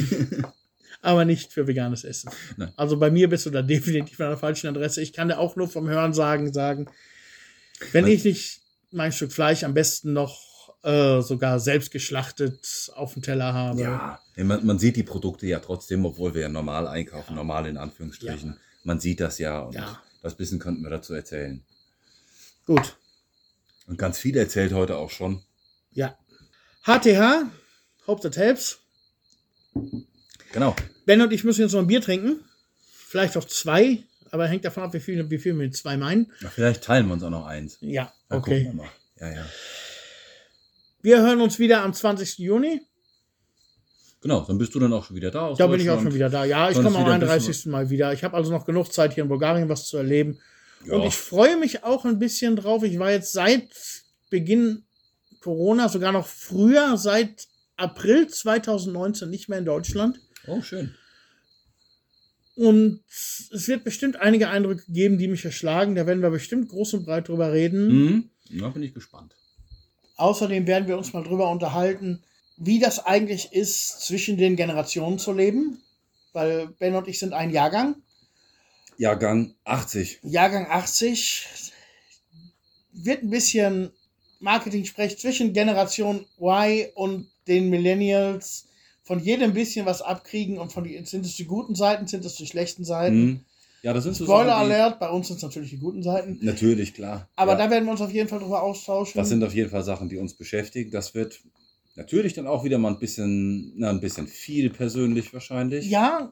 Aber nicht für veganes Essen. Nein. Also bei mir bist du da definitiv an der falschen Adresse. Ich kann dir auch nur vom Hören sagen, sagen, wenn Was? ich nicht mein Stück Fleisch am besten noch äh, sogar selbst geschlachtet auf dem Teller habe. Ja, man, man sieht die Produkte ja trotzdem, obwohl wir ja normal einkaufen, normal in Anführungsstrichen. Man sieht das ja und Ja. das bisschen könnten wir dazu erzählen. Gut. Und ganz viel erzählt heute auch schon. Ja. H T H, Hope That Helps. Genau. Ben und ich müssen jetzt noch ein Bier trinken. Vielleicht auch zwei, aber hängt davon ab, wie viel, wie viel wir mit zwei meinen. Ja, vielleicht teilen wir uns auch noch eins. Ja, Ja, okay. gucken wir mal. Ja, ja. Wir hören uns wieder am zwanzigsten Juni. Genau, dann bist du dann auch schon wieder da. Aus Da bin ich auch Deutschland. schon wieder da. Ja, ich Dann ist komme am wieder ein bisschen- einunddreißigsten Mal wieder. Ich habe also noch genug Zeit, hier in Bulgarien was zu erleben. Ja. Und ich freue mich auch ein bisschen drauf. Ich war jetzt seit Beginn Corona, sogar noch früher, seit April zweitausendneunzehn nicht mehr in Deutschland. Oh, schön. Und es wird bestimmt einige Eindrücke geben, die mich erschlagen. Da werden wir bestimmt groß und breit drüber reden. Mhm. Da bin ich gespannt. Außerdem werden wir uns mal drüber unterhalten, wie das eigentlich ist, zwischen den Generationen zu leben. Weil Ben und ich sind ein Jahrgang. Jahrgang achtzig. Jahrgang achtzig. Wird ein bisschen Marketing-Sprech zwischen Generation Y und den Millennials. Von jedem ein bisschen was abkriegen. Und von die, sind es die guten Seiten, sind es die schlechten Seiten. Mhm. Ja, das sind so Spoiler Sachen, die- Alert, bei uns sind es natürlich die guten Seiten. Natürlich, klar. Aber ja. da werden wir uns auf jeden Fall drüber austauschen. Das sind auf jeden Fall Sachen, die uns beschäftigen. Das wird natürlich dann auch wieder mal ein bisschen, na, ein bisschen viel persönlich wahrscheinlich. ja,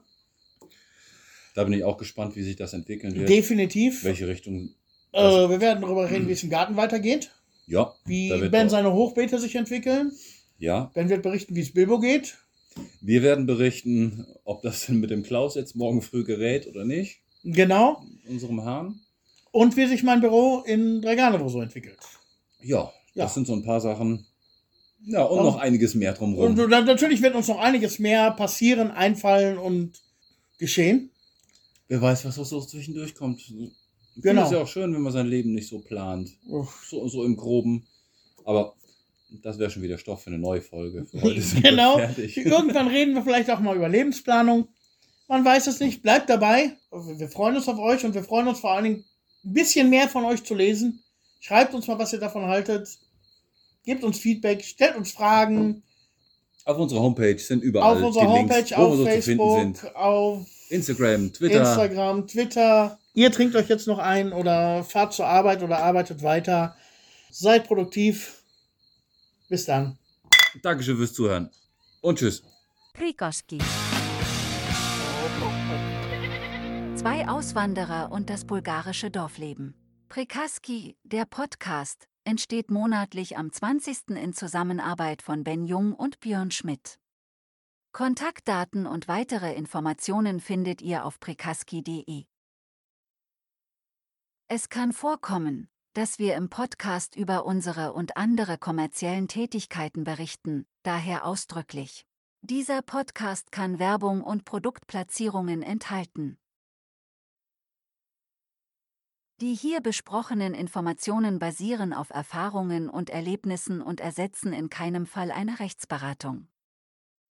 Da bin ich auch gespannt, wie sich das entwickeln wird. definitiv. Welche Richtung. Äh, wir werden darüber reden, wie es im Garten weitergeht. Ja. Wie da wird Ben auch- seine Hochbeete sich entwickeln. Ja. Ben wird berichten, wie es Bilbo geht. Wir werden berichten, ob das denn mit dem Klaus jetzt morgen früh gerät oder nicht. Genau. Unserem Hahn. Und wie sich mein Büro in Draganovo so entwickelt. Ja, das Ja. sind so ein paar Sachen. Ja, und Oh. noch einiges mehr drumherum. Und dann, natürlich wird uns noch einiges mehr passieren, einfallen und geschehen. Wer weiß, was so zwischendurch kommt. Ich finde Genau. es ja auch schön, wenn man sein Leben nicht so plant. Uff. So, so im Groben. Aber das wäre schon wieder Stoff für eine neue Folge. Für heute sind Genau. wir fertig. Irgendwann reden wir vielleicht auch mal über Lebensplanung. Man weiß es nicht. Bleibt dabei. Wir freuen uns auf euch und wir freuen uns vor allen Dingen, ein bisschen mehr von euch zu lesen. Schreibt uns mal, was ihr davon haltet. Gebt uns Feedback, stellt uns Fragen. Auf unserer Homepage sind überall Auf unserer die Homepage, Links, wo auf wir so zu finden Facebook, sind. auf Instagram, Twitter. Instagram, Twitter. Ihr trinkt euch jetzt noch ein oder fahrt zur Arbeit oder arbeitet weiter. Seid produktiv. Bis dann. Dankeschön fürs Zuhören. Und tschüss. Prikoski. Zwei Auswanderer und das bulgarische Dorfleben. Prikaski, der Podcast, entsteht monatlich am zwanzigsten in Zusammenarbeit von Ben Jung und Björn Schmidt. Kontaktdaten und weitere Informationen findet ihr auf prikaski punkt de. Es kann vorkommen, dass wir im Podcast über unsere und andere kommerziellen Tätigkeiten berichten, daher ausdrücklich. Dieser Podcast kann Werbung und Produktplatzierungen enthalten. Die hier besprochenen Informationen basieren auf Erfahrungen und Erlebnissen und ersetzen in keinem Fall eine Rechtsberatung.